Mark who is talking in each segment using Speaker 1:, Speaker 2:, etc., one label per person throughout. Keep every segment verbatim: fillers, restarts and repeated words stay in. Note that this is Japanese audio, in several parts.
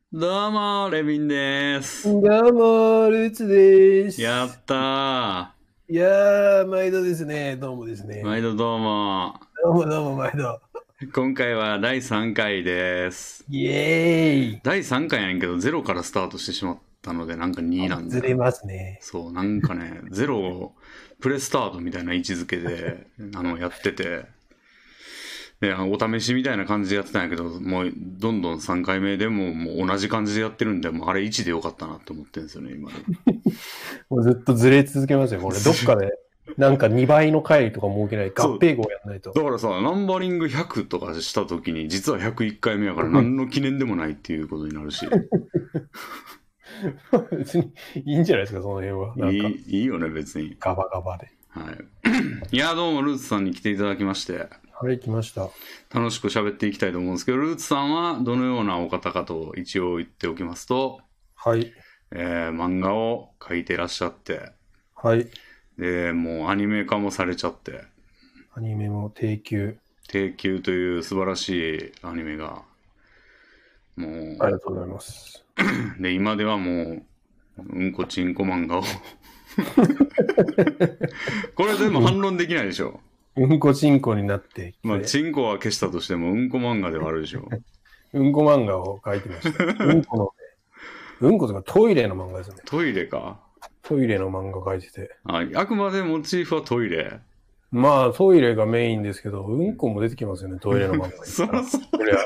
Speaker 1: どうも、レビンです。
Speaker 2: どうも、ルーツです。
Speaker 1: やった
Speaker 2: いやー、毎度ですね。どうもです
Speaker 1: ー。毎
Speaker 2: ね。
Speaker 1: 度どうも。
Speaker 2: どうもどうも、毎度。
Speaker 1: 今回はだいさんかいです。
Speaker 2: イエーイ。
Speaker 1: だいさんかいやねんけど、ゼロからスタートしてしまったので、なんかになんだよ。
Speaker 2: ずれますね。
Speaker 1: そう、なんかね、ゼロをプレスタートみたいな位置づけで、あの、やってて、で、あのお試しみたいな感じでやってたんやけど、もう、どんどんさんかいめでも、もう同じ感じでやってるんで、もうあれいちでよかったなって思ってるんですよね、今でも。
Speaker 2: もうずっとずれ続けますよ。これ、どっかで、なんかにばいの回とか設けない。
Speaker 1: そう。
Speaker 2: 合併号やんないと。
Speaker 1: だからさ、ナンバリングひゃくとかした時に、実はひゃくいっかいめやから何の記念でもないっていうことになるし。
Speaker 2: 別にいいんじゃないですか、その辺は。
Speaker 1: い
Speaker 2: なんか、
Speaker 1: い、いいよね、別に。
Speaker 2: ガバガバで。
Speaker 1: はい。いや、どうも、ルーツさんに来ていただきまして、
Speaker 2: はい、来ました。
Speaker 1: 楽しく喋っていきたいと思うんですけど、ルーツさんはどのようなお方かと一応言っておきますと、
Speaker 2: はい。
Speaker 1: えー、漫画を描いてらっしゃって、
Speaker 2: はい。
Speaker 1: で、もうアニメ化もされちゃって、
Speaker 2: アニメも定休。
Speaker 1: 低級という素晴らしいアニメが、も
Speaker 2: ありがとうございます。
Speaker 1: う、で、今ではもう、うんこちんこ漫画をこれ全部反論できないでしょ。
Speaker 2: うんこちんこになって、
Speaker 1: まあ、チンコは消したとしても、うんこ漫画ではあるでしょ。
Speaker 2: うんこ漫画を描いてました。うんこの、うんことかトイレの漫画ですね。
Speaker 1: トイレか。
Speaker 2: トイレの漫画描いてて。
Speaker 1: あ、あくまでモチーフはトイレ。
Speaker 2: まあ、トイレがメインですけど、うんこも出てきますよね、トイレの漫画に
Speaker 1: そ
Speaker 2: したら。
Speaker 1: らそう。
Speaker 2: そりゃ、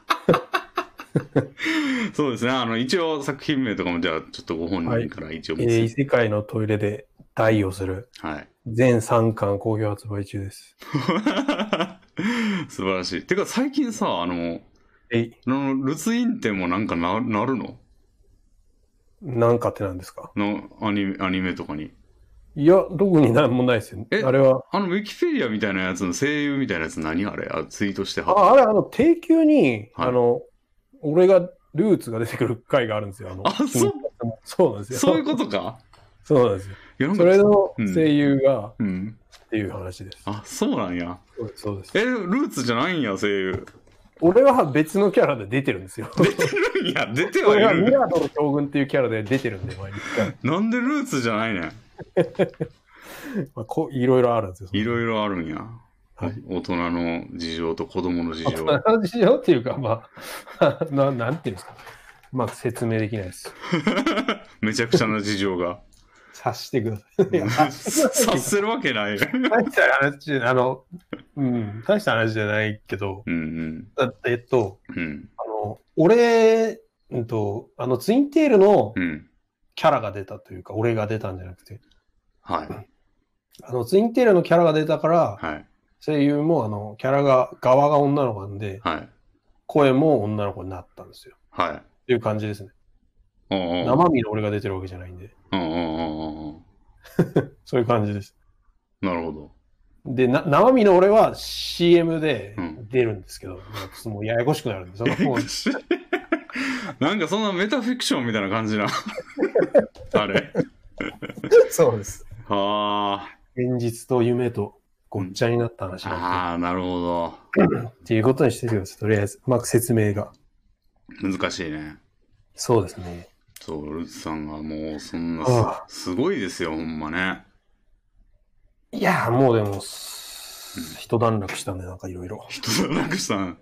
Speaker 1: そうですね。あの、一応作品名とかも、じゃあ、ちょっとご本
Speaker 2: はい。
Speaker 1: 人から一応
Speaker 2: えー、
Speaker 1: 見せて。
Speaker 2: 異世界のトイレで代をする。
Speaker 1: はい。
Speaker 2: 全さんかん好評発売中です。
Speaker 1: 素晴らしい。てか、最近さ、あの、
Speaker 2: えい、
Speaker 1: あの、ルツインテンもなんかな、なるの
Speaker 2: なんかってなんですか？
Speaker 1: のアニメ、アニメとかに。
Speaker 2: いや、特になんもないですよ。
Speaker 1: え、
Speaker 2: あれは、
Speaker 1: あの、ウィキペディアみたいなやつの声優みたいなやつ何あれあ、ツイートしてはっ
Speaker 2: あ、あ
Speaker 1: た。
Speaker 2: れ、あの、定休に、
Speaker 1: はい。
Speaker 2: あの、俺が、ルーツが出てくる回があるんですよ。あの、
Speaker 1: あ、そう、
Speaker 2: 君たちもそうなんですよ。
Speaker 1: そういうことか。
Speaker 2: そうなんですよ。
Speaker 1: いや、なんか、
Speaker 2: それの声
Speaker 1: うん。
Speaker 2: 優が、
Speaker 1: うん。
Speaker 2: っていう話です。
Speaker 1: あ、そうなんや。
Speaker 2: そうです、そうで
Speaker 1: え、
Speaker 2: す。
Speaker 1: ルーツじゃないんや、声優。
Speaker 2: 俺は別のキャラで出てるんですよ。
Speaker 1: 出てるんや、出てはい
Speaker 2: 俺はミ
Speaker 1: る。
Speaker 2: ラドの将軍っていうキャラで出てるんで、前に一回。
Speaker 1: なんでルーツじゃないねん。
Speaker 2: まあ、こういろいろあるんですよ、その辺。
Speaker 1: いろいろあるんや。
Speaker 2: はい。
Speaker 1: お大人の事情と子供の事
Speaker 2: 大
Speaker 1: 情。
Speaker 2: 人の事情っていうか、まあ、ななんていうんですか。まあ、説明できないです。
Speaker 1: めちゃくちゃな事情が。
Speaker 2: 察してください。いや、察してくださいっていうか、
Speaker 1: 察せるわけない。
Speaker 2: 大した話じゃ、あの、うん、大した話じゃないけど、
Speaker 1: うん
Speaker 2: だえっと、
Speaker 1: うん。うん。
Speaker 2: あの、俺、うんと、あの、ツインテールの
Speaker 1: うん。
Speaker 2: キャラが出たというか、俺が出たんじゃなくて、
Speaker 1: はい。
Speaker 2: あの、ツインテールのキャラが出たから、
Speaker 1: はい。
Speaker 2: 声優も、あの、キャラが、側が女の子なんで、
Speaker 1: はい。
Speaker 2: 声も女の子になったんですよ。
Speaker 1: はい。
Speaker 2: っていう感じですね。
Speaker 1: おうおう。
Speaker 2: 生身の俺が出てるわけじゃないんで、
Speaker 1: おうおうおうおう。
Speaker 2: そういう感じです。
Speaker 1: なるほど。
Speaker 2: で、な生身の俺は シーエム で
Speaker 1: うん。
Speaker 2: 出るんですけど、もうややこしくなるんで、そのもう、
Speaker 1: なんかそんなメタフィクションみたいな感じな。あれ。
Speaker 2: そうです。
Speaker 1: はあ。
Speaker 2: 現実と夢と
Speaker 1: うん。
Speaker 2: ごっちゃになった話なんで、
Speaker 1: ああ、なるほど。
Speaker 2: っていうことにしてください。とりあえず、うまく説明が。
Speaker 1: 難しいね。
Speaker 2: そうですね。
Speaker 1: そう、ルツさんがもうそんなす、
Speaker 2: ああ、
Speaker 1: すごいですよ、ほんまね。
Speaker 2: いやー、もうでも、
Speaker 1: うん。
Speaker 2: 一段落したんで、なんかいろいろ。
Speaker 1: 人じゃなくしたん。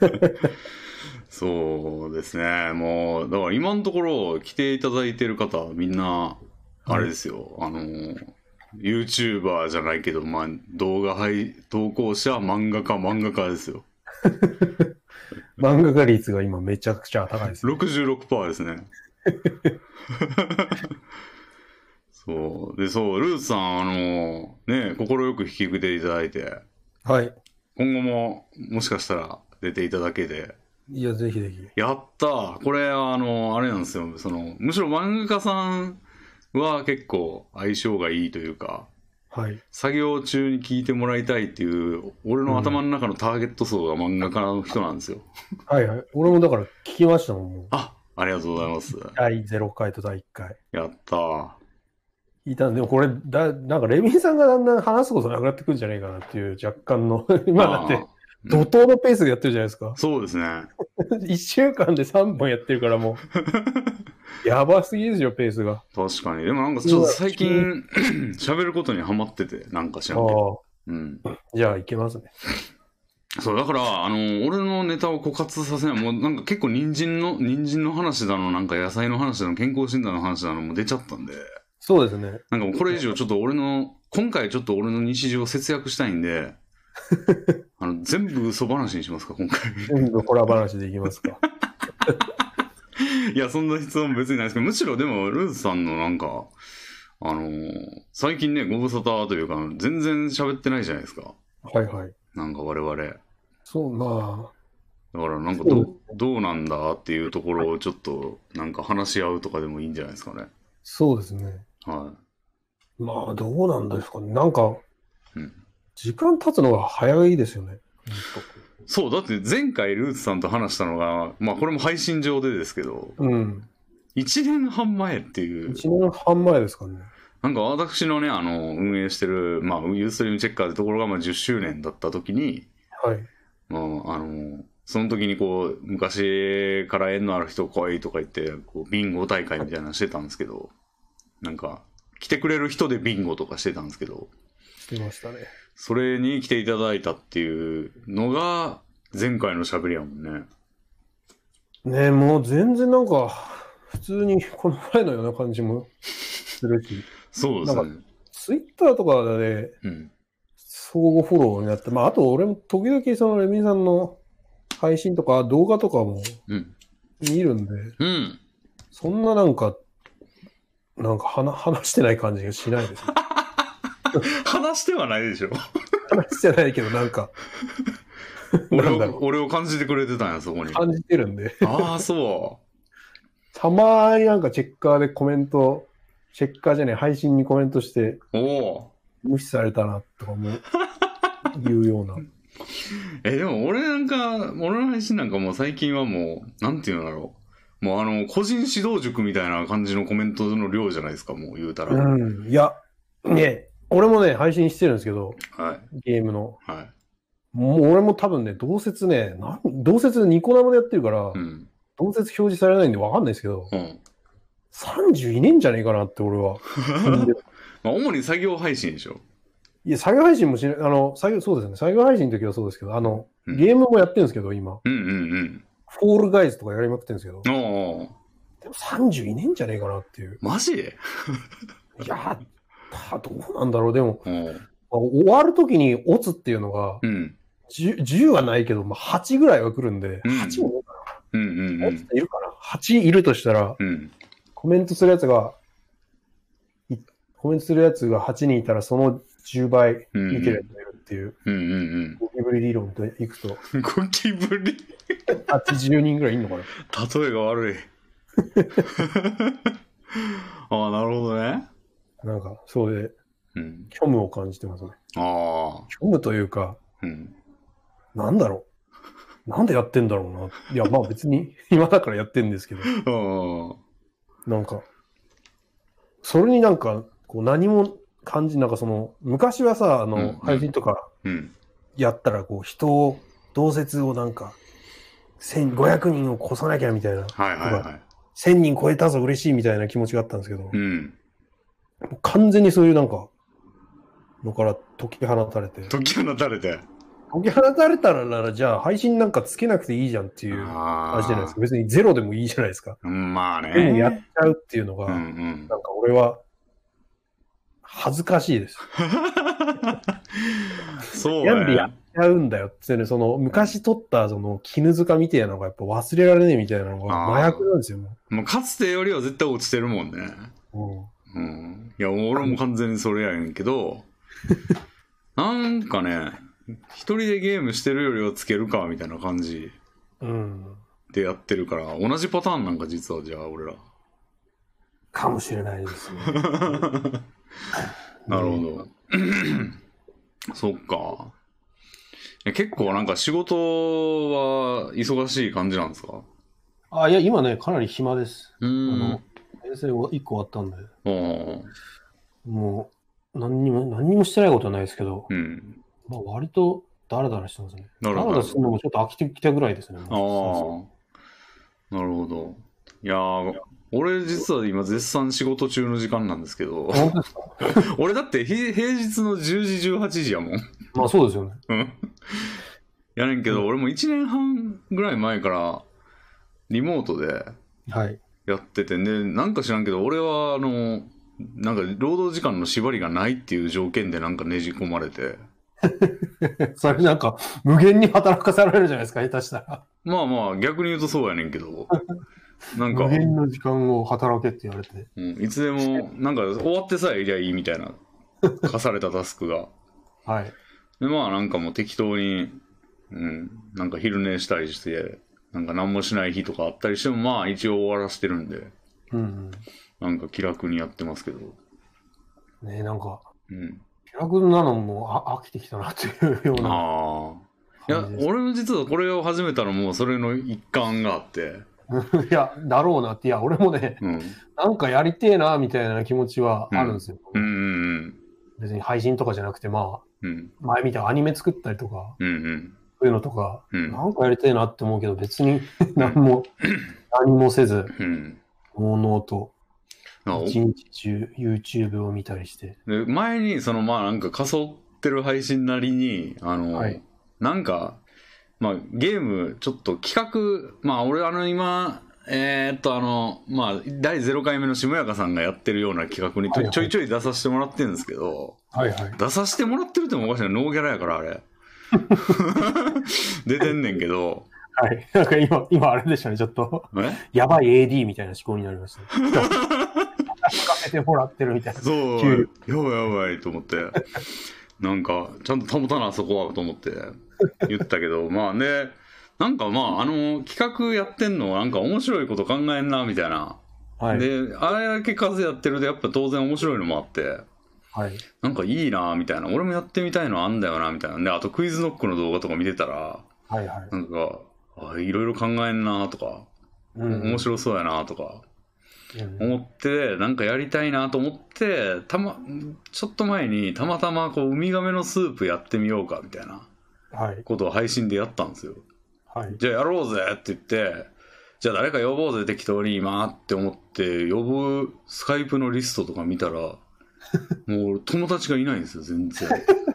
Speaker 1: そうですね。もう、だから今のところ来ていただいてる方、みんな、あ
Speaker 2: はい。
Speaker 1: れですよ。あの、YouTuber じゃないけど、まあ、動画配、投稿者、漫画家、漫画家ですよ。
Speaker 2: 漫画家率が今めちゃくちゃ高いですね。
Speaker 1: ろくじゅうろくパーセントですね。そう。で、そう、ルーツさん、あの、ね、心よく引き受けていただいて、
Speaker 2: はい。
Speaker 1: 今後も、もしかしたら出ていただけで、
Speaker 2: いや、ぜひぜひ。
Speaker 1: やったー。これ、あの、あれなんですよ。その、むしろ漫画家さんは結構相性がいいというか、
Speaker 2: はい。
Speaker 1: 作業中に聞いてもらいたいっていう、俺の頭
Speaker 2: うん。
Speaker 1: の中のターゲット層が漫画家の人なんですよ。
Speaker 2: はいはい。俺もだから聞きましたもん、もう。
Speaker 1: あ、ありがとうございます。
Speaker 2: だいゼロかいとだいいっかい。
Speaker 1: やったー。
Speaker 2: 聞いたんで、でもこれ、だ、なんかレミンさんがだんだん話すことなくなってくるんじゃないかなっていう若干の今だっ
Speaker 1: あ
Speaker 2: て、 怒涛のペースでやってるじゃないですか。
Speaker 1: そうですね。
Speaker 2: いっしゅうかんでさんぼんやってるからもう、やばすぎですよ、ペースが。
Speaker 1: 確かに。でもなんかちょっと最近、喋ることにハマってて、なんか知らんけど。うん。
Speaker 2: じゃあいけますね。
Speaker 1: そう、だから、あの、俺のネタを枯渇させない。もうなんか結構人参の、人参の話だの、なんか野菜の話だの、健康診断の話だのも出ちゃったんで。
Speaker 2: そうですね。
Speaker 1: なんかもうこれ以上ちょっと俺の、今回ちょっと俺の日常を節約したいんで、あの、全部嘘話にしますか、今回。
Speaker 2: 全部ホラー話でいきますか。
Speaker 1: いや、そんな必要も別にないですけど、むしろでも、ルーズさんのなんか、あのー、最近ね、ご無沙汰というか、全然喋ってないじゃないですか。
Speaker 2: はいはい。
Speaker 1: なんか我々。
Speaker 2: そう、ま
Speaker 1: あ。だからなんかど、どうなんだっていうところをちょっと、なんか話し合うとかでもいいんじゃないですかね。
Speaker 2: そうですね。
Speaker 1: はい。
Speaker 2: まあ、どうなんですかね。なんか、
Speaker 1: うん、
Speaker 2: 時間経つのが早いですよね。
Speaker 1: そう、だって前回ルーツさんと話したのが、まあこれも配信上でですけど、
Speaker 2: うん。
Speaker 1: いちねんはん前っていう。
Speaker 2: いちねんはん前ですかね。
Speaker 1: なんか私のね、あの、運営してる、まあ、ユーストリームチェッカーってところがまあじゅっしゅうねんだった時に、
Speaker 2: はい。
Speaker 1: まあ、あの、その時にこう、昔から縁のある人来いとか言って、こう、ビンゴ大会みたいなのしてたんですけど、なんか、来てくれる人でビンゴとかしてたんですけど、
Speaker 2: してましたね。
Speaker 1: それに来ていただいたっていうのが、前回の喋りやもんね。
Speaker 2: ねえ、もう全然なんか、普通にこの前のような感じもするし。
Speaker 1: そうですね。
Speaker 2: なんか、ツイッターとかで、うん、相互フォローになって、まあ、あと俺も時々そのレミさんの配信とか動画とかも見るんで、うんうん、そんななんか、なんか話話してない感じがしないですね。
Speaker 1: 話してはないでしょ。
Speaker 2: 話してないけど、なんか
Speaker 1: 俺を、俺を感じてくれてたんや、そこに。
Speaker 2: 感じてるんで。
Speaker 1: ああ、そう。
Speaker 2: たまーになんかチェッカーでコメント、チェッカーじゃない、配信にコメントして、
Speaker 1: お
Speaker 2: 無視されたな、とかも、いうような。
Speaker 1: え、でも俺なんか、俺の配信なんかもう最近はもう、なんていうんだろう。もうあの、個人指導塾みたいな感じのコメントの量じゃないですか、もう言うたら。
Speaker 2: うん。いや、ね、俺もね、配信してるんですけど、
Speaker 1: はい、
Speaker 2: ゲームの。
Speaker 1: はい。
Speaker 2: もう俺も多分ね、同説ね、なん同説ニコ生でやってるから、うん、同説表示されないんで分かんないですけど、うん、さんじゅういねえんじゃねえかなって俺は。
Speaker 1: まあ主に作業配信でしょ。
Speaker 2: いや、作業配信もしない、あの、作業、そうですね、作業配信の時はそうですけど、あの、うん、ゲームもやってるんですけど、今。
Speaker 1: うんうんうん。
Speaker 2: フォールガイズとかやりまくってるんですけど、おーでもさんじゅういねえんじゃねえかなっていう。
Speaker 1: マジい
Speaker 2: や、どうなんだろう、でも、終わる時にオツっていうのが、うん、10, じゅうはないけど、まあ、はちぐらいは来るんで、うん、はちもいるかな、うんうんうん、オツっているかな ?はち いるとしたら、うん、コメントするやつが、コメントするやつがはちにんいたら、そのじゅうばい見てるやつがいるっていう、うんうんうん、ゴキブリ理論といくと、
Speaker 1: ゴキブリ
Speaker 2: はちじゅうにんぐらいいんのかな。
Speaker 1: 例えが悪い。ああ、なるほどね。
Speaker 2: なんか、そうで、うん、虚無を感じてますね。
Speaker 1: ああ。
Speaker 2: 虚無というか、うん、なんだろう。なんでやってんだろうな。いや、まあ別に今だからやってんですけど。なんか、それになんか、こう何も感じ、なんかその、昔はさ、あの、うんうん、配信とかやったら、こう、人を、同説をなんか、せんごひゃくにんを越さなきゃみたいな。
Speaker 1: はいはいはい。
Speaker 2: せんにん超えたぞ嬉しいみたいな気持ちがあったんですけど、うん、完全にそういうなんか、のから解き放たれて。
Speaker 1: 解き放たれて。
Speaker 2: 解き放たれたらなら、じゃあ配信なんかつけなくていいじゃんっていう話じゃないですか。別にゼロでもいいじゃないですか。
Speaker 1: まあね。
Speaker 2: でもやっちゃうっていうのが、うんうん、なんか俺は、恥ずかしいです。
Speaker 1: そうね。
Speaker 2: なんでやっちゃうんだよってね、その昔撮ったその絹塚みたいなのがやっぱ忘れられねえみたいなのが麻薬なんですよ。
Speaker 1: もうかつてよりは絶対落ちてるもんね。うん。うん、いや、俺も完全にそれやねんけど、なんかね、一人でゲームしてるよりはつけるかみたいな感じでやってるから、同じパターンなんか実はじゃあ俺ら。
Speaker 2: かもしれないですね。
Speaker 1: なるほど。そっか。結構なんか仕事は忙しい感じなんですか？
Speaker 2: あ、いや、今ね、かなり暇です。うん。あの、遠征いっこ終わったんで。もう、何にも、何にもしてないことはないですけど、うん、まあ割とだらだらしてますね。だらだらするのもちょっと飽きてきたぐらいですね。
Speaker 1: ああ。なるほど。いやー、俺実は今絶賛仕事中の時間なんですけど。
Speaker 2: 本当ですか？
Speaker 1: 俺だって平日のじゅうじ、じゅうはちじやもん。
Speaker 2: まあそうですよね。
Speaker 1: うん。やねんけど、うん、俺もいちねんはんぐらい前からリモートでやってて、ね、なんか知らんけど、俺はあの、なんか労働時間の縛りがないっていう条件でなんかねじ込まれて。
Speaker 2: それなんか無限に働かされるじゃないですか、下手したら。
Speaker 1: まあまあ逆に言うとそうやねんけど。なんか
Speaker 2: 無限の時間を働けって言われて、
Speaker 1: うん、いつでもなんか終わってさえいりゃいいみたいな課されたタスクが
Speaker 2: はい
Speaker 1: でまあなんかもう適当に、うん、なんか昼寝したりしてなんか何もしない日とかあったりしてもまあ一応終わらせてるんで、
Speaker 2: うんうん、
Speaker 1: なんか気楽にやってますけど
Speaker 2: ねえなんか、
Speaker 1: うん、
Speaker 2: 気楽なのもあ飽きてきたなっていうような
Speaker 1: あいや俺も実はこれを始めたのもそれの一環があって
Speaker 2: いや、だろうなって、いや、俺もね、うん、なんかやりてえな、みたいな気持ちはあるんですよ。
Speaker 1: うんうんうん、
Speaker 2: 別に配信とかじゃなくて、まあ、うん、前見たアニメ作ったりとか、うんうん、そういうのとか、うん、なんかやりてえなって思うけど、別に何も、何もせず、のうのうと、一日中 YouTube を見たりして。
Speaker 1: で前に、その、まあなんか仮想ってる配信なりに、あの、はい、なんか、まあ、ゲーム、ちょっと企画、まあ、俺、あの、今、えー、っと、あの、まあ、だいゼロかいめの下やかさんがやってるような企画にちょいちょいちょい出させてもらってるんですけど、はいはい、出させてもらってるってもおかしいな、ノーギャラやから、あれ。出てんねんけど。
Speaker 2: はい。なんか今、今あれでしたね、ちょっと。やばい エーディー みたいな思考になりました、ね。働かせてもらってるみたいな。
Speaker 1: そう、やばいやばいと思って。なんか、ちゃんと保たな、そこは、と思って。言ったけど、まあね、なんかまあ、あの、企画やってんのなんか面白いこと考えんな、みたいな。はい、で、あれだけ数やってると、やっぱ当然面白いのもあって、はい、なんかいいな、みたいな。俺もやってみたいのあんだよな、みたいな。で、あとクイズノックの動画とか見てたら、はいはい、なんか、あいろいろ考えんな、とか、うん、面白そうやな、とか、うん、思って、なんかやりたいなと思って、たま、ちょっと前にたまたまこう、ウミガメのスープやってみようか、みたいな。ことを配信でやったんですよ、はい、じゃあやろうぜって言ってじゃあ誰か呼ぼうぜ適当に今って思って呼ぶスカイプのリストとか見たらもう友達がいないんですよ全然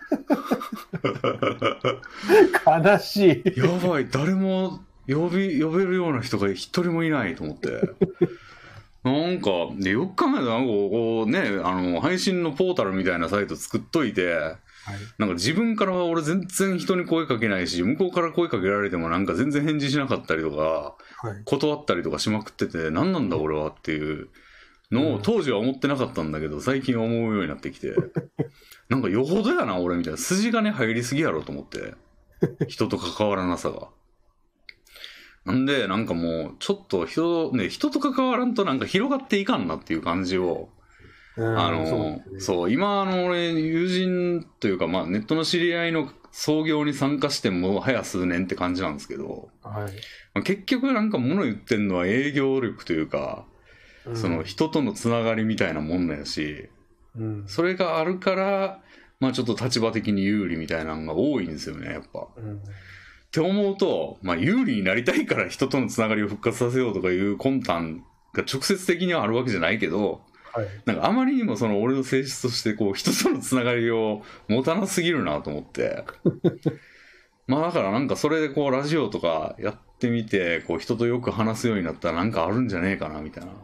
Speaker 2: 悲しい
Speaker 1: やばい誰も呼び呼べるような人が一人もいないと思ってなんかでよく考えたらなんかこうねあの配信のポータルみたいなサイト作っといてはい、なんか自分からは俺全然人に声かけないし向こうから声かけられてもなんか全然返事しなかったりとか、はい、断ったりとかしまくってて何なんだ俺はっていうのを当時は思ってなかったんだけど最近は思うようになってきてなんかよほどやな俺みたいな筋金入りすぎやろと思って人と関わらなさがなんでなんかもうちょっと人,、ね、人と関わらんとなんか広がっていかんなっていう感じをあのそう、ね、そう今あの俺友人というか、まあ、ネットの知り合いの創業に参加してもう早数年って感じなんですけど、はいまあ、結局なんか物言ってんのは営業力というか、うん、その人とのつながりみたいなもんだし、うん、それがあるからまあちょっと立場的に有利みたいなのが多いんですよねやっぱ、うん、って思うと、まあ、有利になりたいから人とのつながりを復活させようとかいう魂胆が直接的にはあるわけじゃないけどはい、なんかあまりにもその俺の性質としてこう人とのつながりを持たなすぎるなと思ってまあだからなんかそれでこうラジオとかやってみてこう人とよく話すようになったらなんかあるんじゃねえかなみたいな、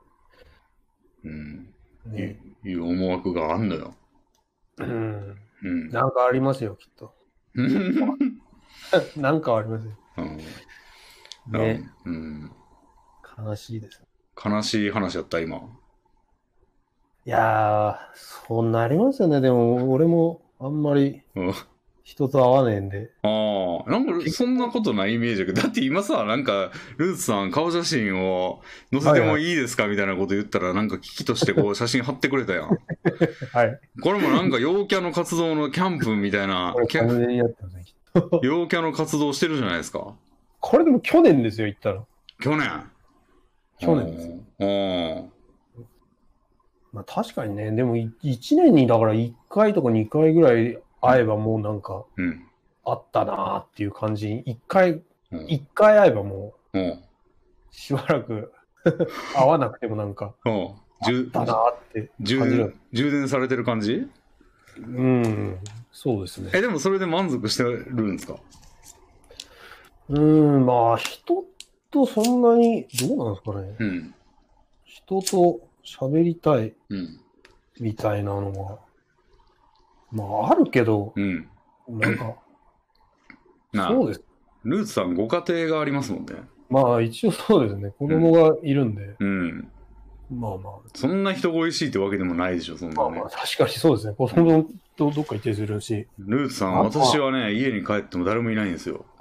Speaker 1: うんね、い, いう思惑があんのよ、
Speaker 2: うんうん、なんかありますよきっとなんかありますよ、うんねうん、悲しいです
Speaker 1: 悲しい話だった今
Speaker 2: いやー、そうなりますよね。でも、俺もあんまり人と会わねえんで。
Speaker 1: ああ、なんかそんなことないイメージだけど、だって今さ、なんか、ルーツさん顔写真を載せてもいいですかみたいなこと言ったら、なんか危機としてこう写真貼ってくれたやん。はい。これもなんか陽キャの活動のキャンプみたいな、陽キャの活動してるじゃないですか。
Speaker 2: これでも去年ですよ、言ったら。
Speaker 1: 去年
Speaker 2: 去年ですよ。ああ。まあ確かにね、でもいちねんにだからいっかいとかにかいぐらい会えばもうなんか、うん、 あったなーっていう感じに、一回、一、うん、回会えばもう、うん、しばらく会わなくてもなんか、うん、あったなーって感じる。
Speaker 1: 充電されてる感じ？
Speaker 2: うん、そうですね。
Speaker 1: え、でもそれで満足してるんですか？
Speaker 2: うん、まあ、人とそんなに、どうなんですかね。うん、人と喋りたいみたいなのは、うん、まあ、あるけど、うん、なんか、そうです。
Speaker 1: ルーツさん、ご家庭がありますもんね。
Speaker 2: まあ、一応そうですね。子供がいるんで。うん。うん、
Speaker 1: まあまあ。そんな人恋しいってわけでもないでしょ、そんなね。
Speaker 2: まあまあ、確かにそうですね。子供とどっか行ったりするし。
Speaker 1: ルーツさん、私はね、家に帰っても誰もいないんですよ。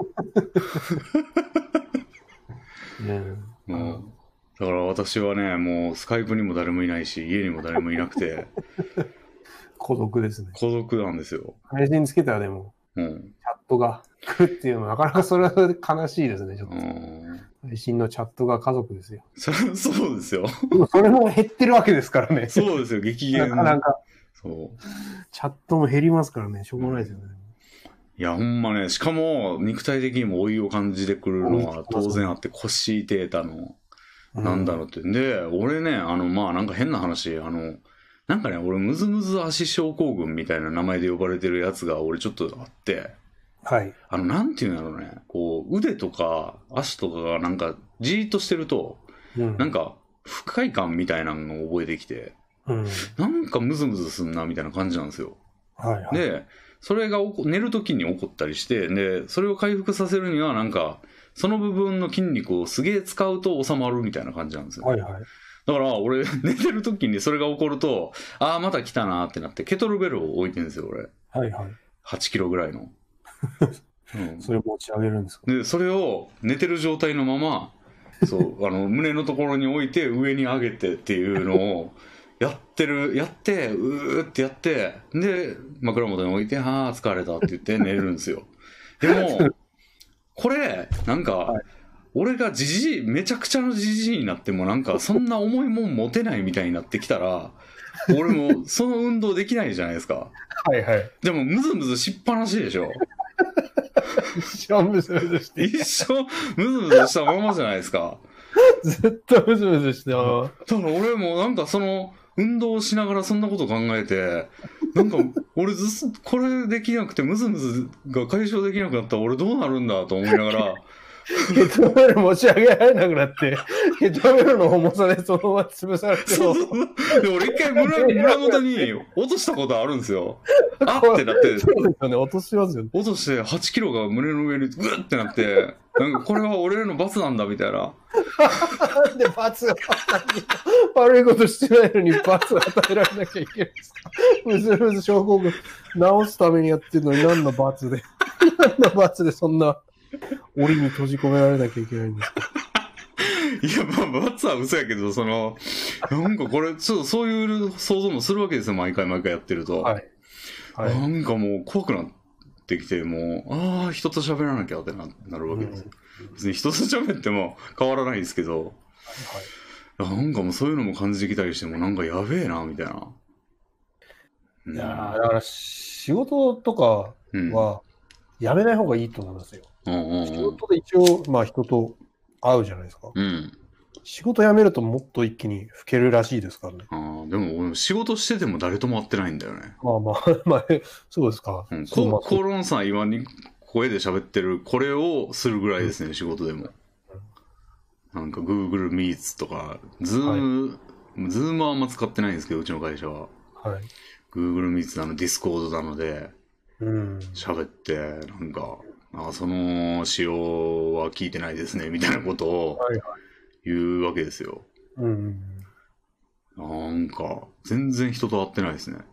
Speaker 1: うん、もうだから私はね、もうスカイプにも誰もいないし、家にも誰もいなくて。
Speaker 2: 孤独ですね。
Speaker 1: 孤独なんですよ。
Speaker 2: 配信つけたらでも、うん、チャットが来るっていうのはなかなかそれは悲しいですね、ちょっと。配信のチャットが家族ですよ。
Speaker 1: そそうですよ。
Speaker 2: それも減ってるわけですからね。
Speaker 1: そうですよ、激減。
Speaker 2: なかなか。そう。チャットも減りますからね、しょうがないですよね。うん、
Speaker 1: いや、ほんまね、しかも肉体的にも老いを感じてくるのは当然あって、腰痛えたの、なんだろうって。うん、で、俺ね、あの、まあなんか変な話、あの、なんかね、俺、ムズムズ足症候群みたいな名前で呼ばれてるやつが俺ちょっとあって、はい。あの、なんていうんだろうね、こう、腕とか足とかがなんかじーっとしてると、うん、なんか不快感みたいなのを覚えてきて、うん、なんかムズムズすんなみたいな感じなんですよ。はいはい、で、それが寝るときに起こったりして、で、それを回復させるにはなんか、その部分の筋肉をすげえ使うと収まるみたいな感じなんですよ。はいはい。だから俺寝てる時にそれが起こると、ああまた来たなーってなってケトルベルを置いてるんですよ俺。はいはい。はちキロぐらいの。
Speaker 2: うん、それ持ち上げるんですか？
Speaker 1: でそれを寝てる状態のまま、そうあの胸のところに置いて上に上げてっていうのをやってるやってうーってやってで枕元に置いてはあ疲れたって言って寝るんですよ。でもこれなんか。はい、俺がじじいめちゃくちゃのじじいになってもなんかそんな重いもん持てないみたいになってきたら俺もその運動できないじゃないですか。はいはい。でもムズムズしっぱなしでしょ。
Speaker 2: 一生ムズムズして
Speaker 1: 一生ムズムズしたままじゃないですか。
Speaker 2: ずっとムズムズしてま
Speaker 1: ま。だから俺もなんかその運動しながらそんなこと考えてなんか俺ずっとこれできなくてムズムズが解消できなくなったら俺どうなるんだと思いながら
Speaker 2: ケトルベル持ち上げられなくなって、ケトルベルの重さでそのまま潰されて
Speaker 1: そうそうで俺一回村、村元に落としたことあるんですよ。あってなって。
Speaker 2: そうですよね、落としますよね。
Speaker 1: 落としてはちキロが胸の上にグッってなって、なんかこれは俺への罰なんだみたいな。
Speaker 2: なんで罰が悪いことしてないのに罰が与えられなきゃいけないんですか？ムズムズ症候群治すためにやってるのに何の罰で、何の罰でそんな檻に閉じ込められなきゃいけないんですか？
Speaker 1: いや、まあ、罰は嘘やけど、その、なんかこれ、ちょっとそういう想像もするわけですよ、毎回毎回やってると。はい。はい、なんかもう怖くなってきて、もう、ああ、人と喋らなきゃってな、なるわけですよ。うん、別に人と喋っても変わらないですけど、はいはい、なんかもうそういうのも感じてきたりしても、なんかやべえな、みたいな。
Speaker 2: うん、いやだから仕事とかはやめない方がいいと思いますよ。うんうんうん、仕事で一応、まあ人と会うじゃないですか。うん、仕事辞めるともっと一気に老けるらしいですからね。
Speaker 1: あでも俺仕事してても誰とも会ってないんだよね。
Speaker 2: まあまあ、まあ、そうですか。うん、
Speaker 1: コーロンさん今に声で喋ってるこれをするぐらいですね、うん、仕事でも。なんか Google Meets とか、Zoom、はい、Zoom はあんま使ってないんですけど、うちの会社は。はい、Google Meets なの、Discord なので、喋、うん、って、なんか、あその仕様は聞いてないですねみたいなことを言うわけですよ。はいはい、うん、なんか全然人と会ってないですね。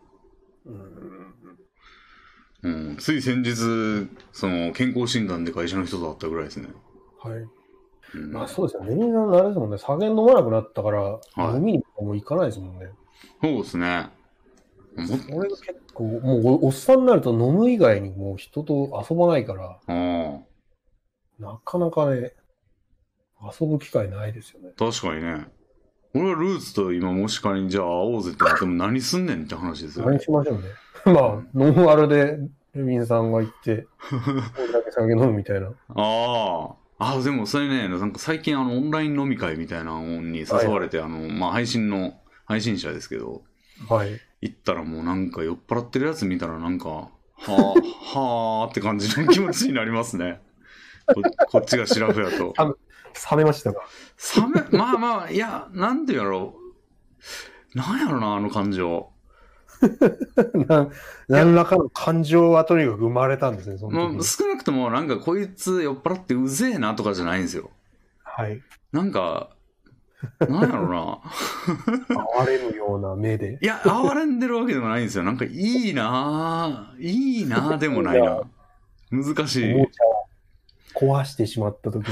Speaker 1: うん、うん、つい先日その健康診断で会社の人と会ったぐらいですね。はい。
Speaker 2: うん、まあそうですよね。みんなあれですもんね。酒飲まなくなったから、はい、飲みにも行かないですもんね。
Speaker 1: そうですね。
Speaker 2: 俺が結構もうおっさんになると飲む以外にもう人と遊ばないから、なかなかね遊ぶ機会ないですよね。
Speaker 1: 確かにね。俺はルーツと今もし仮にじゃあ会おうぜってなっても何すんねんって話ですよね。
Speaker 2: 何しましょうね。まあ、うん、ノンアルでレビンさんが行って、俺だけ酒飲むみたいな。
Speaker 1: ああ。あ、でもそれね、なんか最近あのオンライン飲み会みたいなのに誘われて、はい、あの、まあ、配信の、配信者ですけど、
Speaker 2: はい。
Speaker 1: 行ったらもうなんか酔っ払ってるやつ見たらなんか、はあ、はあって感じの気持ちになりますね。こ, こっちがシラフやと。
Speaker 2: 冷めましたか？
Speaker 1: 冷め、まあまあ、いや、なんてやろう。なんやろな、あの感情。
Speaker 2: な何らかの感情はとにかく生まれたんですね、その時に。
Speaker 1: まあ、少なくともなんかこいつ酔っ払ってうぜえなとかじゃないんですよ。
Speaker 2: はい。
Speaker 1: なんか、なんやろな。
Speaker 2: 哀れむような目で。
Speaker 1: いや、哀れんでるわけでもないんですよ。なんかいいなぁ、いいなぁでもないな。難しい。
Speaker 2: おもちゃを壊してしまった時の。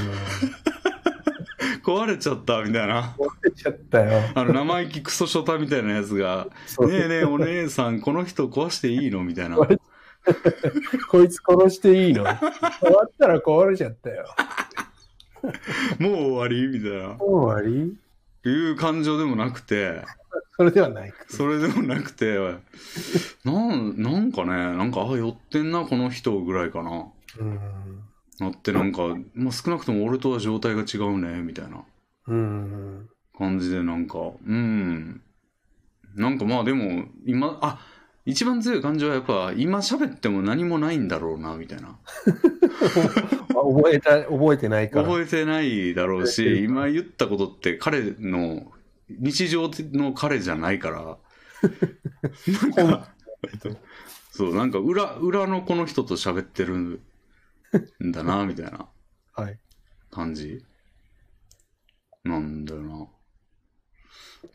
Speaker 1: 壊れちゃったみたいな。
Speaker 2: 壊れちゃったよ。
Speaker 1: あの生意気クソショタみたいなやつが、ねえねえお姉さんこの人壊していいのみたいな。
Speaker 2: こいつ殺していいの？終わったら壊れちゃったよ。
Speaker 1: もう終わりみたいな。
Speaker 2: もう終わり？
Speaker 1: いう感情でもなくて。
Speaker 2: それではない。
Speaker 1: それでもなくて、なん、なんかね、なんか、あ、酔ってんな、この人ぐらいかな。
Speaker 2: うん。
Speaker 1: なってなんか、まあ、少なくとも俺とは状態が違うね、みたいな。
Speaker 2: うん。
Speaker 1: 感じでなんか、うん。なんかまあでも、今、あ、一番強い感情はやっぱ、今喋っても何もないんだろうな、みたいな。
Speaker 2: 覚えた、覚えてないから。
Speaker 1: 覚えてないだろうし、今言ったことって彼の、日常の彼じゃないから、なんか、そう、なんか裏、裏のこの人と喋ってるんだな、みたいな感じなんだよな。だから、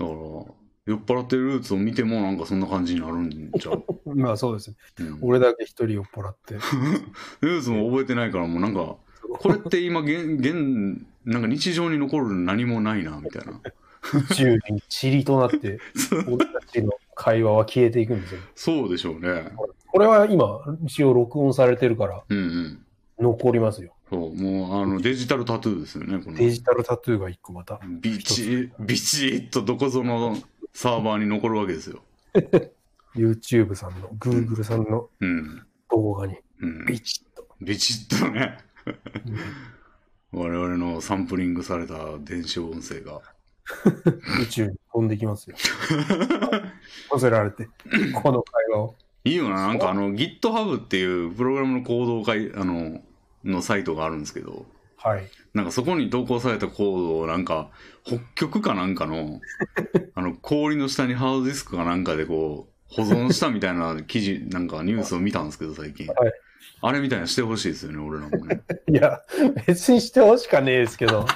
Speaker 1: 酔っ払ってるルーツを見てもなんかそんな感じになるんちゃう？
Speaker 2: まあそうです、うん。俺だけ一人酔っ払って。
Speaker 1: ルーツも覚えてないからもうなんか、これって今現、現、なんか日常に残る何もないな、みたいな。
Speaker 2: 宇宙に塵となって、俺たちの会話は消えていくんですよ。
Speaker 1: そうでしょうね。
Speaker 2: これは今、一応録音されてるから、
Speaker 1: うんうん、
Speaker 2: 残りますよ。
Speaker 1: そう、もうあのデジタルタトゥーですよね。この
Speaker 2: デジタルタトゥーが一個また。
Speaker 1: ビチビチッとどこぞのサーバーに残るわけですよ。
Speaker 2: YouTube さんの、Google さんの動画に、ビチッと。
Speaker 1: うん、ビチッとね。我々のサンプリングされた電子音声が。
Speaker 2: 宇宙に飛んできますよ。乗せられて、この会話を。
Speaker 1: いいよな、なんかあの GitHub っていうプログラムのコードを書いあののサイトがあるんですけど、
Speaker 2: はい。
Speaker 1: なんかそこに投稿されたコードをなんか北極かなんかのあの氷の下にハードディスクかなんかでこう保存したみたいな記事なんかニュースを見たんですけど最近。はい。あれみたいなしてほしいですよね、俺らもね。
Speaker 2: いや、別にしてほしかねえですけど。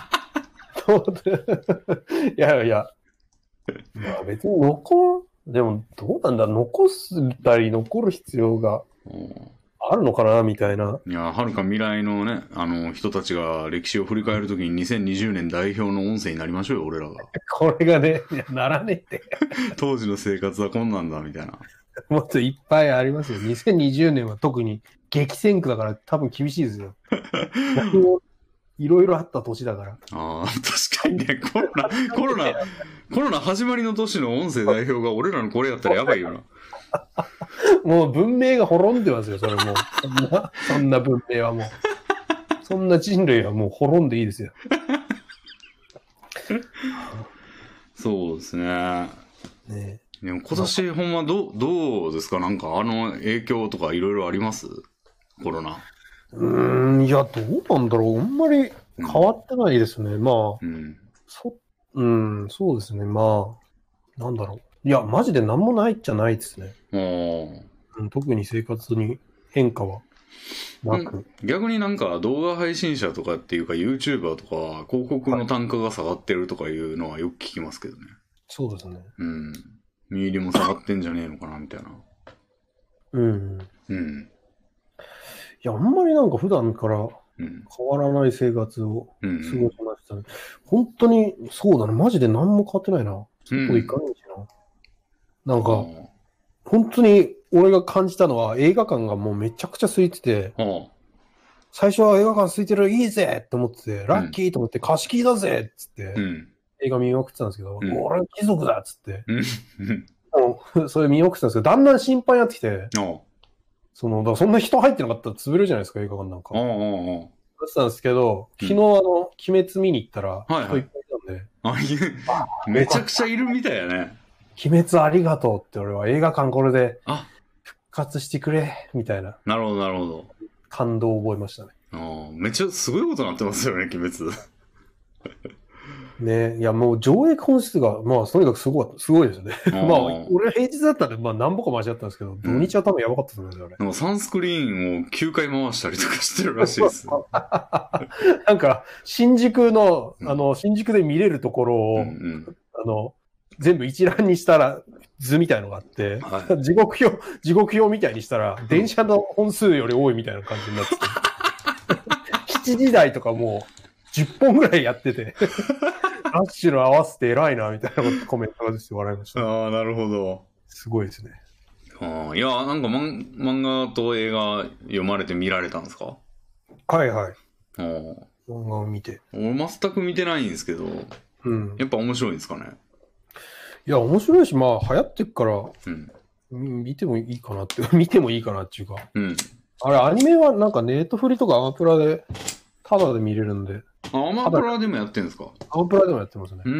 Speaker 2: いやいや、まあ別に残、でもどうなんだ、残したり残る必要があるのかなみたいな。
Speaker 1: いや、はるか未来のね、あの人たちが歴史を振り返るときににせんにじゅうねん代表の音声になりましょうよ、俺らが。
Speaker 2: これがね、いやならねえって。
Speaker 1: 当時の生活はこんなんだ、みたいな。
Speaker 2: もっといっぱいありますよ。にせんにじゅうねんは特に激戦区だから多分厳しいですよ。いろいろあった年だから。
Speaker 1: ああ、確かにね、コロナ、コロナ、コロナ始まりの年の音声代表が俺らのこれやったらやばいよな。
Speaker 2: もう文明が滅んでますよ、それもう。そんな、そんな文明はもう。そんな人類はもう滅んでいいですよ。
Speaker 1: そうですね。
Speaker 2: ね
Speaker 1: でも今年ほんまどう、どうですか？なんかあの影響とかいろいろあります？コロナ。
Speaker 2: うーん、いや、どうなんだろう。あんまり変わってないですね。うん、まあ、うん、そ、うん、そうですね。まあ、なんだろう。いや、マジで何もないっちゃないですね。うん、特に生活に変化はなく、うん。
Speaker 1: 逆になんか動画配信者とかっていうか YouTuber とかは広告の単価が下がってるとかいうのはよく聞きますけどね。
Speaker 2: そうですね。
Speaker 1: うん。見入りも下がってんじゃねえのかなみたいな。
Speaker 2: うん。
Speaker 1: うん。
Speaker 2: いや、あんまりなんか普段から変わらない生活を過ごしましたね。うんうん、本当に、そうだね。マジで何も変わってないな。外行かないしな。うん、なんか、本当に俺が感じたのは映画館がもうめちゃくちゃ空いてて、最初は映画館空いてる、いいぜって思ってて、ラッキーと思って貸し切りだぜっつって、うん、映画見送ってたんですけど、うん、俺貴族だっつって、うん、それ見送ってたんですけど、だんだん心配になってきて、 その、だからそんな人入ってなかったら潰れるじゃないですか、映画館なんか。
Speaker 1: ああ、ああ。
Speaker 2: だったんですけど、昨日あの、鬼滅見に行ったら、人いっぱいいたんで。
Speaker 1: はいはい、あ、めちゃくちゃいるみたいやね。
Speaker 2: 鬼滅ありがとうって俺は映画館これで復活してくれ、みたいな。
Speaker 1: なるほど、なるほど。
Speaker 2: 感動を覚えましたね。
Speaker 1: ああ、めっちゃすごいことになってますよね、鬼滅。
Speaker 2: ね、いやもう上映本数が、まあとにかくすごい、すごいですよね。まあ、俺は平日だったんで、まあ何本か間違ったんですけど、土日は多分やばかったと思うんですよね。
Speaker 1: でもサンスクリーンをきゅうかい回したりとかしてるらしいです。
Speaker 2: なんか、新宿の、あの、新宿で見れるところを、うんうん、あの、全部一覧にしたら図みたいのがあって、はい、地獄表、地獄表みたいにしたら、電車の本数より多いみたいな感じになってて、しちじ台とかもうじゅっぽんぐらいやってて、ラッシュの合わせて偉いな、みたいなコメントが出て笑いました。
Speaker 1: ああ、なるほど。
Speaker 2: すごいですね。
Speaker 1: ああ、いや、なんか漫画と映画読まれて見られたんですか？
Speaker 2: はいはい。あ
Speaker 1: あ、
Speaker 2: 漫画を見て。
Speaker 1: 俺全く見てないんですけど、うん、やっぱ面白いんですかね？
Speaker 2: いや、面白いし、まあ、流行ってっから、うん、見てもいいかなって、見てもいいかなっていうか。うん、あれ、アニメはなんかネットフリとかアマプラで、タダで見れるんで。
Speaker 1: あ、アマプラでもやってるんですか？
Speaker 2: アマプラでもやってますね。うん。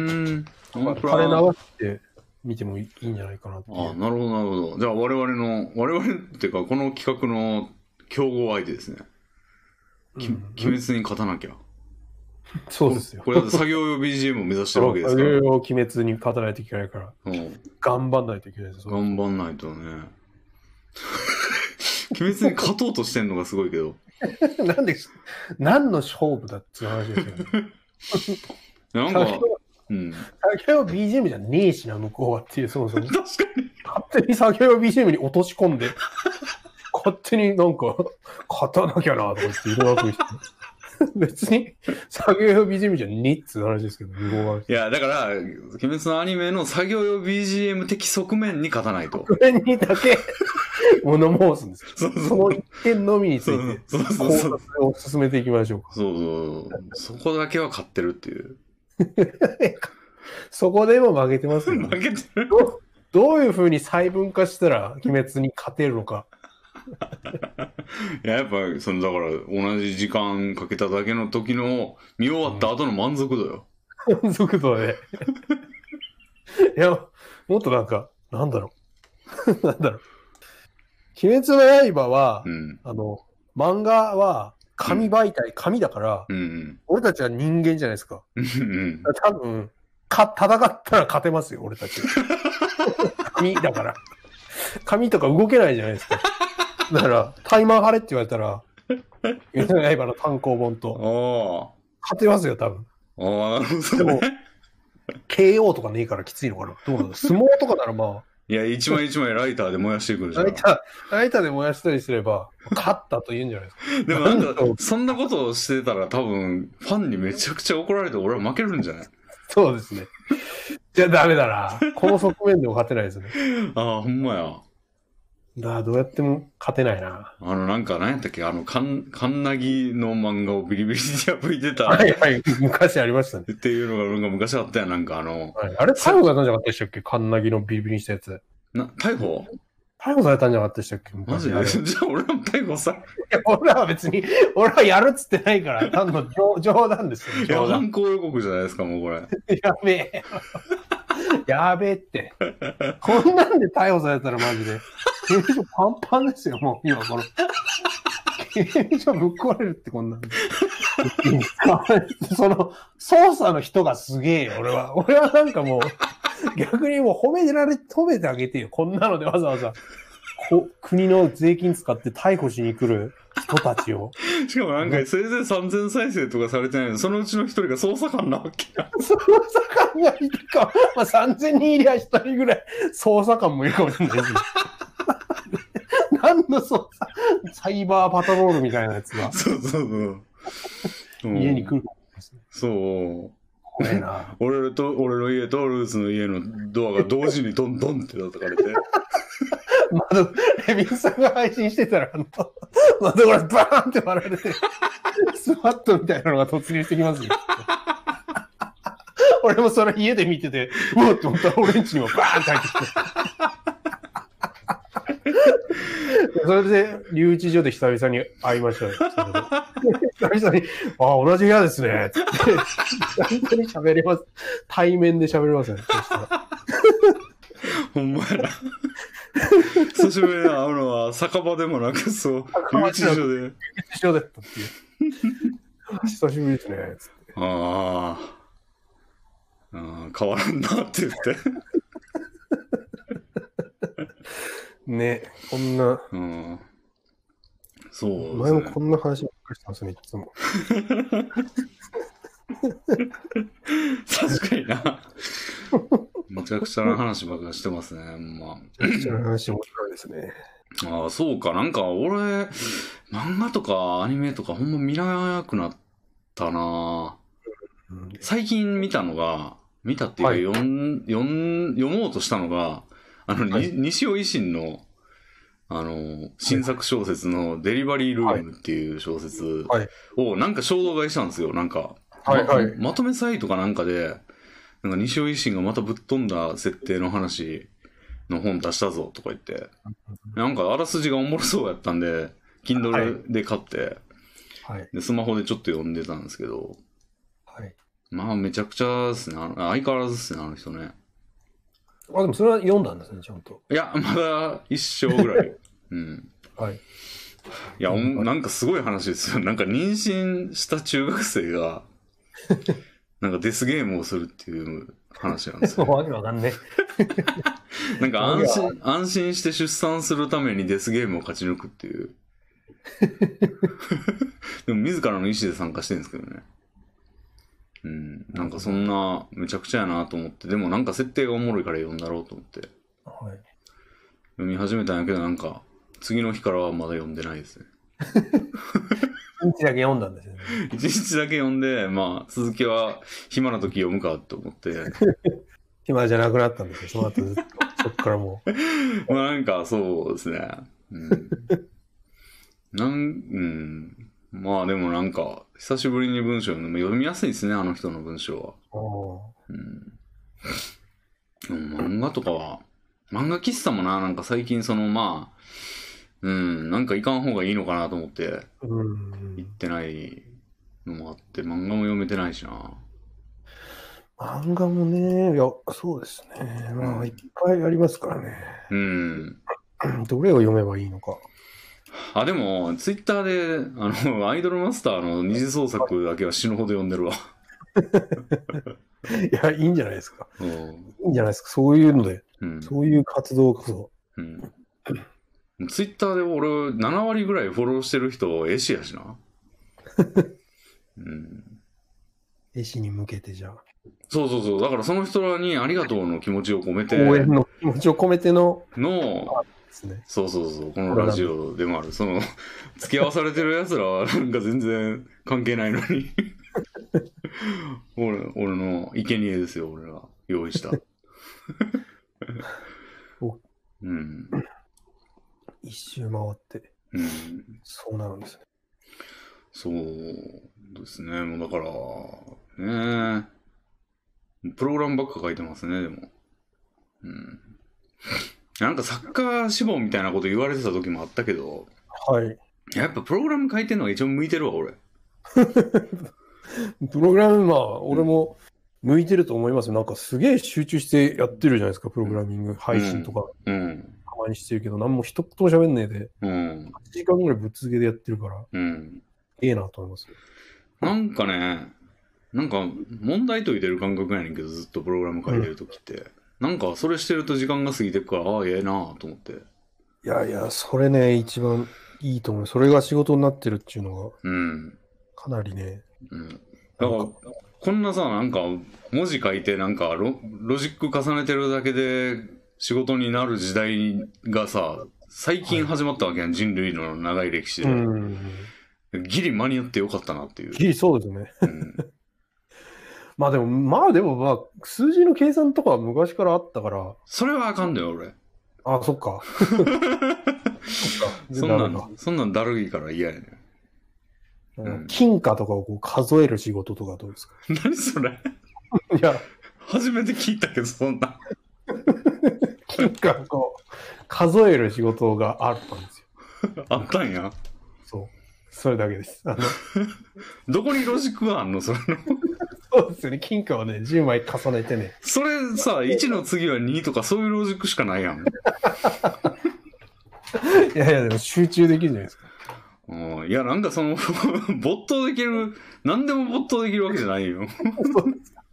Speaker 2: アマプラ。金流して見てもいいんじゃないかなって。
Speaker 1: あ、なるほど、なるほど。じゃあ、我々の、我々っていうか、この企画の競合相手ですね。うん、鬼滅に勝たなきゃ。
Speaker 2: そうですよ。
Speaker 1: これだって作業用 ビージーエム を目指してるわけですから。
Speaker 2: 作業用鬼滅に勝たないといけないから。うん、頑張んないといけないです。
Speaker 1: 頑張んないとね。鬼滅に勝とうとしてんのがすごいけど。
Speaker 2: なんで、何の勝負だっていう話ですよね。
Speaker 1: なんか、うん。
Speaker 2: 作業用 ビージーエム じゃねえしな、向こうはっていう、そもそも。
Speaker 1: 確かに。
Speaker 2: 勝手に作業用 ビージーエム に落とし込んで、勝手になんか、勝たなきゃなとか言っているわけして。別に作業用 ビージーエム じゃねえっつう話ですけど、向こうは。
Speaker 1: いや、だから、鬼滅のアニメの作業用 ビージーエム 的側面に勝たないと。
Speaker 2: 側面にだけ物申すんですよ。そうそう、その一点のみについて、考察を進めていきましょうか。
Speaker 1: そうそう。そこだけは勝ってるっていう。
Speaker 2: そこでも負けてますよ、
Speaker 1: ね。負けてる
Speaker 2: ど。どういう風に細分化したら鬼滅に勝てるのか。
Speaker 1: いや、やっぱそのだから同じ時間かけただけの時の見終わった後の満足度よ。
Speaker 2: 満足度で。いや、もっとなんか、なんだろう。なんだろう。鬼滅の刃は、うん、あの、漫画は紙媒体、うん、紙だから、うんうん、俺たちは人間じゃないですか。多分か、戦ったら勝てますよ、俺たち。紙だから。紙とか動けないじゃないですか。だから、タイマー張れって言われたら、鬼滅の刃の単行本と、勝てますよ、多分。
Speaker 1: ああ、
Speaker 2: でも、ケーオー とかねえからきついのかな。どうなの？相撲とかならまあ。
Speaker 1: いや、一枚一枚ライターで燃やしていくんじゃん。
Speaker 2: ライター、ライターで燃やしたりすれば、勝ったと言うんじゃないですか。
Speaker 1: でもなんか、そんなことをしてたら多分、ファンにめちゃくちゃ怒られて俺は負けるんじゃない？
Speaker 2: そうですね。じゃあダメだな。この側面でも勝てないですね。
Speaker 1: ああ、ほんまや。
Speaker 2: だどうやっても勝てないな。
Speaker 1: あの、なんか、何やったっけ、あの、カン、カンナギの漫画をビリビリに破いてた。
Speaker 2: はいはい、昔ありましたね。
Speaker 1: っていうのが、なんか昔あったやん、なんかあの。
Speaker 2: はい、あれ、逮捕されたんじゃなかったでしたっけ？カンナギのビリビリにしたやつ。
Speaker 1: な、逮捕？
Speaker 2: 逮捕されたんじゃなかったでしたっけ？
Speaker 1: マジで？じゃあ俺らも逮捕される。
Speaker 2: いや、俺らは別に、俺はやるっつってないから、単の冗冗談ですよ。
Speaker 1: 冗談。犯行予告じゃないですか、もうこれ。
Speaker 2: やべえ。やべえって。こんなんで逮捕されたらマジで。刑務所パンパンですよ、もう今この。刑務所ぶっ壊れるってこんなんで。その、捜査の人がすげえよ、俺は。俺はなんかもう、逆にもう褒められ、褒めてあげてよ。こんなのでわざわざ、こ国の税金使って逮捕しに来る人たちを。
Speaker 1: しかもなんか、せいぜいさんぜん再生とかされてないの、そのうちの一人が捜査官なわけや。
Speaker 2: 捜査官がいるか。まあ、さんぜんにんいりゃ一人ぐらい捜査官もいるかもしれないですね。何の捜査、サイバーパトロールみたいなやつが。
Speaker 1: そうそうそう。
Speaker 2: 家に来るかもですね。
Speaker 1: そう。
Speaker 2: 怖いな。
Speaker 1: 俺と、俺の家とルーツの家のドアが同時にドンドンって叩かれて。
Speaker 2: 窓、レビンさんが配信してたら、あの、窓からバーンって割られて、スワットみたいなのが突入してきますよ。俺もそれ家で見てて、うわって思ったら俺んちにもバーンって入ってきて。 それで、留置所で久々に会いましたよ。久々に、ああ、同じ部屋ですね。つって、久々に喋れます。対面で喋れますね。そしたら
Speaker 1: ほんまやな。久しぶりに会うのは酒場でもなく、そう、留置所で。留置
Speaker 2: 所だったっていう。久しぶりですね。つって。
Speaker 1: ああ、変わらんなって言って。
Speaker 2: ね、こんな。
Speaker 1: うん。そうですね。
Speaker 2: 前もこんな話ばっかりしてますね、いつも。
Speaker 1: 確かにな。めちゃくちゃな話ばっかりしてますね。まあ。
Speaker 2: めちゃくちゃな話面白いですね。
Speaker 1: ああ、そうか。なんか俺、漫画とかアニメとかほんま見なくなったな。最近見たのが、見たっていうか、はい、読ん読ん読もうとしたのが、あの、はい、西尾維新の、あの、新作小説のデリバリールームっていう小説をなんか衝動買いしたんですよ。なんか、
Speaker 2: はいはい、
Speaker 1: ま, まとめサイトかなんかで、なんか西尾維新がまたぶっ飛んだ設定の話の本出したぞとか言って、なんかあらすじがおもろそうやったんで、Kindle で買って、はい、でスマホでちょっと読んでたんですけど、はい、まあめちゃくちゃですね。相変わらずですね、あの人ね。
Speaker 2: あ、でもそれは読んだんですね、ちゃんと。
Speaker 1: いや、まだ一章ぐらい。うん。はい。いや、うん、なんかすごい話ですよ。なんか妊娠した中学生が、なんかデスゲームをするっていう話なんですよ。
Speaker 2: わけわかんね
Speaker 1: え。なんか安心、安心して出産するためにデスゲームを勝ち抜くっていう。でも自らの意思で参加してるんですけどね。うん、なんかそんなめちゃくちゃやなと思って、でもなんか設定がおもろいから読んだろうと思って、はい、読み始めたんやけど、なんか次の日からはまだ読んでないですね。
Speaker 2: 一日だけ読んだんですよね。
Speaker 1: 一日だけ読んで、まあ続きは暇な時読むかと思って。
Speaker 2: 暇じゃなくなったんですよ、その後ずっと。そっからも
Speaker 1: う。まあなんかそうですね。うん。なん、うん。まあでもなんか、久しぶりに文章読む読みやすいですね、あの人の文章は。うん、漫画とかは、漫画喫茶もな、なんか最近そのまあ、うん、なんか行かん方がいいのかなと思って、行ってないのもあって、漫画も読めてないしな。
Speaker 2: 漫画もね、いや、そうですね。まあ、いっぱいありますからね。
Speaker 1: うん。
Speaker 2: どれを読めばいいのか。
Speaker 1: あ、でも、ツイッターで、あの、アイドルマスターの二次創作だけは死ぬほど読んでるわ。
Speaker 2: いや、いいんじゃないですか。いいんじゃないですか。そういうので、うん、そういう活動こそ。うん、
Speaker 1: ツイッターで俺、なな割ぐらいフォローしてる人、絵師やしな。
Speaker 2: うん、絵師に向けてじゃあ。
Speaker 1: そうそうそう。だからその人らにありがとうの気持ちを込めて。
Speaker 2: 応援の気持ちを込めての。
Speaker 1: の、ね、そうそうそう。このラジオでもある。その、付き合わされてる奴らはなんか全然関係ないのに。俺、俺の生贄ですよ、俺が用意した。
Speaker 2: うん。一周回って、うん、そうなるんですね。
Speaker 1: そうですね。もうだから、ねプログラムばっか書いてますね、でも。うん。なんかサッカー志望みたいなこと言われてた時もあったけど、
Speaker 2: はい。
Speaker 1: やっぱプログラム書いてるのが一番向いてるわ、俺。
Speaker 2: プログラム、まあ、俺も向いてると思いますよ。なんかすげえ集中してやってるじゃないですか、プログラミング、配信とか。うん。うん、たまにしてるけど、何も一言も喋んねえで、うん。はちじかんぐらいぶっ続けでやってるから、うん。ええなと思いますよ。
Speaker 1: なんかね、なんか問題解いてる感覚やねんけど、ずっとプログラム書いてるときって。うん、なんかそれしてると時間が過ぎてくから、ああ、ええなと思って。い
Speaker 2: やいや、それね、一番いいと思う。それが仕事になってるっていうのが、うん、かなりね。うん。だ
Speaker 1: から、こんなさ、なんか文字書いて、なんかロ、ロジック重ねてるだけで仕事になる時代がさ、最近始まったわけやん、はい、人類の長い歴史で。うん、ギリ間に合ってよかったなっていう。
Speaker 2: ギリそうですね。うんまあでも、まあでもまあ、数字の計算とかは昔からあったから。
Speaker 1: それはあかんだよ、俺。
Speaker 2: ああ、そっか。そっか。
Speaker 1: そんなん、そんなんだるいから嫌やね
Speaker 2: ん。うん、金貨とかをこう数える仕事とかどうですか？
Speaker 1: 何それ？いや、初めて聞いたけど、そんな。
Speaker 2: 金貨をこう数える仕事があったんですよ。
Speaker 1: あったんや。
Speaker 2: そう。それだけです。あの
Speaker 1: どこにロジックがあんのそれの。
Speaker 2: そうですよね。金貨をね、じゅうまい重ねてね。
Speaker 1: それさ、いちの次はにとかそういうロジックしかないやん。
Speaker 2: いやいや、でも集中できるじゃないですか。
Speaker 1: うん、いや、なんかその、没頭できる、何でも没頭できるわけじゃないよ。そうですか。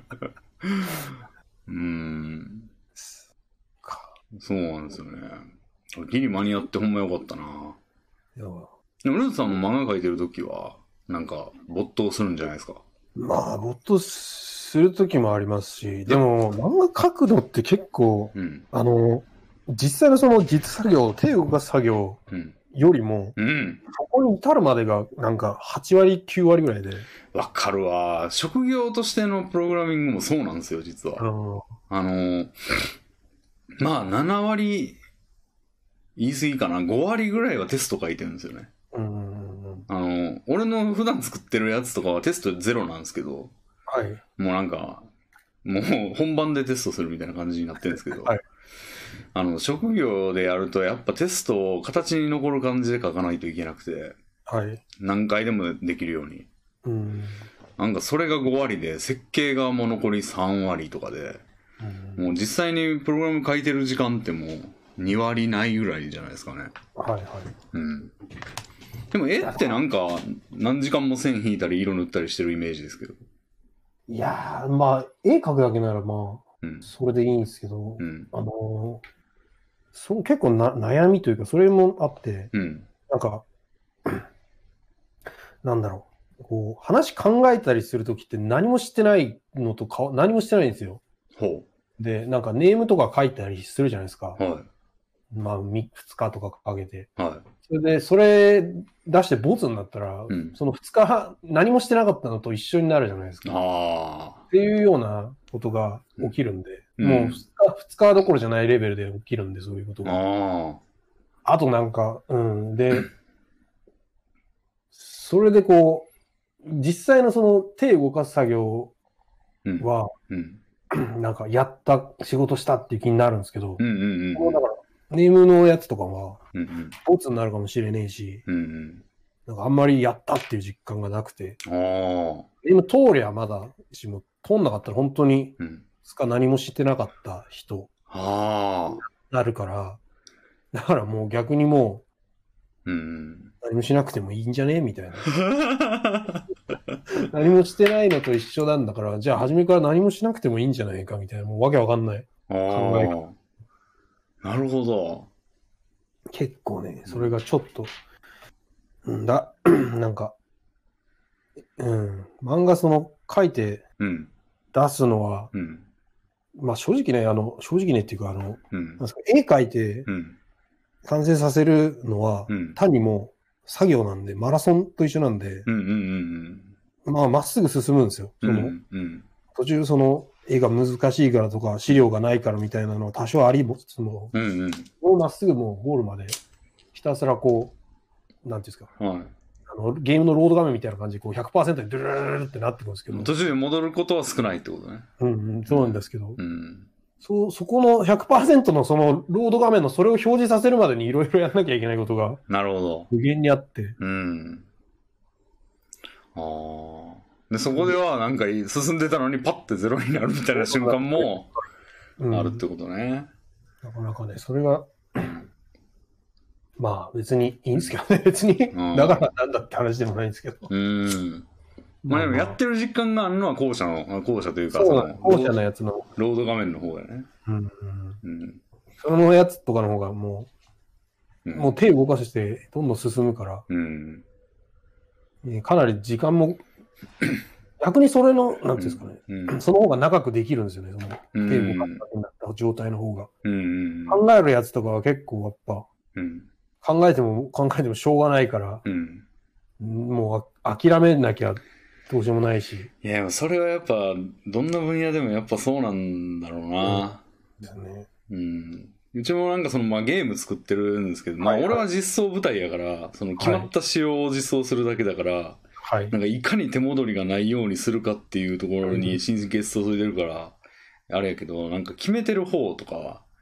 Speaker 1: うーん。そうなんですよね。ギリ間に合ってほんまよかったな。いやでもルーツさんも漫画描いてるときは、なんか没頭するんじゃないですか。
Speaker 2: まあ、没頭するときもありますし、でも漫画描くのって結構、うん、あの、実際のその実作業、手を動かす作業よりも、うん、そこに至るまでがなんかはちわり、きゅうわりぐらいで。
Speaker 1: わかるわ。職業としてのプログラミングもそうなんですよ、実は。あの、あのまあななわり、言い過ぎかな、ごわりぐらいはテスト書いてるんですよね。うん、あの、俺の普段作ってるやつとかはテストゼロなんですけど、はい、もうなんか、もう本番でテストするみたいな感じになってるんですけど、はい、あの、職業でやるとやっぱテストを形に残る感じで書かないといけなくて、はい、何回でもできるように。うん、なんかそれがごわりで、設計がもう残りさんわりとかで、うん、もう実際にプログラム書いてる時間ってもうにわりないぐらいじゃないですかね。はいはい。うん。でも絵ってなんか何時間も線引いたり色塗ったりしてるイメージですけど。
Speaker 2: いやー、まあ、絵描くだけならまあ、うん、それでいいんですけど、うん、あのー、そう結構な悩みというか、それもあって、うん、なんか、なんだろう、こう、話考えたりするときって何もしてないのとか、何もしてないんですよ。ほう。で、なんかネームとか書いたりするじゃないですか。はい。まあ、みっかとかかけて。はい。それで、それ出してボツになったら、うん、そのふつか何もしてなかったのと一緒になるじゃないですか。ああ。っていうようなことが起きるんで、うん、もうふつか、ふつかどころじゃないレベルで起きるんで、そういうことが。ああ。あとなんか、うん。で、それでこう、実際のその手を動かす作業は、うんうん、なんかやった、仕事したっていう気になるんですけど、うんうんうんうん、だからネームのやつとかは、ボツになるかもしれねえし、うんうん、なんかあんまりやったっていう実感がなくて、あネーム通りゃまだしも、通んなかったら本当に、つか何もしてなかった人になるから、だからもう逆にもう、うん、何もしなくてもいいんじゃねみたいな。何もしてないのと一緒なんだから、じゃあ初めから何もしなくてもいいんじゃないかみたいな、もうわけわかんない考え方。
Speaker 1: なるほど。
Speaker 2: 結構ね、それがちょっと、うんだ、なんか、うん、漫画その書いて出すのは、うん、まあ正直ね、あの、正直ねっていうか、あの、うん、なんすか絵描いて完成させるのは、うん、単にもう作業なんで、マラソンと一緒なんで、うんうんうんうん、まあまっすぐ進むんですよ。その、うんうん、途中その、絵が難しいからとか、資料がないからみたいなのは多少ありもつつも、うんうん、まっすぐもうゴールまでひたすらこう、なんていうんですか、はい、あのゲームのロード画面みたいな感じでこう ひゃくパーセント にドゥルルルってなってくるんですけど。
Speaker 1: 途中で戻ることは少ないってことね。
Speaker 2: うんうん、そうなんですけど、うん、そ, そこの ひゃくパーセント のそのロード画面のそれを表示させるまでにいろいろやんなきゃいけないことが、
Speaker 1: なるほど。
Speaker 2: 無限にあって。
Speaker 1: うん。ああ。で、そこではなんか進んでたのにパッてゼロになるみたいな瞬間もあるってことね。
Speaker 2: うん、なかなかね、それが、まあ別にいいんですけどね、別に。だからなんだって話でもないんですけど。うん。
Speaker 1: まあでもやってる実感があるのは後者の、後者というか、
Speaker 2: その後者のやつの。
Speaker 1: ロード画面の方だよね。うん。
Speaker 2: うん。そのやつとかの方がもう、うん、もう手動かしてどんどん進むから、うん、かなり時間も、逆にそれの、なんていうんですかね、うん、その方が長くできるんですよね、その手動かすなった状態の方が、うん。考えるやつとかは結構やっぱ、うん、考えても考えてもしょうがないから、うん、もう諦めなきゃどうしようもないし。
Speaker 1: いや、それはやっぱ、どんな分野でもやっぱそうなんだろうな。
Speaker 2: うん、ですね。
Speaker 1: うん。うちもなんかその、まあゲーム作ってるんですけど、まあ俺は実装部隊やから、その決まった仕様を実装するだけだから、はい、なんかいかに手戻りがないようにするかっていうところに神経質を注いでるから、あれやけど、なんか決めてる方とかは、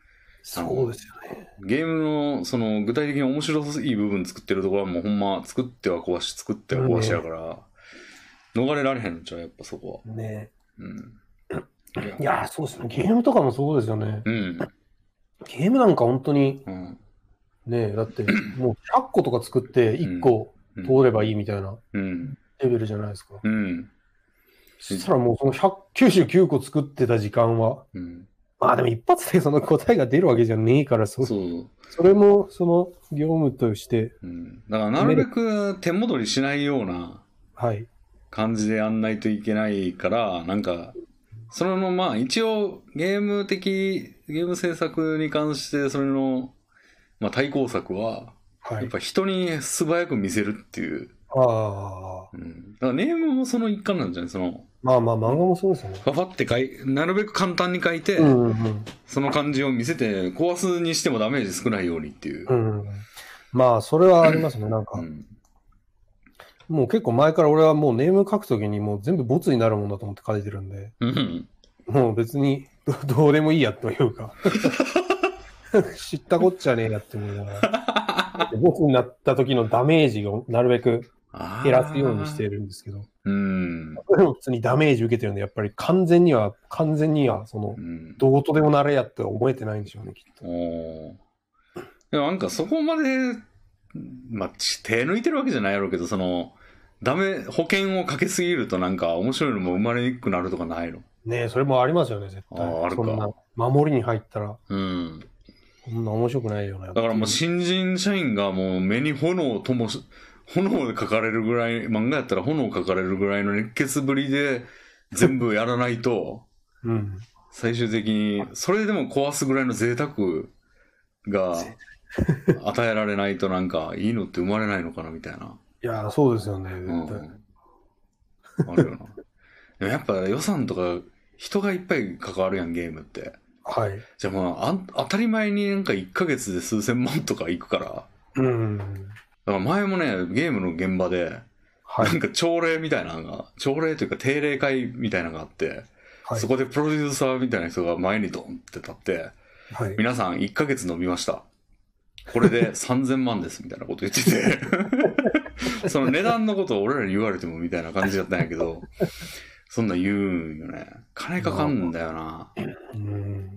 Speaker 2: そうですよね。
Speaker 1: ゲームのその具体的に面白い部分作ってるところはもうほんま作っては壊し作っては壊しやから、うん、逃れられへんのちゃうやっぱそこは。
Speaker 2: ね
Speaker 1: え。うん。
Speaker 2: いやそうですね。ゲームとかもそうですよね。
Speaker 1: うん。
Speaker 2: ゲームなんか本当に、うん、ねだってもうひゃっことか作っていっこ通ればいいみたいなレベルじゃないですか。うん。うん、そしたらもうそのひゃくきゅうじゅうきゅうこ作ってた時間は、うん、まあでも一発でその答えが出るわけじゃねえから、そ, そうそれもその業務として、
Speaker 1: うん、だからなるべく手戻りしないような感じでやんないといけないから、はい、なんかそれのまあ一応ゲーム的ゲーム制作に関してそれの、まあ、対抗策は、はい、やっぱ人に素早く見せるっていう。ああ、うん。だからネームもその一環なんじゃないその。
Speaker 2: まあまあ漫画もそうですよね。
Speaker 1: パパって書いなるべく簡単に書いて、うんうん、その感じを見せて壊すにしてもダメージ少ないようにっていう。
Speaker 2: うんうん、まあそれはありますねなんか、うん、もう結構前から俺はもうネーム書くときにもう全部ボツになるもんだと思って書いてるんで、うん、もう別に ど, どうでもいいやというか知ったこっちゃねえやって思いながらボツになった時のダメージをなるべく減らすようにしてるんですけど、うん、普通にダメージ受けてるんで、やっぱり完全には、完全には、その、うん、どうとでもなれやって思えてないんでしょうね、きっと。
Speaker 1: おでもなんかそこまで、まあ、手抜いてるわけじゃないやろうけど、その、ダメ、保険をかけすぎるとなんか面白いのも生まれにくくなるとかないの？
Speaker 2: ねえ、それもありますよね、絶対。ああるか。そんな、守りに入ったら。うん。こんな面白くないよね。
Speaker 1: だからもう新人社員がもう目に炎を灯し、炎で書かれるぐらい、漫画やったら炎を書かれるぐらいの熱血ぶりで全部やらないと、うん、最終的に、それでも壊すぐらいの贅沢が与えられないとなんかいいのって生まれないのかなみたいな。
Speaker 2: いや、そうですよね、絶対。うん、
Speaker 1: あるよな。でもやっぱ予算とか人がいっぱい関わるやん、ゲームって。はい。じゃあまあ、あ当たり前になんかいっかげつで数千万とかいくから。うん。だから前もね、ゲームの現場で、はい、なんか朝礼みたいなのが、朝礼というか定例会みたいなのがあって、はい、そこでプロデューサーみたいな人が前にドンって立って、はい、皆さんいっかげつ伸びました。これでさんぜんまんですみたいなこと言ってて、その値段のことを俺らに言われてもみたいな感じだったんやけど、そんな言うんよね。金かかんだよな。うん、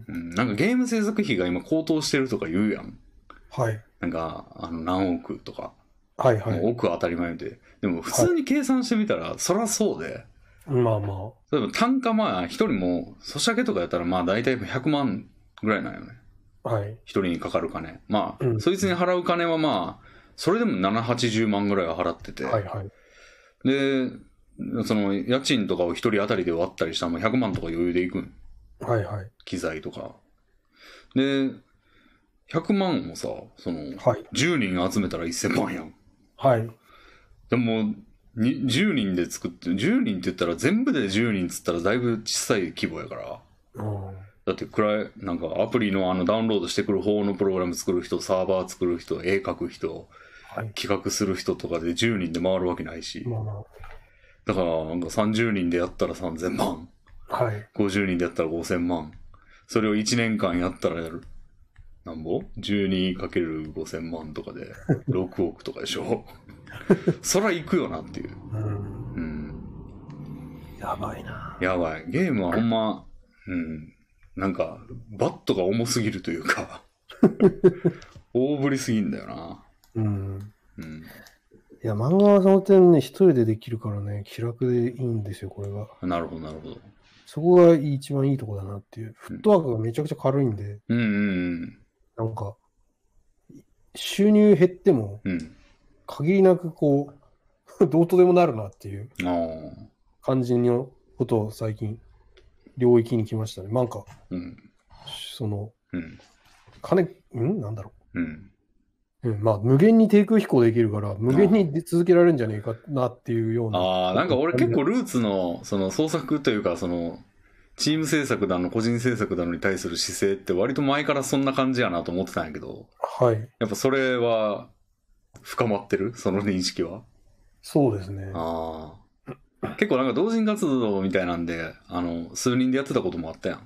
Speaker 1: うん。なんかゲーム制作費が今高騰してるとか言うやん。はい。なんか、あの何億とか。はいはい。億は当たり前で。でも普通に計算してみたら、そりゃそうで。まあまあ。例えば単価まあ一人も、ソシャゲとかやったらまあ大体ひゃくまんぐらいなんよね。はい。一人にかかる金。まあ、うん、そいつに払う金はまあ、それでもなな、はちじゅうまんぐらいは払ってて。はいはい。で、その家賃とかを一人当たりで割ったりしたらひゃくまんとか余裕でいくん。はいはい。機材とか。で、ひゃくまんもさ、その、はい、じゅうにん集めたらせんまんやん。はい。でも、じゅうにんで作って、じゅうにんって言ったら全部でじゅうにんっつったらだいぶ小さい規模やから。うん。だってくらい、なんかアプリのあのダウンロードしてくる方のプログラム作る人、サーバー作る人、絵描く人、はい、企画する人とかでじゅうにんで回るわけないし。まあまあ、だから、なんかさんじゅうにんでやったらさんぜんまん。はい。ごじゅうにんでやったらごせんまん。それをいちねんかんやったらやる。なんぼ ?じゅうにかけるごせんまんとかでろくおくとかでしょ。そら行くよなっていう。うん。うん。
Speaker 2: やばいな。
Speaker 1: やばい。ゲームはほんま、うん。なんか、バットが重すぎるというか、大振りすぎんだよな。うん。
Speaker 2: うん。いや、漫画はその点ね、一人でできるからね、気楽でいいんですよ、これが。
Speaker 1: なるほど、なるほど。
Speaker 2: そこが一番いいとこだなっていう。フットワークがめちゃくちゃ軽いんで。うんうんうん。なんか、収入減っても、限りなくこう、どうとでもなるなっていう感じのことを最近、領域に来ましたね。なんか、うん、その、うん、金、んなんだろう。うんうん、まあ、無限に低空飛行できるから、無限に続けられるんじゃねえかなっていうような。
Speaker 1: ああ、なんか俺結構ルーツの、その創作というか、その、チーム制作だの、個人制作だのに対する姿勢って割と前からそんな感じやなと思ってたんやけど、はい。やっぱそれは深まってる？その認識は。
Speaker 2: そうですね。
Speaker 1: ああ。結構なんか同人活動みたいなんで、あの、数人でやってたこともあったやん。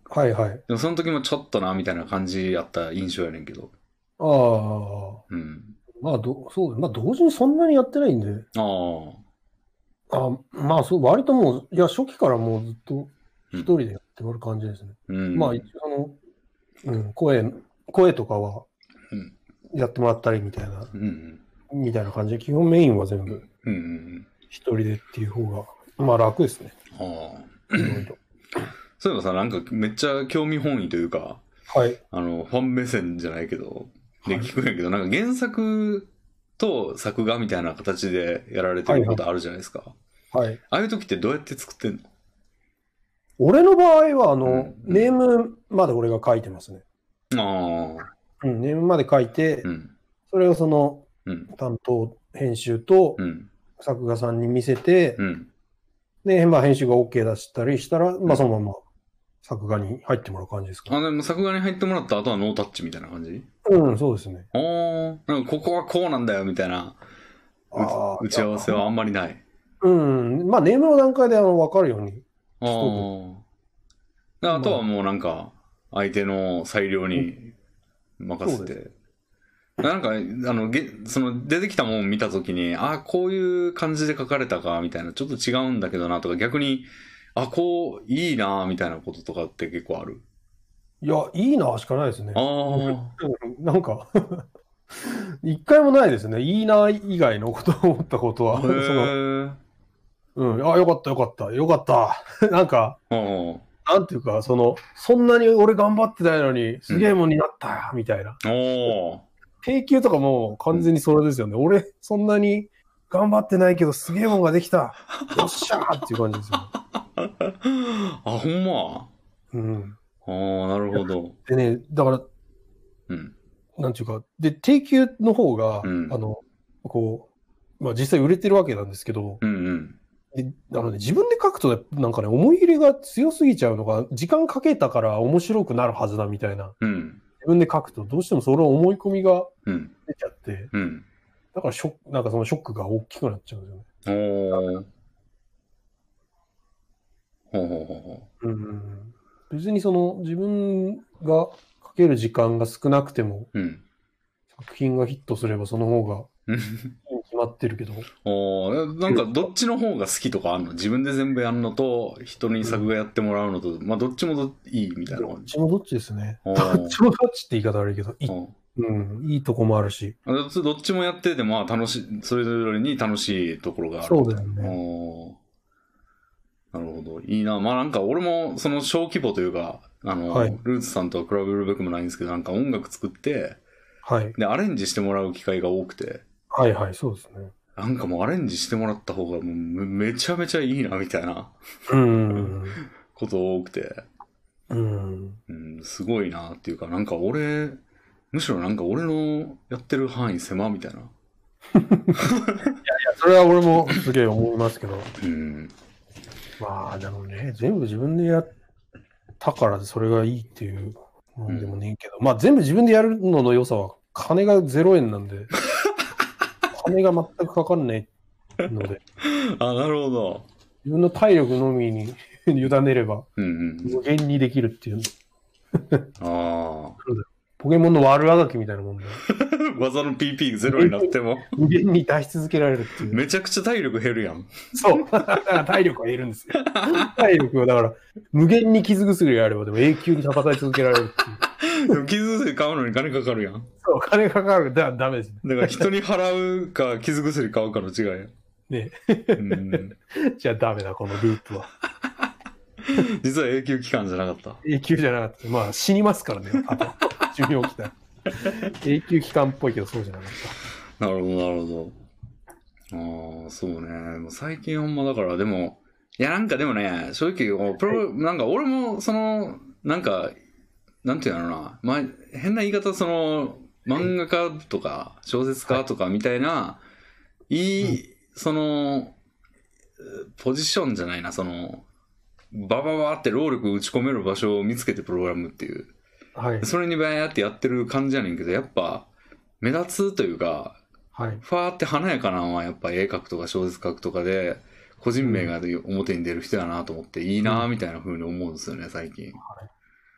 Speaker 2: はいはい。
Speaker 1: でもその時もちょっとな、みたいな感じやった印象やねんけど。
Speaker 2: ああ。
Speaker 1: うん。
Speaker 2: まあ、ど、そう、まあ、同時にそんなにやってないんで。
Speaker 1: あ
Speaker 2: あ。あ、まあ、そう、割ともう、いや、初期からもうずっと一人でやってもらう感じですね。
Speaker 1: うん。
Speaker 2: まあ、一応、あの、うん、声、声とかは、やってもらったりみたいな、うん、みたいな感じで、基本メインは全部、一人でっていう方が、まあ楽ですね。
Speaker 1: ああ。そういえばさ、なんかめっちゃ興味本位というか、
Speaker 2: はい。
Speaker 1: あの、ファン目線じゃないけど、で、聞くんやけど、はい、なんか原作と作画みたいな形でやられてることあるじゃないですか。
Speaker 2: はい、はい。
Speaker 1: ああいう時ってどうやって作ってんの？
Speaker 2: 俺の場合は、あの、うんうん、ネームまで俺が書いてますね。
Speaker 1: ああ。
Speaker 2: うん、ネームまで書いて、うん、それをその、うん、担当編集と作画さんに見せて、うん、で、まあ編集が OK 出したりしたら、まあそのまま作画に入ってもらう感じですか。
Speaker 1: あ、でも作画に入ってもらった後はノータッチみたいな感じ？
Speaker 2: うん、そうですね。
Speaker 1: ああ、なんかここはこうなんだよみたいな打ち合わせはあんまりない。
Speaker 2: うん、まあネームの段階であの分かるようにし
Speaker 1: とく。ああとはもうなんか相手の裁量に任せて。なんか、あの、げ、その、出てきたもん見たときに、あ、こういう感じで書かれたか、みたいな、ちょっと違うんだけどな、とか、逆に、あ、こう、いいな、みたいなこととかって結構ある？
Speaker 2: いや、いいなしかないですね。
Speaker 1: ああ。
Speaker 2: なんか、一回もないですね。いいな以外のことを思ったことは。そのうん、あ、よかった、よかった、よかった。なんか、なんていうか、その、そんなに俺頑張ってないのに、すげえもんになったよ、みたいな。
Speaker 1: お
Speaker 2: 定休とかも完全にそれですよね。うん、俺、そんなに頑張ってないけど、すげえもんができた。よっしゃーっていう感じですよ、ね。
Speaker 1: あ、ほんま。
Speaker 2: うん。
Speaker 1: ああ、なるほど。
Speaker 2: でね、だから、うん。なんていうか、で、定休の方が、うん、あの、こう、まあ実際売れてるわけなんですけど、
Speaker 1: うんうん
Speaker 2: であのね、自分で書くと、なんかね、思い入れが強すぎちゃうのが、時間かけたから面白くなるはずだみたいな。
Speaker 1: うん、
Speaker 2: 自分で書くと、どうしてもその思い込みが出ちゃって、
Speaker 1: うんうん、
Speaker 2: だからショック、なんかそのショックが大きくなっちゃうんですよね。
Speaker 1: おー。ほうほうほうほ
Speaker 2: う。うん。別にその、自分が書ける時間が少なくても、
Speaker 1: うん、
Speaker 2: 作品がヒットすればその方が、決まってるけど。
Speaker 1: おなんかどっちの方が好きとかあんの？自分で全部やるのと人に作画やってもらうのと、うん、まあどっちもどいいみたいな感じ。
Speaker 2: どっちもどっちですね。どっちもどっちって言い方悪いけど、いい、うん、いいとこもあるし。
Speaker 1: どっちもやっててまあ楽しい、それぞれに楽しいところがある。
Speaker 2: そうだよね。
Speaker 1: なるほど。いいな。まあなんか俺もその小規模というか、あの、はい、ルーツさんとは比べるべくもないんですけど、なんか音楽作って、
Speaker 2: はい。
Speaker 1: で、アレンジしてもらう機会が多くて。
Speaker 2: はいはい、そうですね。
Speaker 1: なんかもうアレンジしてもらった方がもうめちゃめちゃいいな、みたいな。
Speaker 2: うん。
Speaker 1: こと多くて。
Speaker 2: うん。
Speaker 1: うん、すごいなっていうか、なんか俺、むしろなんか俺のやってる範囲狭みたいな。いやいや、
Speaker 2: それは俺もすげえ思いますけど。
Speaker 1: うん。
Speaker 2: まあでもね、全部自分でやったからそれがいいっていうもんでもねえけど、うん、まあ全部自分でやるのの良さは金がゼロえんなんで、金が全くかかんないので。
Speaker 1: あ、なるほど。
Speaker 2: 自分の体力のみに委ねれば、無限にできるっていう。
Speaker 1: ああ。
Speaker 2: ポケモンの悪あがきみたいなもんで。
Speaker 1: 技の ピーピー ゼロになっても。
Speaker 2: 無限に出し続けられるっていう。
Speaker 1: めちゃくちゃ体力減るやん。
Speaker 2: そう。だから体力は減るんですよ。体力はだから、無限に傷薬があれば、でも永久に戦い続けられるっていう。
Speaker 1: でも傷薬買うのに金かかるやん。
Speaker 2: そう、金かかる。だからダメですね。
Speaker 1: だから人に払うか、傷薬買うかの違いやん。
Speaker 2: ねえ。うん、じゃあダメだ、このループは。
Speaker 1: 実は永久期間じゃなかった。
Speaker 2: 永久じゃなかった。まあ死にますからね、あと、寿命来たら。永久期間っぽいけどそうじゃなかっ
Speaker 1: た。なるほど、なるほど。ああ、そうね。もう最近ほんまだから、でも、いやなんかでもね、正直、プロ、なんか俺も、その、なんか、なんていうのな、まあ、変な言い方、その、漫画家とか、小説家とかみたいな、はい、いい、うん、その、ポジションじゃないな、その、バババって労力打ち込める場所を見つけてプログラムっていう。
Speaker 2: はい。
Speaker 1: それにバーってやってる感じやねんけど、やっぱ、目立つというか、
Speaker 2: はい。
Speaker 1: ファーって華やかなのはやっぱ絵描くとか小説描くとかで、個人名が表に出る人やなと思って、いいなみたいな風に思うんですよね、最近。はい。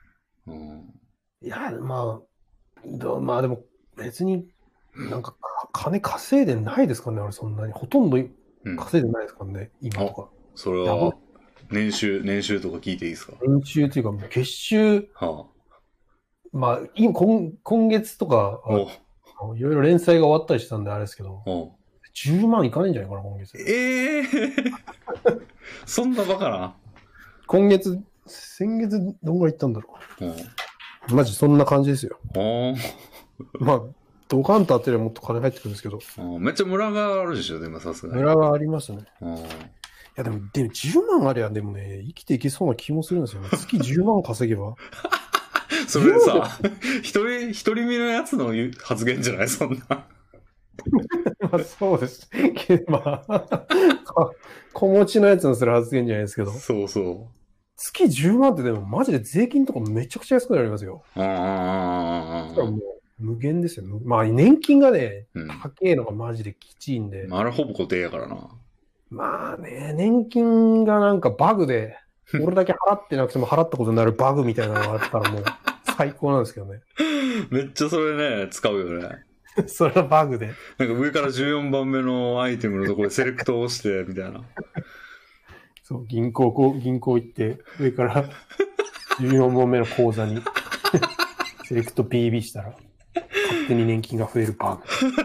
Speaker 2: いや、まあ、どまあでも別になんか金稼いでないですかね、俺そんなに。ほとんど稼いでないですからね、うん、今とか。
Speaker 1: それは、年収、年収とか聞いていいですか？
Speaker 2: 年収っていうか、月収、はあ、まあ、今、今今月とか、いろいろ連載が終わったりしたんであれですけど、じゅうまんいかないんじゃないかな、今月。
Speaker 1: ええー、そんなバカな。
Speaker 2: 今月、先月どんぐらいいったんだろう。マジそんな感じですよ。まあ、ドカンと当てればもっと金入ってくるんですけど。
Speaker 1: めっちゃムラがあるでしょ、でもさすがに。
Speaker 2: ムラがありますね。いやでも、でもじゅうまんありゃ、でもね、生きていけそうな気もするんですよね。月じゅうまん稼げば。
Speaker 1: それさ、一人、一人身のやつの発言じゃないそんな。ま
Speaker 2: あそうです。まあ、子持ちのやつのする発言じゃないですけど。
Speaker 1: そうそう。
Speaker 2: 月じゅうまんってでもマジで税金とかめちゃくちゃ安くなりますよ。ああ。もう無限ですよ。まあ年金がね、うん、高いのがマジできちいんで。
Speaker 1: まあ、あれほぼ固定やからな。
Speaker 2: まあね、年金がなんかバグで、俺だけ払ってなくても払ったことになるバグみたいなのがあったらもう最高なんですけどね。
Speaker 1: めっちゃそれね、使うよね。
Speaker 2: それはバグで。
Speaker 1: なんか上からじゅうよんばんめのアイテムのところでセレクトをして、みたいな。
Speaker 2: そう、銀行、こう、銀行行って、上からじゅうよんばんめの口座にセレクト ピービー したら、勝手に年金が増えるバグ。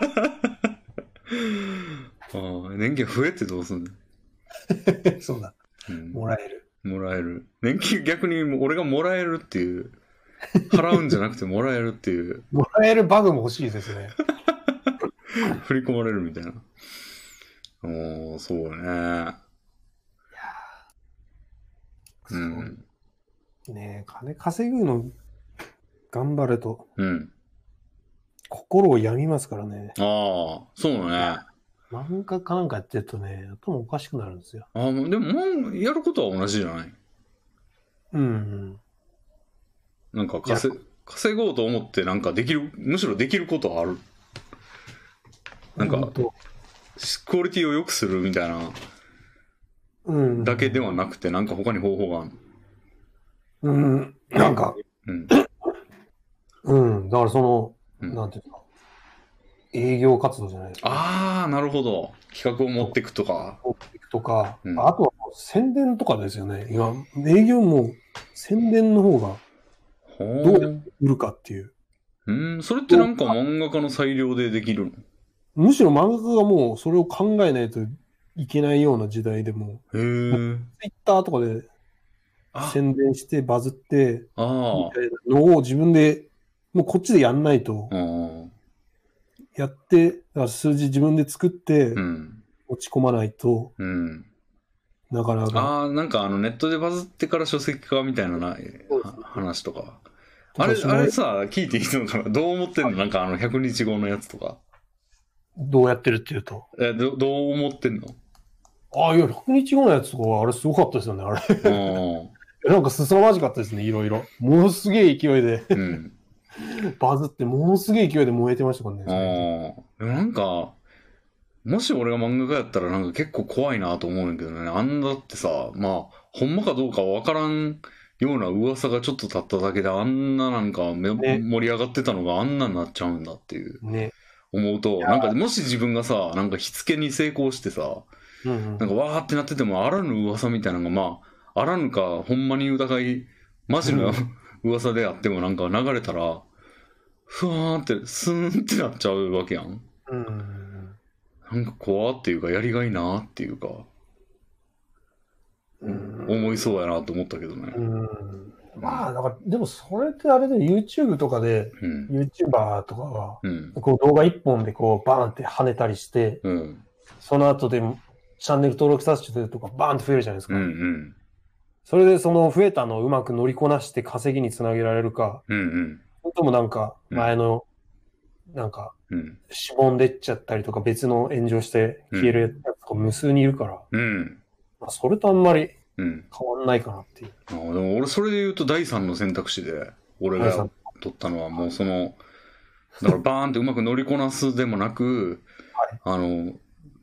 Speaker 1: ああ、年金増えてどうすんの？
Speaker 2: そうだ、うん。もらえる。
Speaker 1: もらえる。年金逆に俺がもらえるっていう。払うんじゃなくてもらえるっていう。
Speaker 2: もらえるバグも欲しいですね。
Speaker 1: 振り込まれるみたいな。おー、そうね。いや
Speaker 2: うん。ねえ、金稼ぐの頑張ると、うん、心を病みますからね。
Speaker 1: ああ、そうね。
Speaker 2: 漫画かなんかやってるとね、頭おかしくなるんですよ。
Speaker 1: ああ、でも、まあ、やることは同じじゃない。うん、うん。なんか稼、稼ごうと思ってなんかできる、むしろできることはある。なんか、クオリティを良くするみたいな、うん、だけではなくて、なんか他に方法がある。
Speaker 2: うん、なんか、うん。うん、だからその、うん、なんていうか、営業活動じゃないですか、
Speaker 1: ね。ああ、なるほど。企画を持っていくとか。
Speaker 2: 持っていくとか、うん、あとは宣伝とかですよね。今、営業も宣伝の方が、どうやって売るかっていう。
Speaker 1: うん、それってなんか漫画家の裁量でできるの？
Speaker 2: むしろ漫画家がもうそれを考えないといけないような時代でも、ツイッターとかで宣伝してバズって、みたいなのを自分で、もうこっちでやんないと、やって、だから数字自分で作って、持ち込まないと、うん、なかなか。
Speaker 1: ああ、なんかあのネットでバズってから書籍化みたいなな話とか。あれ、あれさ、聞いていいのかな？どう思ってんの？なんかあのひゃくにちごのやつとか。
Speaker 2: どうやってるっていうと。
Speaker 1: え、ど、どう思ってんの？
Speaker 2: ああ、いや、ひゃくにちごのやつとかはあれすごかったですよね、あれ。なんか凄まじかったですね、いろいろ。ものすげえ勢いで、うん、バズって、ものすげえ勢いで燃えてましたから
Speaker 1: ね。ああ。なんか、もし俺が漫画家やったらなんか結構怖いなと思うんだけどね。あんだってさ、まあ、ほんまかどうかわからんような噂がちょっと立っただけで、あんななんかめ、ね、盛り上がってたのがあんなになっちゃうんだっていう。ね。思うと、なんかもし自分がさ、なんか火付けに成功してさ、うんうん、なんかわーってなっててもあらぬ噂みたいなのがまあ、あらぬかほんまに疑い、マジの、うん、噂であってもなんか流れたら、ふわーって、スーンってなっちゃうわけやん。うん、なんか怖っていうか、やりがいなっていうか、うん、思いそうやなと思ったけどね。うん
Speaker 2: まあ、だから、でもそれってあれで YouTube とかで、うん、YouTuber とかが、うん、こう動画一本でこうバーンって跳ねたりして、うん、その後でチャンネル登録者数とかバーンって増えるじゃないですか。うんうん、それでその増えたのをうまく乗りこなして稼ぎにつなげられるか、うんうん、それともなんか前の、なんか、しぼんでっちゃったりとか別の炎上して消えるやつが無数にいるから、うんまあ、それとあんまり、うん、変わんないかなっていう。
Speaker 1: あでも俺それで言うとだいさんの選択肢で俺が取ったのはもうそのだからバーンってうまく乗りこなすでもなく、はい、あの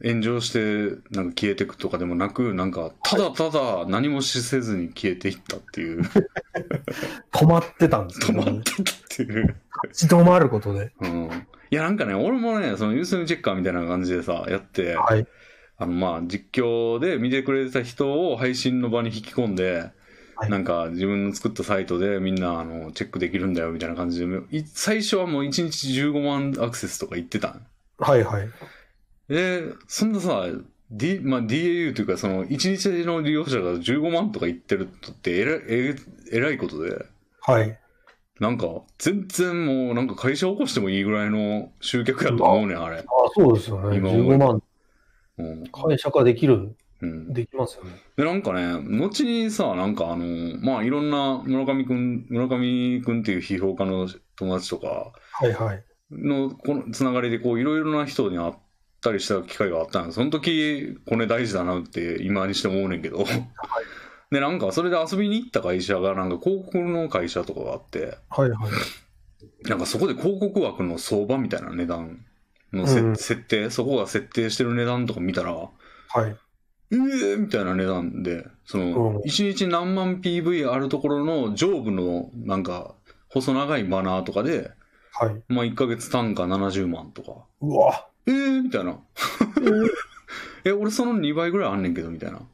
Speaker 1: 炎上してなんか消えていくとかでもなく、なんかただただ何もしせずに消えていったっていう。
Speaker 2: 止まってたんです
Speaker 1: よ、ね。止まってたっていう。
Speaker 2: 立ち止まることで。
Speaker 1: うん。いやなんかね、俺もね、そのユースチェッカーみたいな感じでさ、やって、はい、あのまあ実況で見てくれてた人を配信の場に引き込んで、はい、なんか自分の作ったサイトでみんなあのチェックできるんだよみたいな感じで、最初はもういちにちじゅうごまんアクセスとか言ってたん。
Speaker 2: はいはい。
Speaker 1: で、そんなさ、D、まあ、ディーエーユー というか、そのいちにちの利用者がじゅうごまんとか言ってるってえらええらいことで、
Speaker 2: はい。
Speaker 1: なんか、全然もう、なんか会社起こしてもいいぐらいの集客やと思うねん、あれ。あ
Speaker 2: あ、そうですよね。今じゅうごまん。うん、会社化できる。うん、できますよね。
Speaker 1: で、なんかね、後にさ、なんかあの、まあ、いろんな村上くん、村上くんっていう批評家の友達とか、
Speaker 2: はいはい。
Speaker 1: の、このつながりで、こう、いろいろな人に会ったりした機会があったんです。その時、これ大事だなって今にして思うねんけど。はい、で、なんか、それで遊びに行った会社が、なんか広告の会社とかがあって、
Speaker 2: はいはい。
Speaker 1: なんかそこで広告枠の相場みたいな値段のせ、うん、設定、そこが設定してる値段とか見たら、はい。えーみたいな値段で、その、いちにち何万 ピーブイ あるところの上部の、なんか、細長いバナーとかで、はい。まあいっかげつ単価ななじゅうまんとか。
Speaker 2: うわ
Speaker 1: えーみたいな。え、俺そのにばいぐらいあんねんけど、みたいな。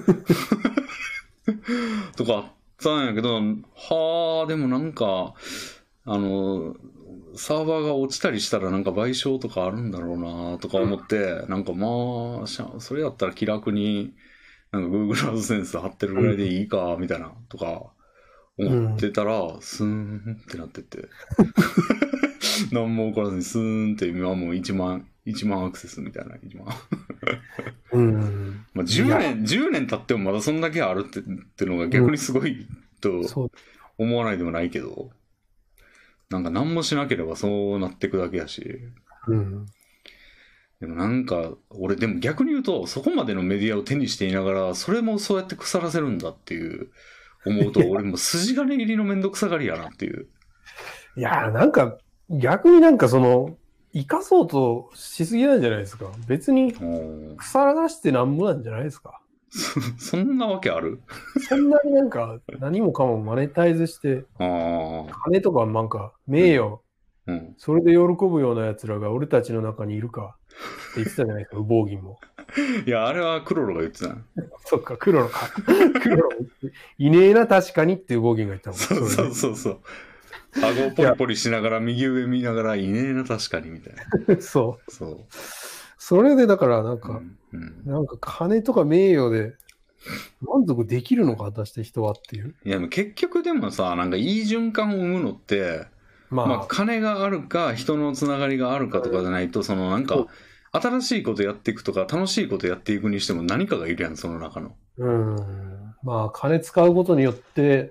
Speaker 1: とかあったんやけど、はあ、でもなんか、あの、サーバーが落ちたりしたらなんか賠償とかあるんだろうなとか思って、なんかまあ、それやったら気楽に、なんか Google AdSense 貼ってるぐらいでいいか、みたいな、とか思ってたら、スーンってなってて。何も起こらずにスーンって今はもういちまん、いちまんアクセスみたいな、いちまん。うん。まあじゅうねん、じゅうねん経ってもまだそんだけあるってっていうのが逆にすごいと思わないでもないけど、なんか何もしなければそうなっていくだけやし。うん。でもなんか、俺でも逆に言うと、そこまでのメディアを手にしていながら、それもそうやって腐らせるんだっていう、思うと、俺も筋金入りのめんどくさがりやなっていう。
Speaker 2: いやーなんか、逆になんかその、生かそうとしすぎなんじゃないですか。別に、腐らしてなんぼなんじゃないですか。
Speaker 1: そ, そんなわけある？
Speaker 2: そんなになんか、何もかもマネタイズして、金とかなんか、名誉、うんうん、それで喜ぶような奴らが俺たちの中にいるかって言ってたじゃないですか、ウボウギンも。
Speaker 1: いや、あれはクロロが言ってた。
Speaker 2: そっか、クロロか。クロロいねえな、確かにってウボウギンが言ったもん。
Speaker 1: そうそうそうそう。顎をポリポリしながら右上見ながらいねえな確かにみたい
Speaker 2: な。そう。
Speaker 1: そう。
Speaker 2: それでだからなんか、うんうん、なんか金とか名誉で満足できるのか果たして人はっていう。
Speaker 1: いや結局でもさ、なんかいい循環を生むのって、まあ、まあ金があるか人のつながりがあるかとかじゃないと、そのなんか新しいことやっていくとか楽しいことやっていくにしても何かがいるやん、その中の。
Speaker 2: うん。まあ金使うことによって、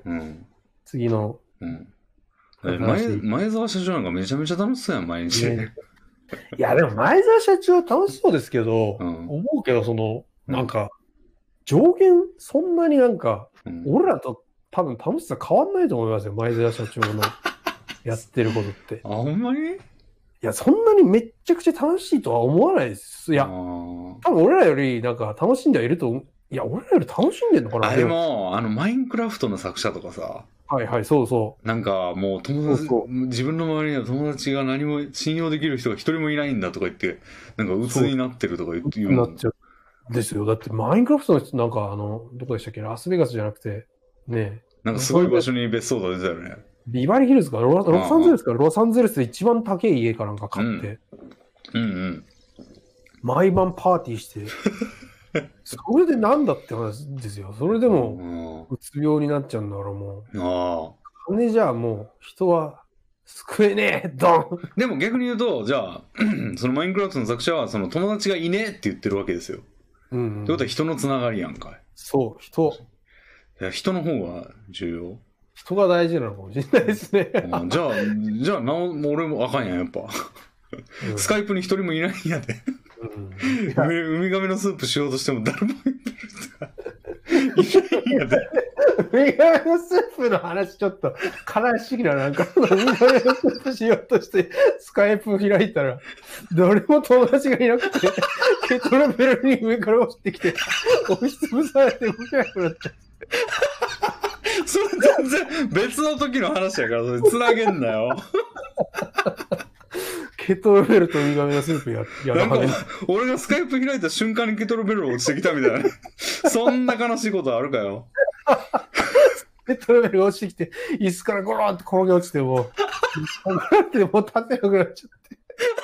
Speaker 2: うん、次の、うん
Speaker 1: 前, 前澤社長なんかめちゃめちゃ楽しそうやん、毎日。ね、
Speaker 2: いや、でも前澤社長は楽しそうですけど、うん、思うけど、その、なんか、上限、そんなになんか、うん、俺らと多分楽しさ変わんないと思いますよ、前澤社長のやってることって。
Speaker 1: あ、ほんまに？
Speaker 2: いや、そんなにめっちゃくちゃ楽しいとは思わないです。いや、多分俺らよりなんか楽しんではいると、いや、俺らより楽しんでんのかな。
Speaker 1: あれも、あの、マインクラフトの作者とかさ、
Speaker 2: はいはい、そうそう。
Speaker 1: なんかもう友達、そうそう自分の周りには友達が何も信用できる人が一人もいないんだとか言って、なんか鬱になってるとか言って言う
Speaker 2: もん。なっちゃう。ですよ。だってマインクラフトの人なんかあの、どこでしたっけ、ラスベガスじゃなくて、ね。
Speaker 1: なんかすごい場所に別荘が出たよね。
Speaker 2: ビバリーヒルズか、ロサンゼルスか、ロサンゼルスで一番高い家かなんか買って、
Speaker 1: うん、うんうん
Speaker 2: 毎晩パーティーして、それでなんだって話ですよ。それでも、うつ病になっちゃうんだからもう。ああ。金じゃあもう、人は救えねえ、ドン。
Speaker 1: でも逆に言うと、じゃあ、そのマインクラフトの作者は、その友達がいねえって言ってるわけですよ。うん、うん。ってことは人のつながりやんかい。
Speaker 2: そう、人。
Speaker 1: いや、人の方が重要。
Speaker 2: 人が大事なのかもしれないですね。
Speaker 1: じゃあ、じゃあ、なお、俺もあかんやん、やっぱ。うん、スカイプに一人もいないんやで。うん、ウミガメのスープしようとしても誰もいないんやで。
Speaker 2: ウミガメのスープの話ちょっと悲しいな、なんか。ウミガメのスープしようとしてスカイプ開いたら誰も友達がいなくてケトルベルに上から落ちてきて、押しつぶされて動けなくなっちゃって。
Speaker 1: それ全然別の時の話やから、それ繋げんなよ。
Speaker 2: ケトルベルとウミガメのスープや、やら
Speaker 1: なんか、俺がスカイプ開いた瞬間にケトルベル落ちてきたみたいな。そんな悲しいことあるかよ。
Speaker 2: ケトルベルが落ちてきて、椅子からゴロンって転げ落ちても、ってもう立てなくなっちゃって。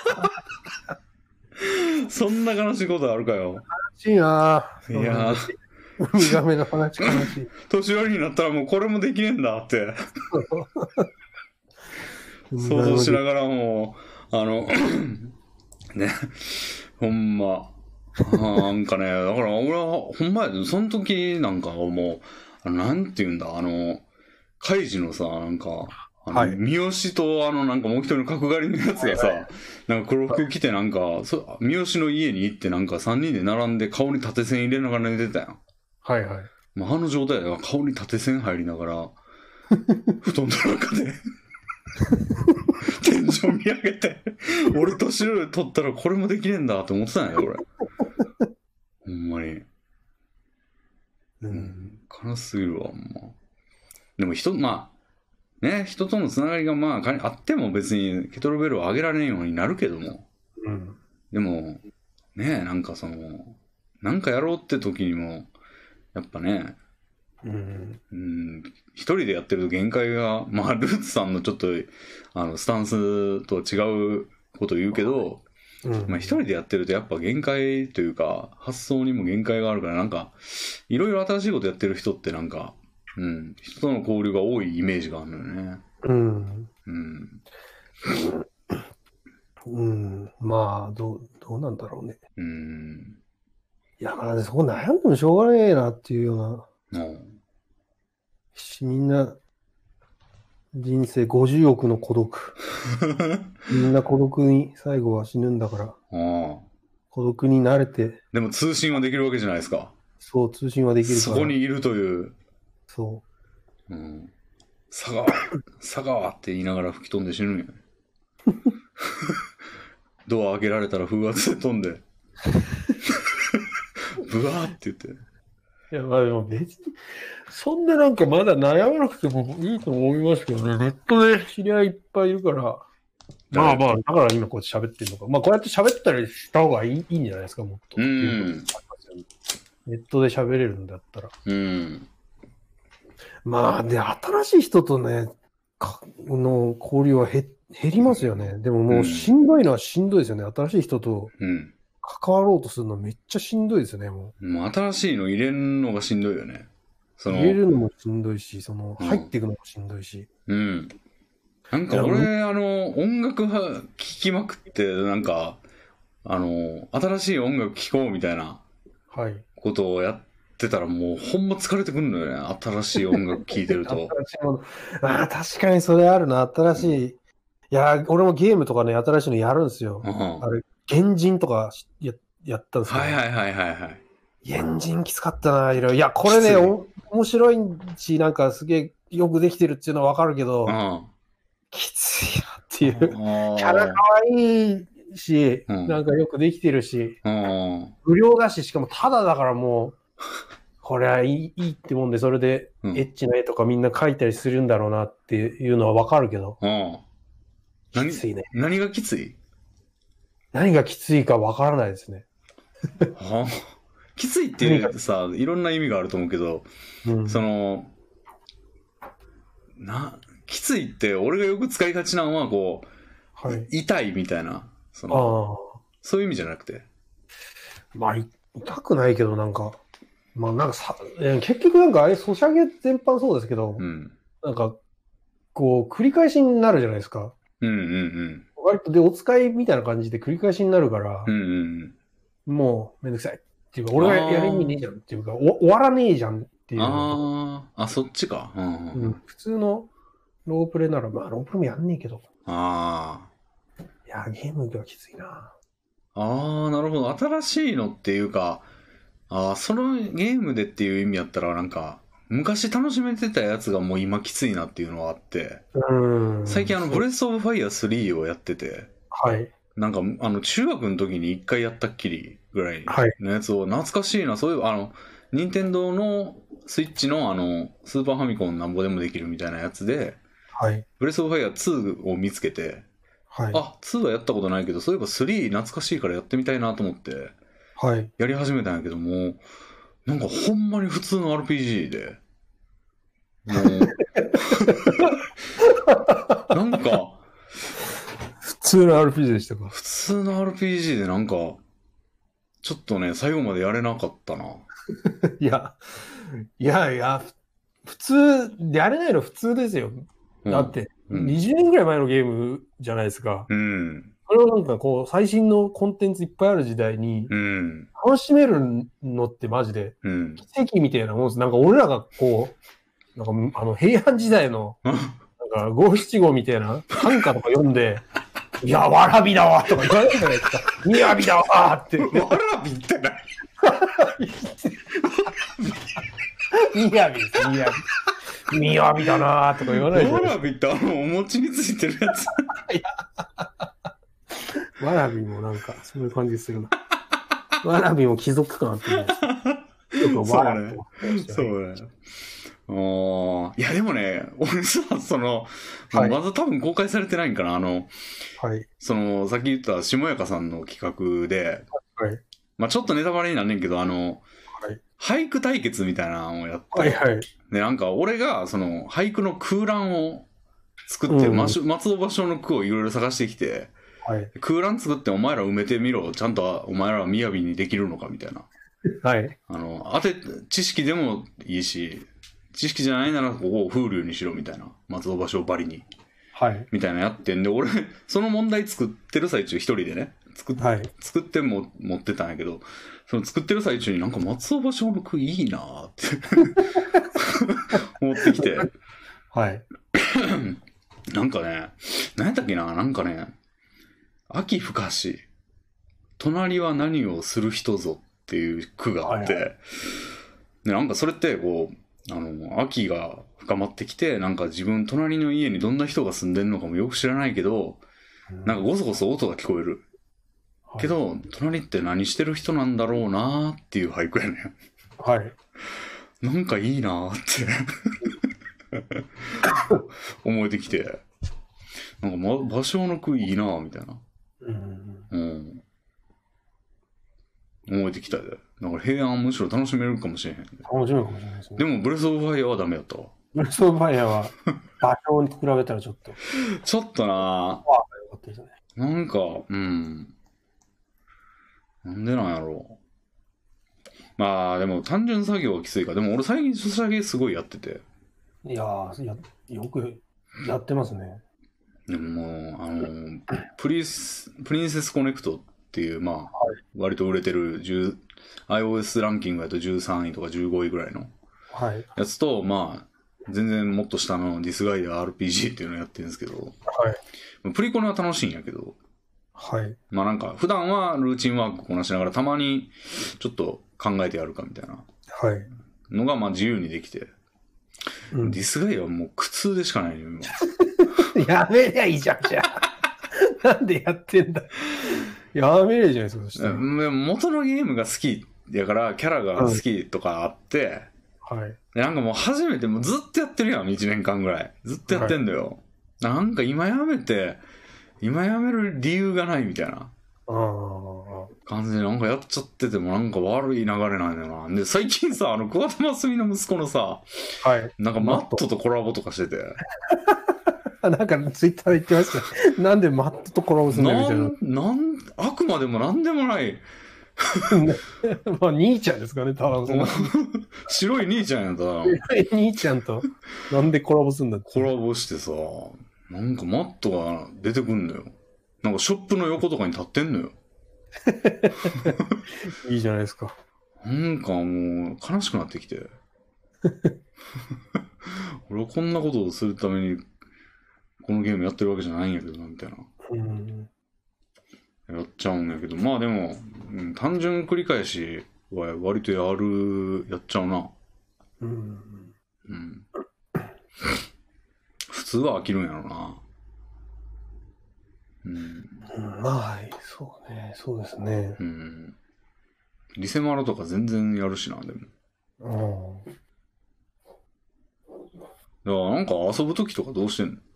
Speaker 1: そんな悲しいことあるかよ。
Speaker 2: 悲しいなぁ。
Speaker 1: いや
Speaker 2: ー。ウミガメの話悲しい。
Speaker 1: 年寄りになったらもうこれもできねえんだって。想像しながらもう、あの、ね、ほんま。なんかね、だから俺はほんまや、その時なんかもう、なんて言うんだ、あの、カイジのさ、なんか、あの、はい、三好とあの、なんかもう一人の角刈りのやつがさ、はい、なんか黒服着てなんか、そ三好の家に行ってなんか三人で並んで顔に縦線入れながら寝てたやん。
Speaker 2: はいはい。
Speaker 1: まあ、あの状態では顔に縦線入りながら、布団の中で、天井見上げて、俺年寄り取ったらこれもできねえんだって思ってたんやよ、俺。ほんまに。うん、悲しすぎるわ、ほんま。でも人、まあ、ね、人とのつながりがまあ、あっても別にケトルベルを上げられんようになるけども。
Speaker 2: うん、
Speaker 1: でも、ね、なんかその、なんかやろうって時にも、やっぱね、
Speaker 2: うん、
Speaker 1: うん、一人でやってると限界が、まあ、ルーツさんのちょっと、あの、スタンスとは違うこと言うけど、うん、まあ、一人でやってるとやっぱ限界というか、発想にも限界があるから、なんか、いろいろ新しいことやってる人ってなんか、うん、人との交流が多いイメージがあるのよね。
Speaker 2: うん。
Speaker 1: うん。
Speaker 2: うん。まあ、どう、どうなんだろうね。
Speaker 1: うん。
Speaker 2: いや、まあ、そこ悩んでもしょうがねえなっていうような。
Speaker 1: うん。
Speaker 2: みんな、人生ごじゅうおくの孤独。みんな孤独に最後は死ぬんだから。
Speaker 1: ああ。
Speaker 2: 孤独に慣れて。
Speaker 1: でも通信はできるわけじゃないですか。
Speaker 2: そう、通信はできるから。
Speaker 1: そこにいるという。
Speaker 2: そう。
Speaker 1: うん。佐川、佐川って言いながら吹き飛んで死ぬんやね。ドア開けられたら風圧で飛んで。ブワーって言って。
Speaker 2: いや、まあでも別に、そんななんかまだ悩まなくてもいいと思いますけどね。ネットで知り合いいっぱいいるから。まあまあ、だから今こうやって喋ってるのか。まあこうやって喋ったりした方がいい、いいんじゃないですか、もっと。
Speaker 1: うん。
Speaker 2: ネットで喋れるんだったら。
Speaker 1: うん。
Speaker 2: まあ、で、新しい人とね、かの交流は減りますよね。でももうしんどいのはしんどいですよね。新しい人と関わろうとするのめっちゃしんどいですよね、も
Speaker 1: う。もう新しいの入れるのがしんどいよね。
Speaker 2: その入れるのもしんどいし、その入っていくのもしんどいし。
Speaker 1: うん。うん、なんか俺、あの、音楽聴きまくって、なんか、あの、新しい音楽聴こうみたいなことをやって、ってたらもうほんま疲れてくるのよね。新しい音楽聴いてると。新しいもの。
Speaker 2: ああ、確かにそれあるな。新しい。うん、いや、俺もゲームとかね、新しいのやるんですよ。うん、あれ、原人とか や, やったんですけど。
Speaker 1: はいはいはいはいはい。
Speaker 2: 原人きつかったな、いろいろ。いや、これね、お面白いし、なんかすげえよくできてるっていうのはわかるけど、うん、きついなっていう。キャラ可愛いし、うん、なんかよくできてるし、うん、無料だし、しかもタダだからもう、これはいい、いいってもんで、それでエッチな絵とかみんな描いたりするんだろうなっていうのはわかるけど、うん、きついね。
Speaker 1: 何がきつい？
Speaker 2: 何がきついかわからないですね。
Speaker 1: はあ、きついってさ、いろんな意味があると思うけど、うん、その、な、きついって俺がよく使いがちなのはこう、はい、痛いみたいな、その、あ、そういう意味じゃなくて。
Speaker 2: まあ、痛くないけどなんか、まあなんかさ、結局なんかあれ、ソシャゲ全般そうですけど、うん、なんか、こう、繰り返しになるじゃないですか。
Speaker 1: うんうんうん。
Speaker 2: 割と、で、お使いみたいな感じで繰り返しになるから、
Speaker 1: うんうんうん、
Speaker 2: もうめんどくさいっていうか、俺がやる意味ねえじゃんっていうか、お終わらねえじゃんっていう。
Speaker 1: ああ、そっちか、うんうんうん。
Speaker 2: うん。普通のロープレなら、まあロープレもやんねえけど。
Speaker 1: あ
Speaker 2: あ。いや、ゲームがきついな。
Speaker 1: ああ、なるほど。新しいのっていうか、ああ、そのゲームでっていう意味やったらなんか昔楽しめてたやつがもう今きついなっていうのがあって、うん、最近あのブレスオブファイヤースリーをやってて、
Speaker 2: はい、
Speaker 1: なんかあの中学の時に一回やったっきりぐらいのやつを、懐かしいな、そういう、あの、任天堂のスイッチのあの、スーパーファミコンなんぼでもできるみたいなやつで、
Speaker 2: はい、
Speaker 1: ブレスオブファイアツーを見つけて、はい、あ、ツーはやったことないけど、そういえばスリー懐かしいからやってみたいなと思って、はい、やり始めたんやけども、なんかほんまに普通の アールピージー で、もう、なんか、
Speaker 2: 普通の アールピージー でしたか？
Speaker 1: 普通の アールピージー でなんか、ちょっとね、最後までやれなかったな。
Speaker 2: いや、いやいや、普通、やれないの普通ですよ。だって、にじゅうねんぐらい前のゲームじゃないですか。うん。それをなんかこう、最新のコンテンツいっぱいある時代に、うん、楽しめるのってマジで、うん、奇跡みたいなもんです。なんか俺らがこう、なんかあの平安時代の、なんか五七五みたいな短歌とか読んで、いや、わらびだわとか言われるじゃないですか。みやびだわって。わ
Speaker 1: らびって何？
Speaker 2: みやびです、みやび。みやびだなーとか言わないで。
Speaker 1: わらびってあのお餅についてるやつ。
Speaker 2: わらびもなんかそういう感じするな。わらびも貴族感あってね。よくわらびも。
Speaker 1: そうね。おいやでもね、俺さ、その、はい、まだ多分公開されてないんかな、あの、はい、その、さっき言った下やかさんの企画で、はい、まあちょっとネタバレになんねんけど、あの、はい、俳句対決みたいなのをやって、はいはい、で、なんか俺が、その、俳句の空欄を作って、うん、松尾芭蕉の句をいろいろ探してきて、はい、空欄作ってお前ら埋めてみろ、ちゃんとお前らは雅にできるのかみたいな。はい。あの、当て、知識でもいいし、知識じゃないならここを風流にしろみたいな。松尾芭蕉ばりに。はい。みたいなやってんで、俺、その問題作ってる最中一人でね、作っ、はい、作っても持ってたんやけど、その作ってる最中になんか松尾芭蕉の句いいなーって思ってきて。はい。なんかね、何やったっけな、なんかね、秋深し、隣は何をする人ぞっていう句があって、はいはい、でなんかそれってこう、あの、秋が深まってきて、なんか自分隣の家にどんな人が住んでんのかもよく知らないけど、うん、なんかゴソゴソ音が聞こえる。はい、けど、隣って何してる人なんだろうなーっていう俳句やねん。はい。なんかいいなーって思えてきて、なんか、ま、芭蕉の句いいなーみたいな。うん。うん。思えてきたで。だから平安むしろ楽しめるかもしれへん。
Speaker 2: 楽しめるかもしれないですね。
Speaker 1: でもブレスオブファイアはダメやったわ。
Speaker 2: ブレスオブファイアは芭蕉に比べたらちょっと。
Speaker 1: ちょっとなぁ。なんか、うん。なんでなんやろう。まあでも単純作業はきついか。でも俺最近ソシャゲすごいやってて。
Speaker 2: いやー、やよくやってますね。
Speaker 1: でももう、あの、プリス、プリンセスコネクトっていう、まあ、はい、割と売れてる iOS ランキングだとじゅうさんいとかじゅうごいぐらいのやつと、はい、まあ、全然もっと下のディスガイダー アールピージー っていうのをやってるんですけど、はい、プリコネは楽しいんやけど、はい、まあなんか、普段はルーチンワークこなしながら、たまにちょっと考えてやるかみたいなのが、まあ自由にできて、うん、ディスガイダーはもう苦痛でしかないよ、
Speaker 2: 今。やめりゃいいじゃん、じゃあ。なんでやってんだ。やめりゃいいじゃないですか、そしたら。
Speaker 1: 元のゲームが好きやから、キャラが好きとかあって、はい。なんかもう初めてもうずっとやってるやん、いちねんかんぐらい。ずっとやってんだよ。はい、なんか今やめて、今やめる理由がないみたいな感じでなんかやっちゃっててもなんか悪い流れなんだよな。で、最近さ、あの、桑田真澄の息子のさ、はい。なんかマットとコラボとかしてて。
Speaker 2: なんかツイッターで言ってました。なんでマットとコラボするんだみたいな。
Speaker 1: なん、あくまでもなんでもない。
Speaker 2: まあ、兄ちゃんですかね、ただの。
Speaker 1: 白い兄ちゃんやったな。
Speaker 2: 白い兄ちゃんと、なんでコラボするんだって。
Speaker 1: コラボしてさ、なんかマットが出てくんのよ。なんかショップの横とかに立ってんのよ。
Speaker 2: いいじゃないですか。
Speaker 1: なんかもう悲しくなってきて。俺はこんなことをするためにこのゲームやってるわけじゃないんやけどな、みたいな。うん、やっちゃうんやけど、まあでも、うん、単純繰り返しは割とやる、やっちゃうな。うん。うん。普通は飽きるんやろな。
Speaker 2: うん。まあ、そうね、そうですね。うん。
Speaker 1: リセマラとか全然やるしな、でも。
Speaker 2: ああ。
Speaker 1: だからなんか遊ぶときとかどうしてん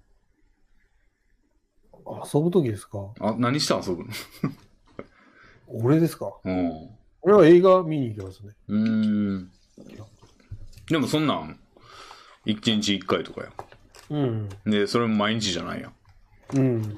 Speaker 2: の？遊ぶときですか？
Speaker 1: あ、何して遊ぶの？
Speaker 2: 俺ですか？
Speaker 1: うん。
Speaker 2: 俺は映画見に行きますね。
Speaker 1: うーん。でもそんなん、一日一回とかや。
Speaker 2: うん。
Speaker 1: で、それも毎日じゃないやん。
Speaker 2: うん。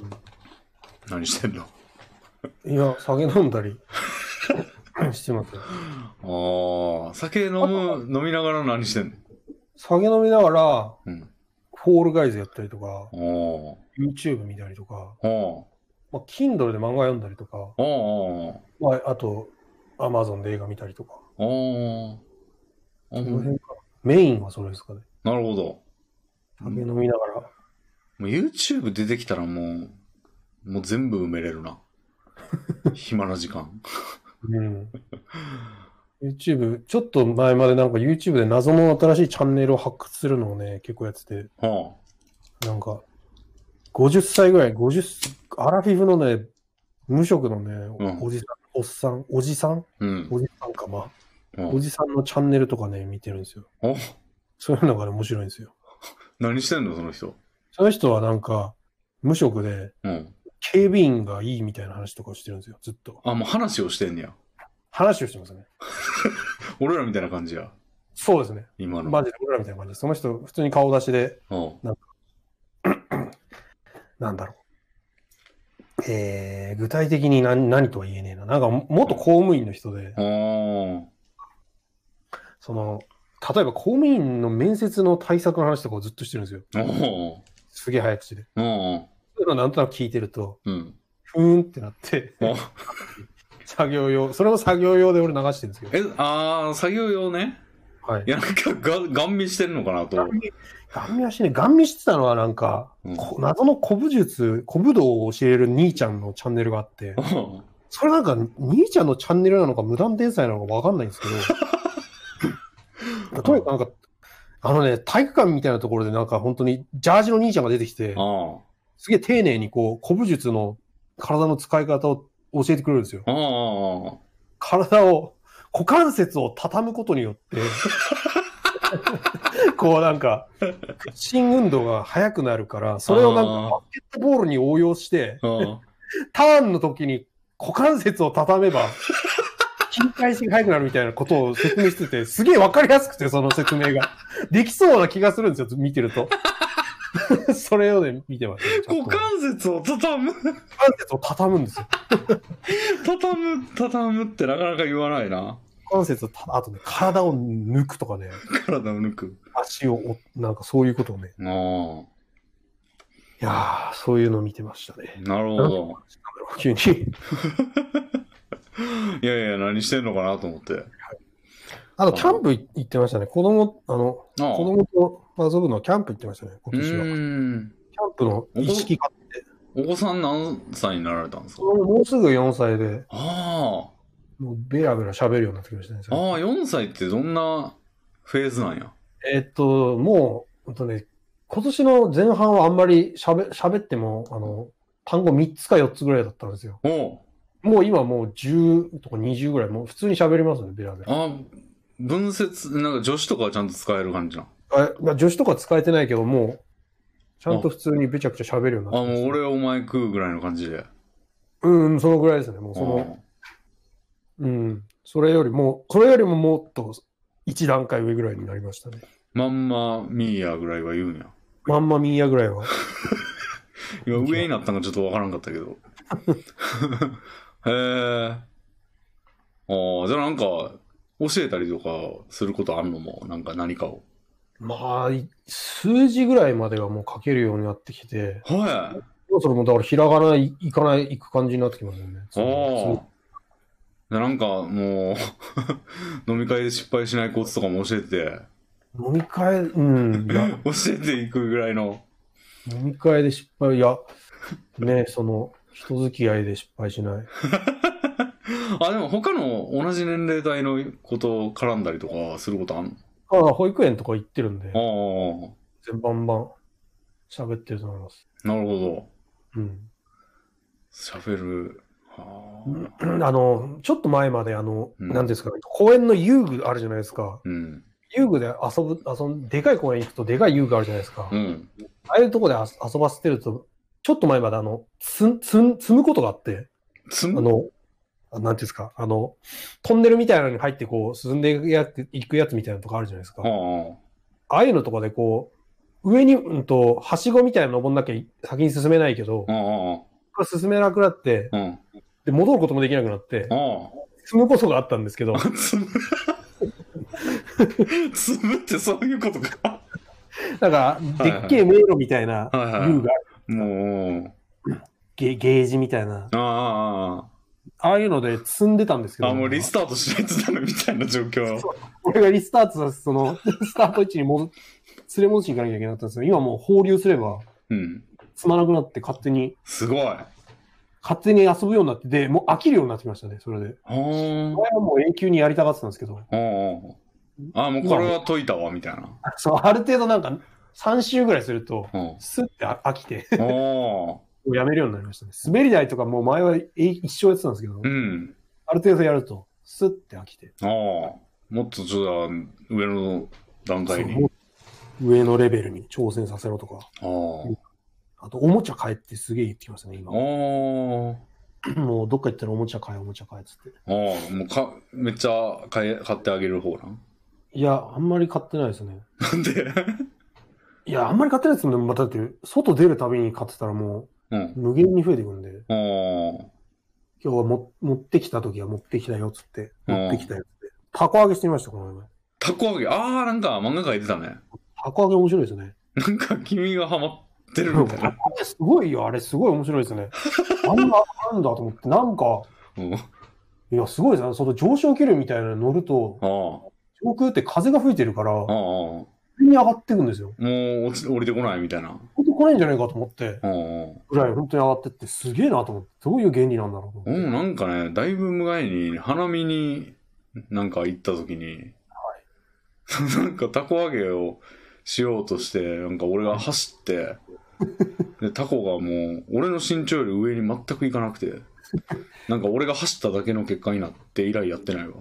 Speaker 1: 何してんの？
Speaker 2: いや、酒飲んだりしてますよ。
Speaker 1: ああ、酒飲む、飲みながら何してんの？
Speaker 2: 酒飲みながら、
Speaker 1: うん。
Speaker 2: フォールガイズやったりとか、
Speaker 1: ああ。
Speaker 2: YouTube 見たりとか、
Speaker 1: ああ。
Speaker 2: まあ、Kindle で漫画読んだりとか、
Speaker 1: ああ。
Speaker 2: まあ、あと、Amazon で映画見たりとか。
Speaker 1: ああ。
Speaker 2: その辺かな。メインはそれですかね。
Speaker 1: なるほど。
Speaker 2: 酒飲みながら。
Speaker 1: もう YouTube 出てきたらもう、もう全部埋めれるな。暇な時間。
Speaker 2: うん。YouTube、ちょっと前までなんか YouTube で謎の新しいチャンネルを発掘するのをね、結構やってて。
Speaker 1: は
Speaker 2: あ、なんか、ごじゅっさいぐらい、ごじゅう、アラフィフのね、無職のね、うん、おじさん、おっさん、おじさん、うん、おじさんか、まあ、うん、おじさんのチャンネルとかね、見てるんですよ。そういうのがね、面白いんですよ。
Speaker 1: 何してんの、その人。
Speaker 2: その人はなんか、無職で、うん、警備員がいいみたいな話とかをしてるんですよ、ずっと。
Speaker 1: あ、もう話をしてんねや。
Speaker 2: 話をしてますね。
Speaker 1: 俺らみたいな感じや。
Speaker 2: そうですね。
Speaker 1: 今の。
Speaker 2: マジで俺らみたいな感じ。その人、普通に顔出しで、なんか、なんだろう。えー、具体的に何、何とは言えねえな。なんか、元公務員の人で、その、例えば公務員の面接の対策の話とかをずっとしてるんですよ。すげえ早口で。そういうのなんとなく聞いてると、うん、ふーんってなって、作業用、それも作業用で俺流してるんですけど。
Speaker 1: え、あー、作業用ね。はい。いや、なんかが、ガン見してるのかなと。
Speaker 2: ガン見はしね、ガン見してたのはなんか、うん、謎の古武術、古武道を教える兄ちゃんのチャンネルがあって、それなんか兄ちゃんのチャンネルなのか無断転載なのかわかんないんですけど、とにかくなんか、あのね、体育館みたいなところでなんか本当にジャージの兄ちゃんが出てきて、すげえ丁寧にこう、古武術の体の使い方を教えてくれるんですよ。体を、股関節を畳むことによって、こうなんか、屈伸運動が速くなるから、それをなんかバスケットボールに応用して、ターンの時に股関節を畳めば、切り返しが速くなるみたいなことを説明してて、すげえわかりやすくて、その説明が。できそうな気がするんですよ、見てると。それをね、見てます、
Speaker 1: ね。股関節を畳む股
Speaker 2: 関節を畳むんですよ。
Speaker 1: 畳む、畳むってなかなか言わないな。
Speaker 2: 股関節をた、あとね、体を抜くとかね。
Speaker 1: 体を抜く。
Speaker 2: 足を、なんかそういうことをね。ああ。いやー、そういうのを見てましたね。
Speaker 1: なるほど。
Speaker 2: 急に。
Speaker 1: いやいや、何してんのかなと思って。はい、
Speaker 2: あと、キャンプ行ってましたね。子供、あの、ああ子供と遊ぶのはキャンプ行ってましたね、今年は。キャンプの意識買って。
Speaker 1: お子さん何歳になられたんですか？
Speaker 2: もうすぐよんさいで。
Speaker 1: ああ。
Speaker 2: もうベラベラ喋るようになってきましたね。
Speaker 1: ああ、よんさいってどんなフェーズなんや？
Speaker 2: えっと、もう、ほんとね、今年の前半はあんまり喋、喋っても、あの、単語みっつかよっつぐらいだったんですよ。おもう今もうじゅうとかにじゅうぐらい、もう普通に喋りますね、ベラベラ。
Speaker 1: ああ、文節、なんか助詞とかはちゃんと使える感じな。
Speaker 2: あ、まあ、助詞とか使えてないけど、もう、ちゃんと普通にべちゃくちゃ喋るようになって
Speaker 1: ます、ね。あ、もう俺お前食うぐらいの感じで。
Speaker 2: うん、そのぐらいですね、もうその、うん、それよりも、それよりももっと一段階上ぐらいになりましたね。
Speaker 1: まんまミーヤぐらいは言うんや。
Speaker 2: まんまミーヤぐらいは。
Speaker 1: 今上になったのがちょっとわからんかったけど。へえ。ああ、じゃあなんか、教えたりとかすることあんのも、なんか何かを。ま
Speaker 2: あ、数字ぐらいまではもう書けるようになってきて。
Speaker 1: はい。
Speaker 2: それもだからひらがな行かない、行く感じになってきますよね。
Speaker 1: ああ。なんかもう、飲み会で失敗しないコツとかも教えて。
Speaker 2: 飲み会、うん。
Speaker 1: 教えていくぐらいの。
Speaker 2: 飲み会で失敗、いや、ね、その、人付き合いで失敗しない。
Speaker 1: あ、でも他の同じ年齢代のことを絡んだりとかすることあんの？
Speaker 2: ああ、保育園とか行ってるんで。ああ。全バンバン喋ってると思います。
Speaker 1: なるほど。
Speaker 2: うん。
Speaker 1: 喋る。
Speaker 2: あの、ちょっと前まで、あの、うん、なんですか、公園の遊具あるじゃないですか。うん、遊具で遊ぶ、遊んでかい公園行くとでかい遊具あるじゃないですか。うん、ああいうとこで遊ばせてると、ちょっと前まであの、つ、つ、積むことがあって、あの、なんていうんですか、あの、トンネルみたいなのに入ってこう、進んでいくやつみたいなとこあるじゃないですか。ああいうのとかでこう、上に、うんと、はしごみたいなの登んなきゃ先に進めないけど、進めなくなって、で、戻ることもできなくなって、積むことがあったんですけど。
Speaker 1: 積む積むってそういうことか。
Speaker 2: だから、でっけえ迷路みたいな遊具がある。
Speaker 1: もう、
Speaker 2: ゲ、ゲージみたいな。ああ。ああいうので積んでたんですけど。
Speaker 1: あ、もうリスタートしないとダメみたいな状況。
Speaker 2: 俺がリスタートさせ、その、スタート位置に戻、連れ戻しに行かなきゃいけなかったんですよ。今もう放流すれば、うん。積まなくなって勝手に。
Speaker 1: すごい。
Speaker 2: 勝手に遊ぶようになってて、もう飽きるようになってきましたね、それで。前はもう永久にやりたがってたんですけど。
Speaker 1: ああ、もうこれは解いたわ、みたいな。
Speaker 2: そう、ある程度なんか、さん周ぐらいすると、スッて飽きて。やめるようになりましたね。滑り台とかもう前は一生やってたんですけど、うん、ある程度やると、スッて飽きて。
Speaker 1: ああ、もっとちょっと上の段階に。
Speaker 2: 上のレベルに挑戦させろとか。あ, あと、おもちゃ買えってすげえ言ってきますね、今。もうどっか行ったらおもちゃ買え、おもちゃ買えっつって。
Speaker 1: ああ、もうか、めっちゃ買え、買ってあげる方なん
Speaker 2: いや、あんまり買ってないですね。
Speaker 1: なんで
Speaker 2: いや、あんまり買ってないですもんね。まただって、外出るたびに買ってたらもう、うん、無限に増えていくんで。今日はも持ってきたときは持ってきたよっつって、持ってきたよっつって。タコ揚げしてみました、この前。
Speaker 1: タコ揚げああ、なんか漫画描いてたね。
Speaker 2: タコ揚げ面白いですね。
Speaker 1: なんか君がハマってるみたいな。
Speaker 2: すごいよ、あれすごい面白いですね。あんな、なんだと思って、なんか、うん、いや、すごいですね。その上昇気流みたいなの乗ると、上空って風が吹いてるから、上に上がっていくんですよ。
Speaker 1: もう落ち降りてこないみたいな。
Speaker 2: 降りてこないんじゃないかと思って、ぐらい本当に上がってって、すげえなと思って、どういう原理なんだろうと思って。
Speaker 1: うん、なんかね、だいぶ前に花見になんか行った時に、はい、なんかタコ揚げをしようとして、なんか俺が走って、でタコがもう俺の身長より上に全く行かなくて、なんか俺が走っただけの結果になって以来やってないわ。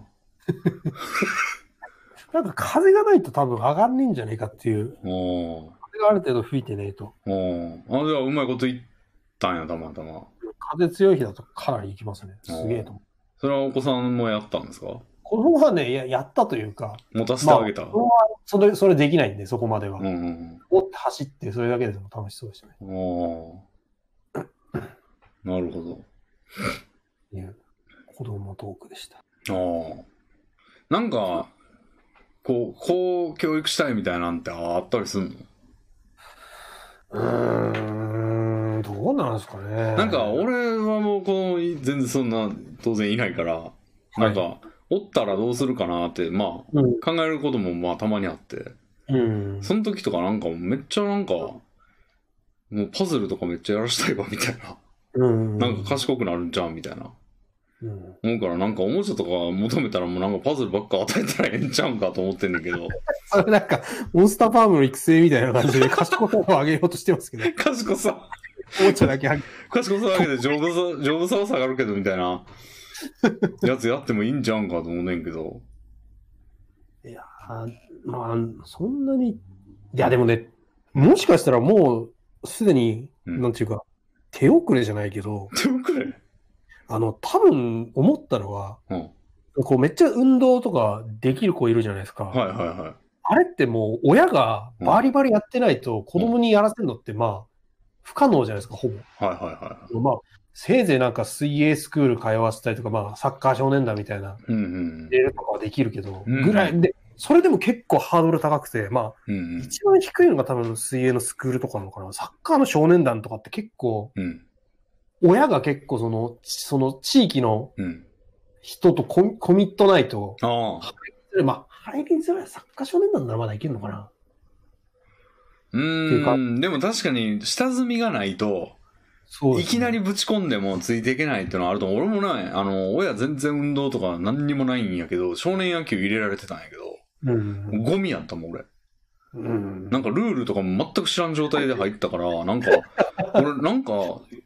Speaker 2: なんか風がないと多分上がんねえんじゃねえかっていう。風がある程度吹いてねえと。
Speaker 1: あ、じゃあうまいこと言ったんや、たまたま。
Speaker 2: 風強い日だとかなり行きますね。すげえと思う。
Speaker 1: それはお子さんもやったんですか？
Speaker 2: 子供はね、や、やったというか。
Speaker 1: 持たせてあげた。まあ、
Speaker 2: それ、それできないんで、そこまでは。うんうん、持って走って、それだけでも楽しそうでしたね。
Speaker 1: ああ。なるほど。
Speaker 2: いう子供トークでした。あ
Speaker 1: あ。なんか、こう、こう教育したいみたいなんてあったりするの？
Speaker 2: うーん、どうなんですかね。
Speaker 1: なんか、俺はもう、こう、全然そんな、当然いないから、はい、なんか、おったらどうするかなって、まあ、うん、考えることもまあたまにあって、うん、その時とかなんかめっちゃなんか、もうパズルとかめっちゃやらしたいわみたいな、うん、なんか賢くなるんじゃんみたいな、うん、思うからなんかおもちゃとか求めたらもうなんかパズルばっか与えたらええんちゃうんかと思ってんねんけど。
Speaker 2: それなんか、モンスターファームの育成みたいな感じで賢さを上げようとしてますけど。
Speaker 1: 賢さ
Speaker 2: おもちゃだけ上げ
Speaker 1: 賢さ上げて丈夫さ、丈夫さは下がるけどみたいな。やつやってもいいんじゃんかと思うねんけど。
Speaker 2: いやまあ、そんなに。いや、でもね、もしかしたらもう、すでに、うん、なんていうか、手遅れじゃないけど。
Speaker 1: 手遅れ
Speaker 2: あの、多分、思ったのは、うん、こう、めっちゃ運動とかできる子いるじゃないですか。
Speaker 1: はいはいはい。
Speaker 2: あれってもう、親がバリバリやってないと、子供にやらせるのって、まあ、不可能じゃないですか、ほぼ。
Speaker 1: はいはいはい。
Speaker 2: まあ、せいぜいなんか水泳スクール通わせたりとか、まあ、サッカー少年団みたいな、入れるとかはできるけど、うんうん、ぐらいで、それでも結構ハードル高くて、まあ、うんうん、一番低いのが多分水泳のスクールとかなのかな。サッカーの少年団とかって結構、うん、親が結構その、その地域の人とコミ、コミットないと、あまあ、入りづらいサッカー少年団ならまだいけるのかな。
Speaker 1: うーん、でも確かに下積みがないと、そうですね、いきなりぶち込んでもついていけないっていうのはあると思う。俺もね、あの、親全然運動とか何にもないんやけど、少年野球入れられてたんやけど、うん、ゴミやったもん、俺。うん、なんかルールとかも全く知らん状態で入ったから、なんか、俺なんか、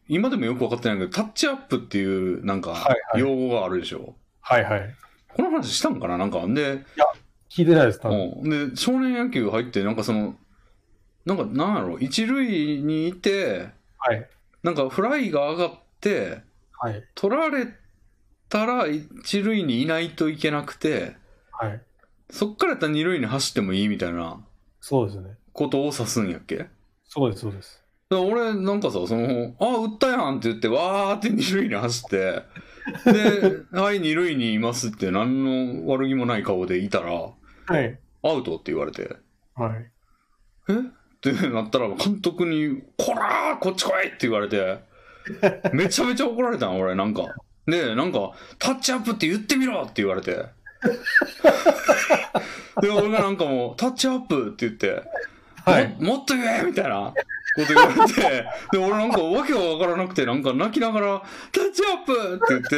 Speaker 1: 今でもよく分かってないけど、タッチアップっていう、なんか、用語があるでしょ。
Speaker 2: はいはい。
Speaker 1: この話したんかななんか、で、い
Speaker 2: や、聞いてないです、多
Speaker 1: 分。で、少年野球入って、なんかその、なんか、なんやろ、一塁にいて、
Speaker 2: はい。
Speaker 1: なんか、フライが上がって、
Speaker 2: はい。
Speaker 1: 取られたら、一塁にいないといけなくて、
Speaker 2: はい。
Speaker 1: そっからやったら二塁に走ってもいいみたいな。
Speaker 2: そうですね。
Speaker 1: ことを指すんやっけ？
Speaker 2: そうです、そうです。
Speaker 1: 俺、なんかさ、その、あ、打ったやんって言って、わーって二塁に走って、で、はい、二塁にいますって何の悪気もない顔でいたら、はい。アウトって言われて、
Speaker 2: はい。
Speaker 1: えってなったら、監督に、こらーこっち来いって言われて、めちゃめちゃ怒られたん、俺、なんか。で、なんか、タッチアップって言ってみろって言われて。で、俺がなんかもう、タッチアップって言って、はい、も, もっと言えみたいなこと言われて、で、俺なんかわけがわからなくて、なんか泣きながら、タッチアップって言って、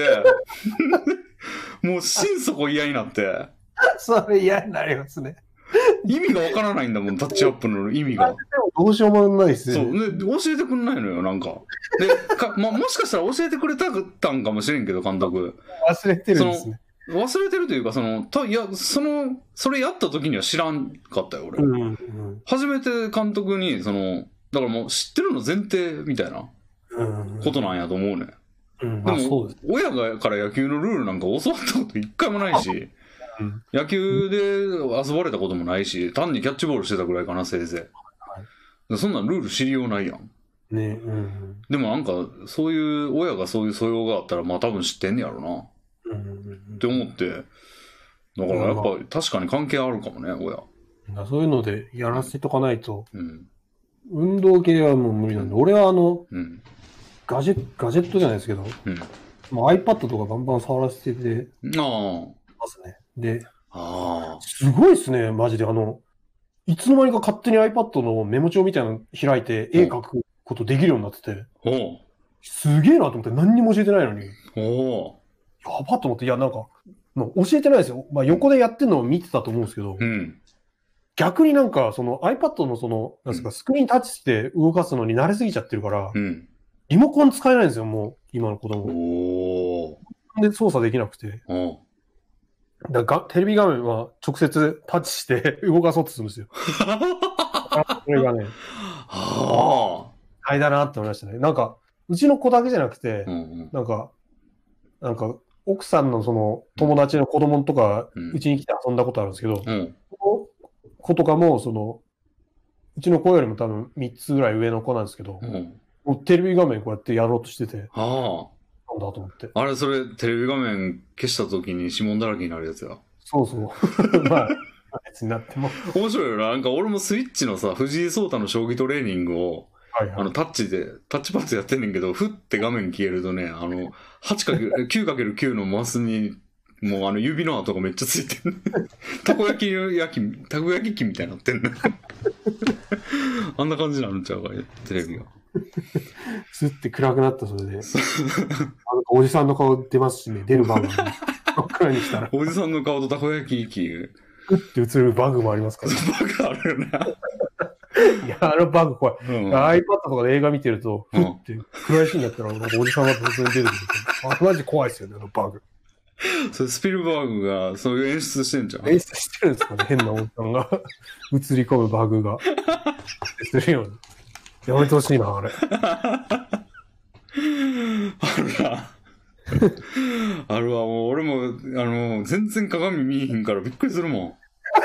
Speaker 1: もう心底嫌になって。
Speaker 2: それ嫌になりますね。
Speaker 1: 意味がわからないんだもん、タッチアップの意味が。
Speaker 2: どうしようもないっす
Speaker 1: ね。そう。で、教えてくんないのよ、なんか。で、かまあ、もしかしたら教えてくれたかんかもしれんけど、監督。
Speaker 2: 忘れてるんですね。
Speaker 1: 忘れてるというか、その、たいや、その、それやった時には知らんかったよ、俺。うんうん、初めて監督に、その、だからもう知ってるの前提みたいなことなんやと思うね。うん、でも、で親がから野球のルールなんか教わったこと一回もないし、うん、野球で遊ばれたこともないし、単にキャッチボールしてたぐらいかな、せいぜい。そんなんルール知りようないやん。ねうん、でもなんか、そういう、親がそういう素養があったら、まあ多分知ってんねやろな。って思って、だからやっぱ確かに関係あるかもね、親。
Speaker 2: そういうのでやらせとかないと、うん、運動系はもう無理なんで、うん、俺はあの、うん、ガジェ、ガジェットじゃないですけど、うん、もう iPad とかバンバン触らせてて、ますね。で、あすごいっすね、マジで。あの、いつの間にか勝手に iPad のメモ帳みたいなの開いて、絵描くことできるようになってて、すげえなと思って何にも教えてないのに。おやばと思って、いや、なんか、教えてないですよ。まあ、横でやってるのを見てたと思うんですけど、うん、逆になんか、その iPad のその、なんですか、スクリーンタッチして動かすのに慣れすぎちゃってるから、うん、リモコン使えないんですよ、もう、今の子供。おで、操作できなくて。だがテレビ画面は直接タッチして動かそうとするんですよ。これがね、ああ、だなって思いましたね。なんか、うちの子だけじゃなくて、うんうん、なんか、なんか、奥さんのその友達の子供とか、うちに来て遊んだことあるんですけど、うん、その子とかも、その、うちの子よりも多分みっつぐらい上の子なんですけど、うん、もうテレビ画面こうやってやろうとしてて、ああ、なんだと思って。
Speaker 1: あれ、それ、テレビ画面消した時に指紋だらけになるやつや。
Speaker 2: そうそう。まあ、別になっても。
Speaker 1: 面白いよな。なんか俺もスイッチのさ、藤井聡太の将棋トレーニングを、はいはい、あのタッチで、タッチパッドやってんねんけど、ふって画面消えるとね、あの、きゅうかけるきゅう のマスに、もうあの指の跡がめっちゃついてる。たこ焼き焼き、たこ焼き器みたいになってんの。あんな感じになるんちゃうか、テレビが。
Speaker 2: スッて暗くなった、それで。あのおじさんの顔出ますしね、出るバグが。暗にしたら。
Speaker 1: おじさんの顔とたこ焼き器。
Speaker 2: ふって映るバグもありますから、
Speaker 1: ね。バグあるよな。
Speaker 2: いや、あのバグ怖い。うん、iPad とかで映画見てると、ふって暗いシーンだったら、なんかおじさんが突然出てくる。あ、マジ怖いですよね、あのバグ。
Speaker 1: それスピルバーグがそういう演出してんじゃん。
Speaker 2: 演出してるんですかね、変なおじさんが映り込むバグが。するように。やめてほしいな、あれ。
Speaker 1: あるな。あるわ、もう俺も、あの、全然鏡見えへんからびっくりするもん。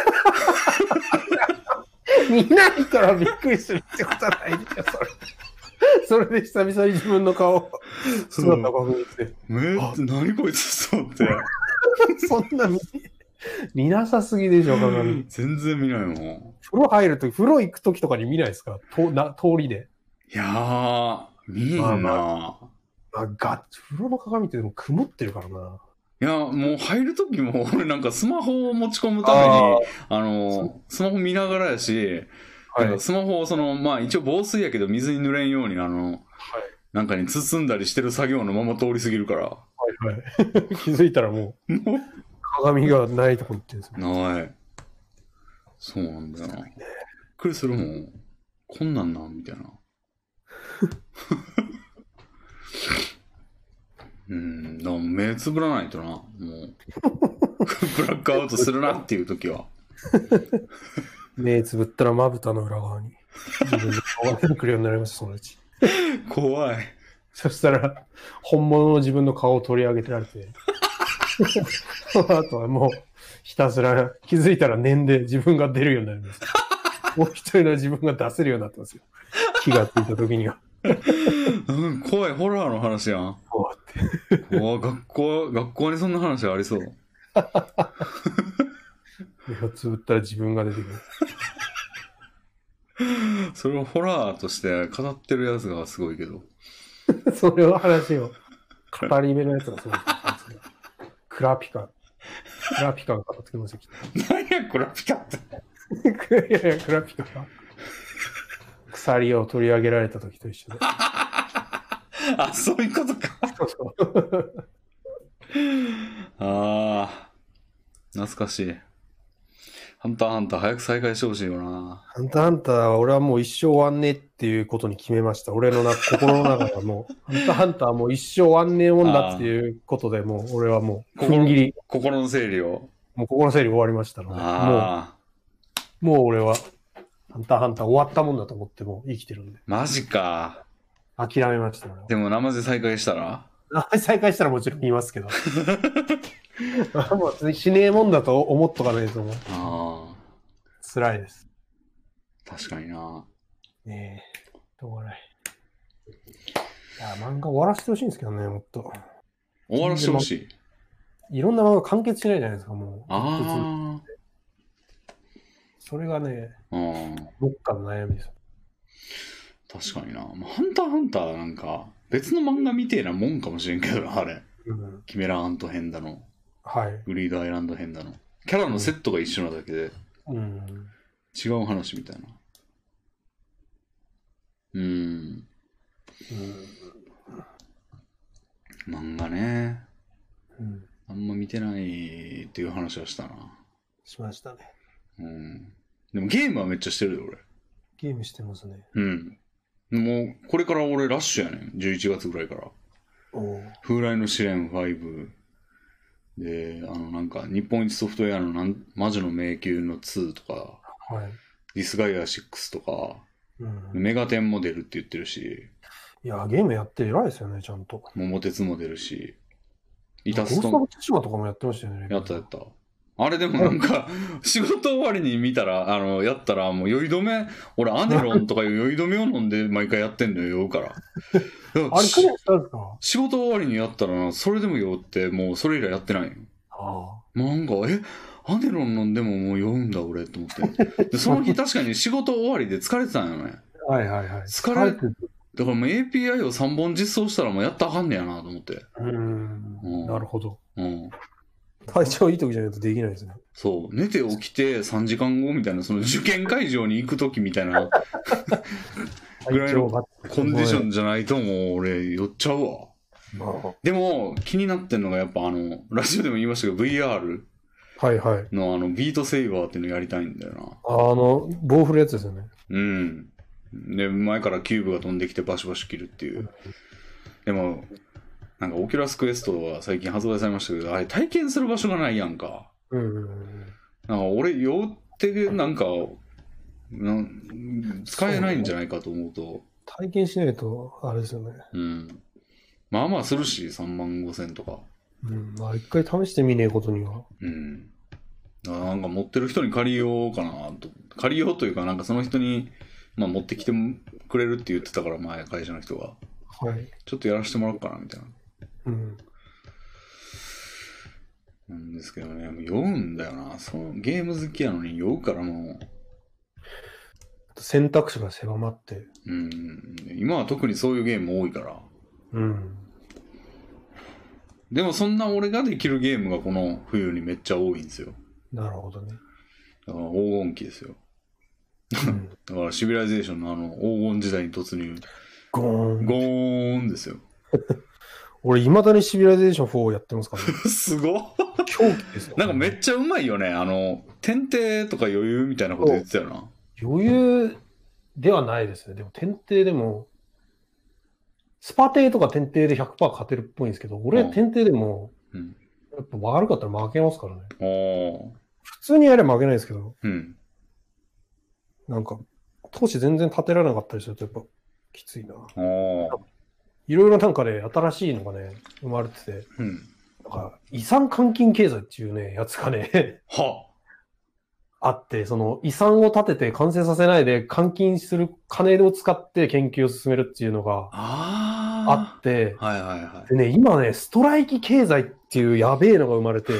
Speaker 2: 見ないからびっくりするってことはないでしょ、それ。それで久々に自分の顔、姿確認して。
Speaker 1: めっちゃ、何こいつと思って。
Speaker 2: そんな見、見なさすぎでしょ、鏡。
Speaker 1: 全然見ないもん。
Speaker 2: 風呂入るとき、風呂行くときとかに見ないですかとな通りで。
Speaker 1: いやー、見えんな、まあまあ
Speaker 2: あが。風呂の鏡ってでも曇ってるからな。
Speaker 1: いや、もう入るときも、俺なんかスマホを持ち込むために、あ, あの、スマホ見ながらやし、はい、スマホをその、まあ一応防水やけど水に濡れんように、あの、はい、なんかに包んだりしてる作業のまま通り過ぎるから。はいはい。
Speaker 2: 気づいたらもう、鏡がないとこ行ってるんですよ。
Speaker 1: ない。そうなんだよな。びっくりするもん。こんなんなんみたいな。 目つぶらないとな。もう。ブラックアウトするなっていう時は。
Speaker 2: 目つぶったらまぶたの裏側に自分の顔が出てくるようになりました、そのうち。
Speaker 1: 怖い。
Speaker 2: そしたら、本物の自分の顔を取り上げてられて、その後はもう、ひたすら気づいたら念で自分が出るようになります。もう一人の自分が出せるようになってますよ。気がついた時には。
Speaker 1: うん、怖い、ホラーの話やん。
Speaker 2: 怖って。
Speaker 1: 怖学校、学校にそんな話ありそう。
Speaker 2: 目をつぶったら自分が出てく
Speaker 1: る。それをホラーとして語ってるやつがすごいけど。
Speaker 2: それを話を、語り部のやつがすごいですね。クラピカ。クラピカが語ってきますよ、きっ
Speaker 1: と。何や、クラピカって。
Speaker 2: いやいや、クラピカが。鎖を取り上げられた時と一緒で。
Speaker 1: あ、そういうことか。そうそうああ、懐かしい。ハンターハンター早く再開してほしいよな。
Speaker 2: ハンターハンターは俺はもう一生終わんねえっていうことに決めました。俺のな心の中ではもう、ハンターハンターはもう一生終わんねえもんだっていうことで、もう俺はもう、
Speaker 1: 踏ん切り。心の整理を。
Speaker 2: もう心の整理終わりましたので、もう、もう俺は、ハンターハンター終わったもんだと思ってもう生きてるんで。
Speaker 1: マジか。
Speaker 2: 諦めました、ね。
Speaker 1: でも生で再開したら
Speaker 2: 生で再開したらもちろん見ますけど。もうしねえもんだと思っとかないと思う。ああ。辛いです。
Speaker 1: 確かにな。
Speaker 2: ねえ。どうがない。いや、漫画終わらせてほしいんですけどね、もっと。
Speaker 1: 終わらせてほし
Speaker 2: い。いろんな漫画完結しないじゃないですか、もう。
Speaker 1: ああ。
Speaker 2: それがね、どっかの悩みです。
Speaker 1: 確かにな。ハンターハンターなんか、別の漫画みてえなもんかもしれんけどな、あれ。うん、キメラアント編だの。
Speaker 2: はい。
Speaker 1: グリードアイランド編だの。キャラのセットが一緒なだけで、うん、違う話みたいな。うーん。うん、漫画ね、うん。あんま見てないっていう話はしたな。
Speaker 2: しましたね。
Speaker 1: うん。でもゲームはめっちゃしてるよ、俺。
Speaker 2: ゲームしてますね。
Speaker 1: うん。もう、これから俺ラッシュやねん。じゅういちがつぐらいから。風来の試練ファイブ。で、あの、なんか、日本一ソフトウェアのなん魔女の迷宮のツーとか、はい、ディスガイアシックスとか、うん、メガテンも出るって言ってるし。
Speaker 2: いや、ゲームやって偉いですよね、ちゃんと。
Speaker 1: 桃鉄も出るし。
Speaker 2: イタスト。ゴースト・オブ・ツシマとかもやってましたよね。
Speaker 1: やったやった。あれでもなんか、仕事終わりに見たら、あの、やったら、もう酔い止め、俺アネロンとかいう酔い止めを飲んで毎回やってんのよ、酔うから。あれクリアしたんですか？仕事終わりにやったら、それでも酔って、もうそれ以来やってないよ。ああ。なんか、え、アネロン飲んでももう酔うんだ、俺、と思って。で、その日確かに仕事終わりで疲れてたんよね。
Speaker 2: はいはいはい。
Speaker 1: 疲れて、だからもう エーピーアイ をさんぼん実装したらもうやったらあかんねやな、と思って。
Speaker 2: うーん。うん、なるほど。うん。体調いい時じゃないとできないですね。
Speaker 1: そう。寝て起きてさんじかんごみたいな、その受験会場に行く時みたいなぐらいのコンディションじゃないともう俺酔っちゃうわ。でも気になってんのがやっぱあの、ラジオでも言いましたけど ブイアール
Speaker 2: はいはい。
Speaker 1: のあのビートセイバーっていうのやりたいんだよな。
Speaker 2: あの、棒振るやつですよね。
Speaker 1: うん。で、前からキューブが飛んできてバシバシ切るっていう。でも、なんかオキュラスクエストは最近発売されましたけど、あれ体験する場所がないやんか。うんうんうん、なんか俺酔ってなんかなん使えないんじゃないかと思うと。
Speaker 2: 体験しないとあれですよね。
Speaker 1: うん。まあまあするし、さんまんごせんとか。
Speaker 2: うん。まあ一回試してみねえことには。
Speaker 1: うん。なんか持ってる人に借りようかなと。借りようというか、なんかその人に、まあ持ってきてくれるって言ってたから、前会社の人が。はい。ちょっとやらせてもらおうかなみたいな。うん。なんですけどね、もう酔うんだよな。そのゲーム好きやのに酔うからも
Speaker 2: う。選択肢が狭まって。
Speaker 1: うん。今は特にそういうゲーム多いから。うん。でもそんな俺ができるゲームがこの冬にめっちゃ多いんですよ。
Speaker 2: なるほどね。
Speaker 1: だから黄金期ですよ。うん、だからシビライゼーションのあの黄金時代に突入。ゴーン。ゴーンですよ。
Speaker 2: 俺、いまだにシビライゼーションフォーやってますからね。
Speaker 1: すごっ。狂気ですよ。なんかめっちゃうまいよね。あの、点々とか余裕みたいなこと言ってたよな。
Speaker 2: 余裕ではないですね。でも、点々でも、 スパテイとか天帝で ひゃくパーセント 勝てるっぽいんですけど、俺、天帝でも、
Speaker 1: うん、
Speaker 2: やっぱ悪かったら負けますからね。
Speaker 1: お
Speaker 2: 普通にやれば負けないですけど、
Speaker 1: うん、
Speaker 2: なんか、投資全然立てられなかったりすると、やっぱ、きついな。
Speaker 1: お
Speaker 2: いろいろなんかね、新しいのがね、生まれてて、
Speaker 1: うん、
Speaker 2: なんか、遺産換金経済っていうね、やつがね、
Speaker 1: は
Speaker 2: あって、その遺産を立てて完成させないで換金する金を使って研究を進めるっていうのがあって、
Speaker 1: はいはいはい。
Speaker 2: でね、今ね、ストライキ経済っていうやべえのが生まれて、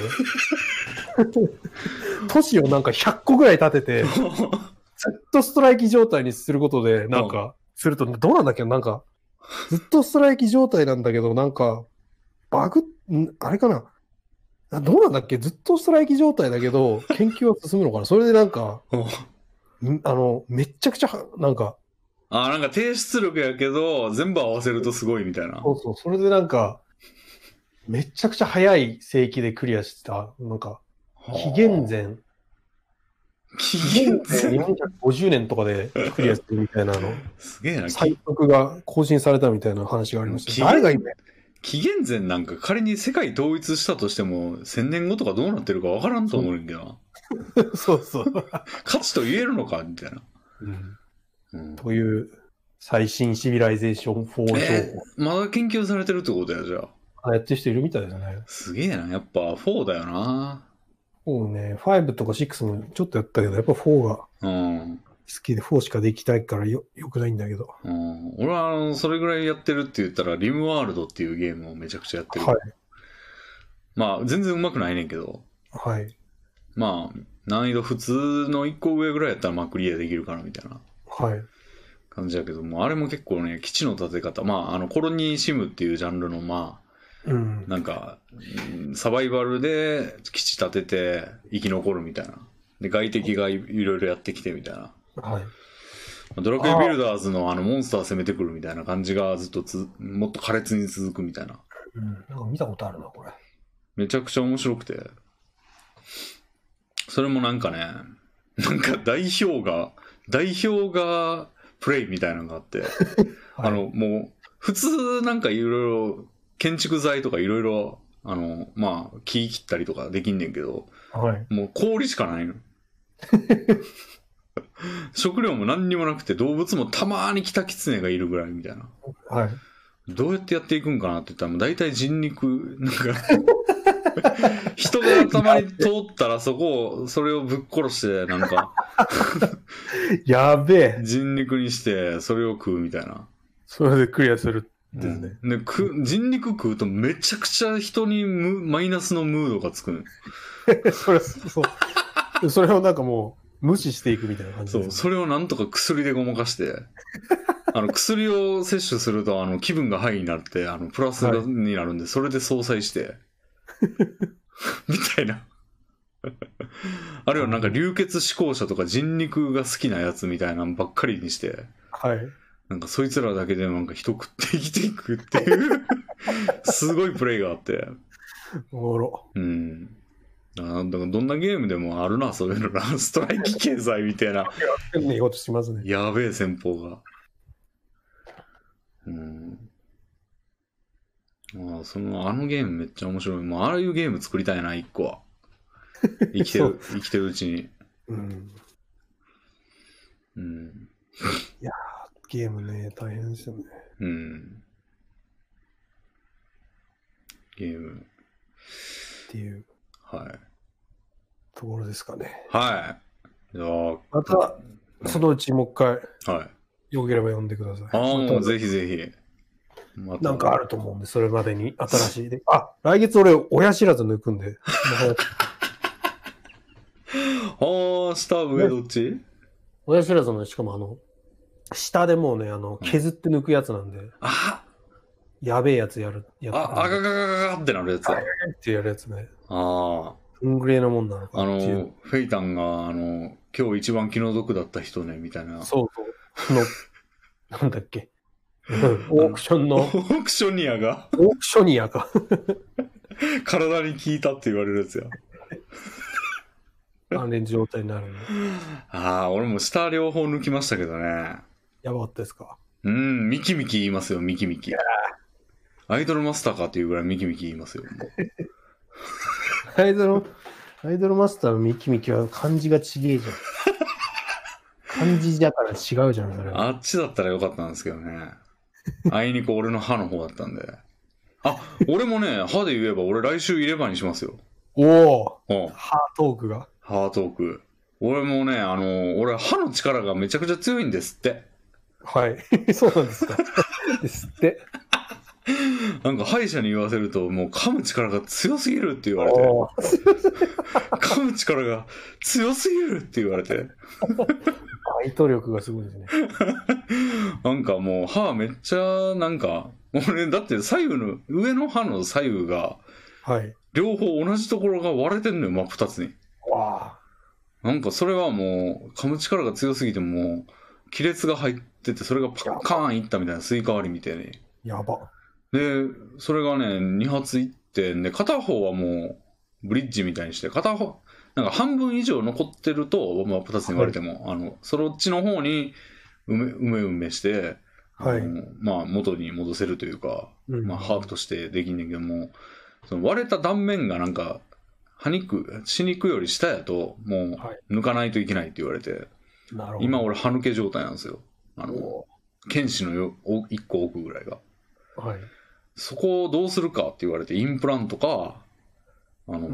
Speaker 2: 都市をなんかひゃっこぐらい建てて、ずっとストライキ状態にすることで、なんか、すると、どうなんだっけなんか、ずっとストライキ状態なんだけど、なんか、バグ、んあれかなどうなんだっけずっとストライキ状態だけど、研究は進むのかなそれでなんか、あの、めっちゃくちゃ、なんか。
Speaker 1: あ、なんか低出力やけど、全部合わせるとすごいみたいな。
Speaker 2: そうそう、それでなんか、めちゃくちゃ早い世紀でクリアした、なんか、紀元前、紀元前よんひゃくごじゅうねんとかでクリアするみたいなの。
Speaker 1: すげえな。
Speaker 2: 最速が更新されたみたいな話がありました。誰がいいんだよ。
Speaker 1: 紀元前なんか仮に世界統一したとしても、千年後とかどうなってるかわからんと思うんだけど
Speaker 2: な。そうそう。
Speaker 1: 価値と言えるのかみたいな、
Speaker 2: うんうん。という最新シビライゼーションフォー情報。
Speaker 1: えー、まだ研究されてるってことや、じゃあ。
Speaker 2: あ、やってる人いるみたいですね。
Speaker 1: すげえな。やっぱフォーだよな。
Speaker 2: フォーね、ファイブとかシックスもちょっとやったけど、やっぱフォーが好きでフォーしかできないからよ、よくないんだけど。
Speaker 1: うん、俺はあのそれぐらいやってるって言ったら、リムワールドっていうゲームをめちゃくちゃやってる。はい。まあ、全然上手くないねんけど。
Speaker 2: はい。
Speaker 1: まあ、難易度普通のいっこ上ぐらいやったらまあクリアできるかなみたいな。
Speaker 2: はい。
Speaker 1: 感じだけども、あれも結構ね、基地の建て方、まあ、あの、コロニーシムっていうジャンルの、まあ、うん、なんか、サバイバルで基地建てて生き残るみたいな。で、外敵がいろいろやってきてみたいな。はい。ドラクエビルダーズのあのモンスター攻めてくるみたいな感じがずっとつ、もっと苛烈に続くみたいな。
Speaker 2: うん。なんか見たことあるな、これ。
Speaker 1: めちゃくちゃ面白くて。それもなんかね、なんか代表が、代表がプレイみたいなのがあって、はい、あの、もう、普通なんかいろいろ建築材とかいろいろ、あの、まあ、木切ったりとかできんねんけど、はい、もう氷しかないの。食料も何にもなくて、動物もたまーにキタキツネがいるぐらいみたいな。はい。どうやってやっていくんかなって言ったら、もう大体人肉、なんか、人がたまに通ったらそこを、それをぶっ殺して、なんか、
Speaker 2: やべえ。
Speaker 1: 人肉にして、それを食うみたいな。
Speaker 2: それでクリアするですね。
Speaker 1: うん、でく人肉食うとめちゃくちゃ人にムマイナスのムードがつくの。
Speaker 2: それ、そう。それをなんかもう、無視していくみたいな感じです、
Speaker 1: ね。そう、それをなんとか薬でごまかして、あの、薬を摂取すると、あの、気分がハイになって、あの、プラスになるんで、はい、それで相殺して、みたいな。あるいはなんか流血志向者とか人肉が好きなやつみたいなのばっかりにして、はい。なんかそいつらだけでなんか人食って生きていくっていう、すごいプレイがあって。
Speaker 2: おもろ。
Speaker 1: うん。だからどんなゲームでもあるな、そういうのな。ストライキ経済みたいな。やべえ戦法が。うん。ああ、その、あのゲームめっちゃ面白い。もうああいうゲーム作りたいな、一個は。生きてる、生きてるうちに。うん。
Speaker 2: うん。いやー、ゲームね、大変ですよね。
Speaker 1: うん。ゲーム。
Speaker 2: っていう。
Speaker 1: はい。
Speaker 2: ところですかね。
Speaker 1: はい。いや
Speaker 2: また、そのうちもう一回、
Speaker 1: はい。
Speaker 2: よければ読んでください。
Speaker 1: ああ、もうぜひぜひ。
Speaker 2: ま、なんかあると思うんで、それまでに新しいで。あ、来月俺、親知らず抜くんで。
Speaker 1: ああ、下、上どっち？
Speaker 2: 親知らずの、しかもあの、下でもうね、あの、削って抜くやつなんで。あやべえやつやる。
Speaker 1: やあ、あがががががってなるやつ。
Speaker 2: あががってやるやつね。
Speaker 1: ああ。
Speaker 2: どんぐらいのもんなのか
Speaker 1: あの、フェイタンが、あの、今日一番気の毒だった人ね、みたいな。
Speaker 2: そうそう。の、なんだっけ。オークションの。オ
Speaker 1: ークショニアが
Speaker 2: オークショニアか。
Speaker 1: 体に効いたって言われるやつや。
Speaker 2: あれ状態になるね。
Speaker 1: ああ、俺も下両方抜きましたけどね。
Speaker 2: やばかったですか。
Speaker 1: うん、ミキミキ言いますよ、ミキミキ。
Speaker 2: いや
Speaker 1: アイドルマスターかっていうぐらいミキミキ言いますよ。
Speaker 2: アイドル、アイドルマスターのミキミキは漢字がちげえじゃん。漢字だから違うじゃん、それは。
Speaker 1: あっちだったらよかったんですけどね。あいにく俺の歯の方だったんで。あ、俺もね、歯で言えば俺来週入れ歯にしますよ。
Speaker 2: おお、歯トークが。
Speaker 1: 歯トーク。俺もね、あの、俺歯の力がめちゃくちゃ強いんですって。
Speaker 2: はい。そうなんですか。ですって。
Speaker 1: なんか歯医者に言わせると、もう噛む力が強すぎるって言われて。噛む力が強すぎるって言われて。
Speaker 2: バイト力がすごいですね。
Speaker 1: なんかもう歯めっちゃなんか、俺だって左右の、上の歯の左右が、
Speaker 2: はい。
Speaker 1: 両方同じところが割れてんのよ、真っ二つに。
Speaker 2: わあ。
Speaker 1: なんかそれはもう、噛む力が強すぎてもう、亀裂が入ってて、それがパッカーンいったみたいなスイカ割りみたいに。
Speaker 2: やば。
Speaker 1: で、それがね、に発いってんで、片方はもう、ブリッジみたいにして、片方、なんか半分以上残ってると、まあ、二つに割れても、はい、あの、そっちの方に埋め、埋め埋めして、はい、あのまあ、元に戻せるというか、うん、まあ、ハーフとしてできんねんけども、その割れた断面がなんか、歯肉、歯肉より下やと、もう、抜かないといけないって言われて、はい、今俺歯抜け状態なんですよ。あの、剣士のよいっこ奥ぐらいが。はい。そこをどうするかって言われて、インプラントか、あの、うん、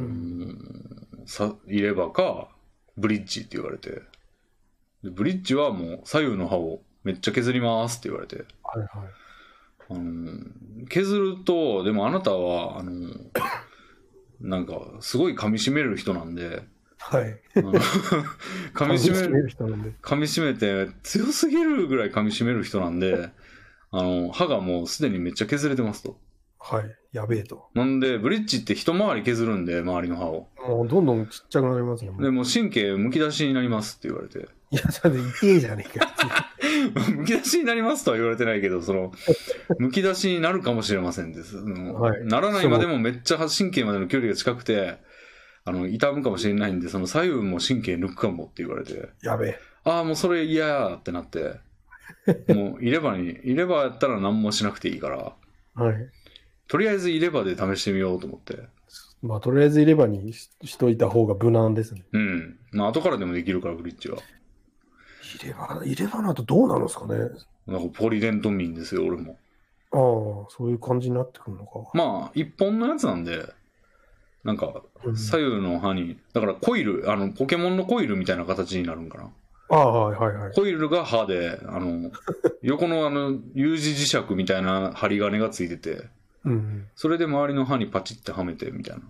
Speaker 1: さ入れ歯か、ブリッジって言われて、ブリッジはもう左右の歯をめっちゃ削りますって言われて、はいはい。あの削ると、でもあなたは、あの、なんか、すごい噛み締める人なんで、はい。噛み締める人なんで。噛み締めて、強すぎるぐらい噛み締める人なんで、あの、歯がもうすでにめっちゃ削れてますと。
Speaker 2: はい。やべえと。
Speaker 1: なんで、ブリッジって一回り削るんで、周りの歯を。
Speaker 2: もうどんどんちっちゃくなりますね。
Speaker 1: で、もう神経むき出しになりますって言われて。
Speaker 2: いや、それで痛えじゃねえか。
Speaker 1: むき出しになりますとは言われてないけど、その、むき出しになるかもしれませんです。はい、ならないまでもめっちゃ神経までの距離が近くて、あの、痛むかもしれないんで、その左右も神経抜くかもって言われて。
Speaker 2: やべえ。
Speaker 1: ああ、もうそれ嫌やってなって。もう入れ歯に、入れ歯やったら何もしなくていいから、はい、とりあえず入れ歯で試してみようと思って。
Speaker 2: まあとりあえず入れ歯に し, しといた方が無難ですね。
Speaker 1: うん。まあ後からでもできるからブリッジは。
Speaker 2: 入れ歯、入れ歯の後どうなるんですかね。
Speaker 1: なんかポリデント民ですよ、俺も。
Speaker 2: ああ、そういう感じになってくるのか。
Speaker 1: まあ一本のやつなんで、なんか左右の歯に、だからコイル、あのポケモンのコイルみたいな形になるんかな。
Speaker 2: ああ、はいはいはい。
Speaker 1: コイルが歯で、あの、横のあの、有字磁石みたいな針金がついてて、うん、それで周りの歯にパチってはめてみたいな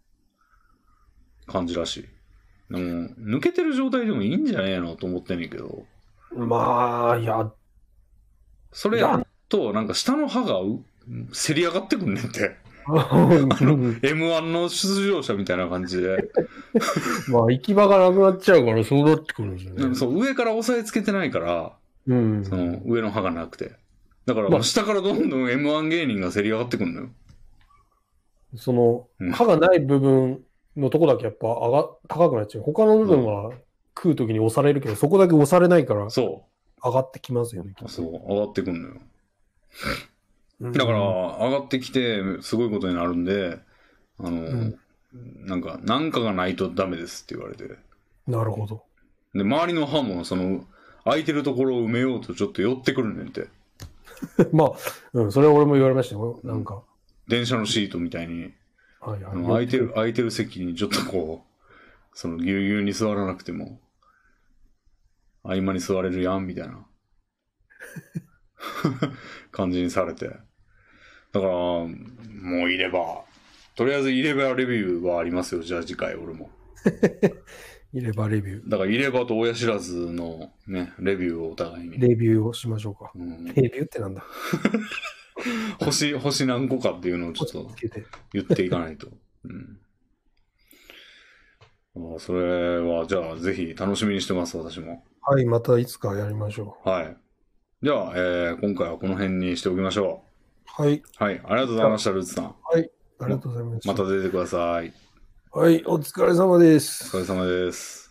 Speaker 1: 感じらしい。でも、抜けてる状態でもいいんじゃねえのと思ってんねんけど。
Speaker 2: まあ、いや。
Speaker 1: それやっと、なんか下の歯がせり上がってくんねんって。あの エムワン の出場者みたいな感じで
Speaker 2: まあ行き場がなくなっちゃうからそうなってくるんですよね。
Speaker 1: でもそう上から押さえつけてないから、うん、その上の歯がなくて、だから下からどんどん エムワン 芸人がせり上がってくるのよ。
Speaker 2: その、うん、歯がない部分のとこだけやっぱ上が高くなっちゃう。他の部分は食うときに押されるけど、うん、そこだけ押されないからそう上がってきますよね。
Speaker 1: そう上がってくるのよ。だから上がってきてすごいことになるんで、あの、うん、なんかなんかがないとダメですって言われて。
Speaker 2: なるほど。
Speaker 1: で周りの歯もその空いてるところを埋めようとちょっと寄ってくるねんて。
Speaker 2: まあ、うん、それは俺も言われましたよ。なんか
Speaker 1: 電車のシートみたいに、はいはい、空いてる空いてる席にちょっとこうそのぎゅうぎゅうに座らなくても合間に座れるやんみたいな感じにされて。だからもう入れ歯、とりあえず入れ歯レビューはありますよ。じゃあ次回俺も
Speaker 2: 入れ歯レビュー、
Speaker 1: だから入れ歯と親知らずのねレビューをお互いに
Speaker 2: レビューをしましょうか、うん、レビューってなんだ
Speaker 1: 星星何個かっていうのをちょっと言っていかないと、うん、あそれはじゃあぜひ楽しみにしてます。私も
Speaker 2: はい、またいつかやりましょ
Speaker 1: う。はい、では、えー、今回はこの辺にしておきましょう。
Speaker 2: はい。
Speaker 1: はい。ありがとうございました、ルーツさん。
Speaker 2: はい。ありがとうございました。
Speaker 1: また出てください。
Speaker 2: はい。お疲れ様です。
Speaker 1: お疲れ様です。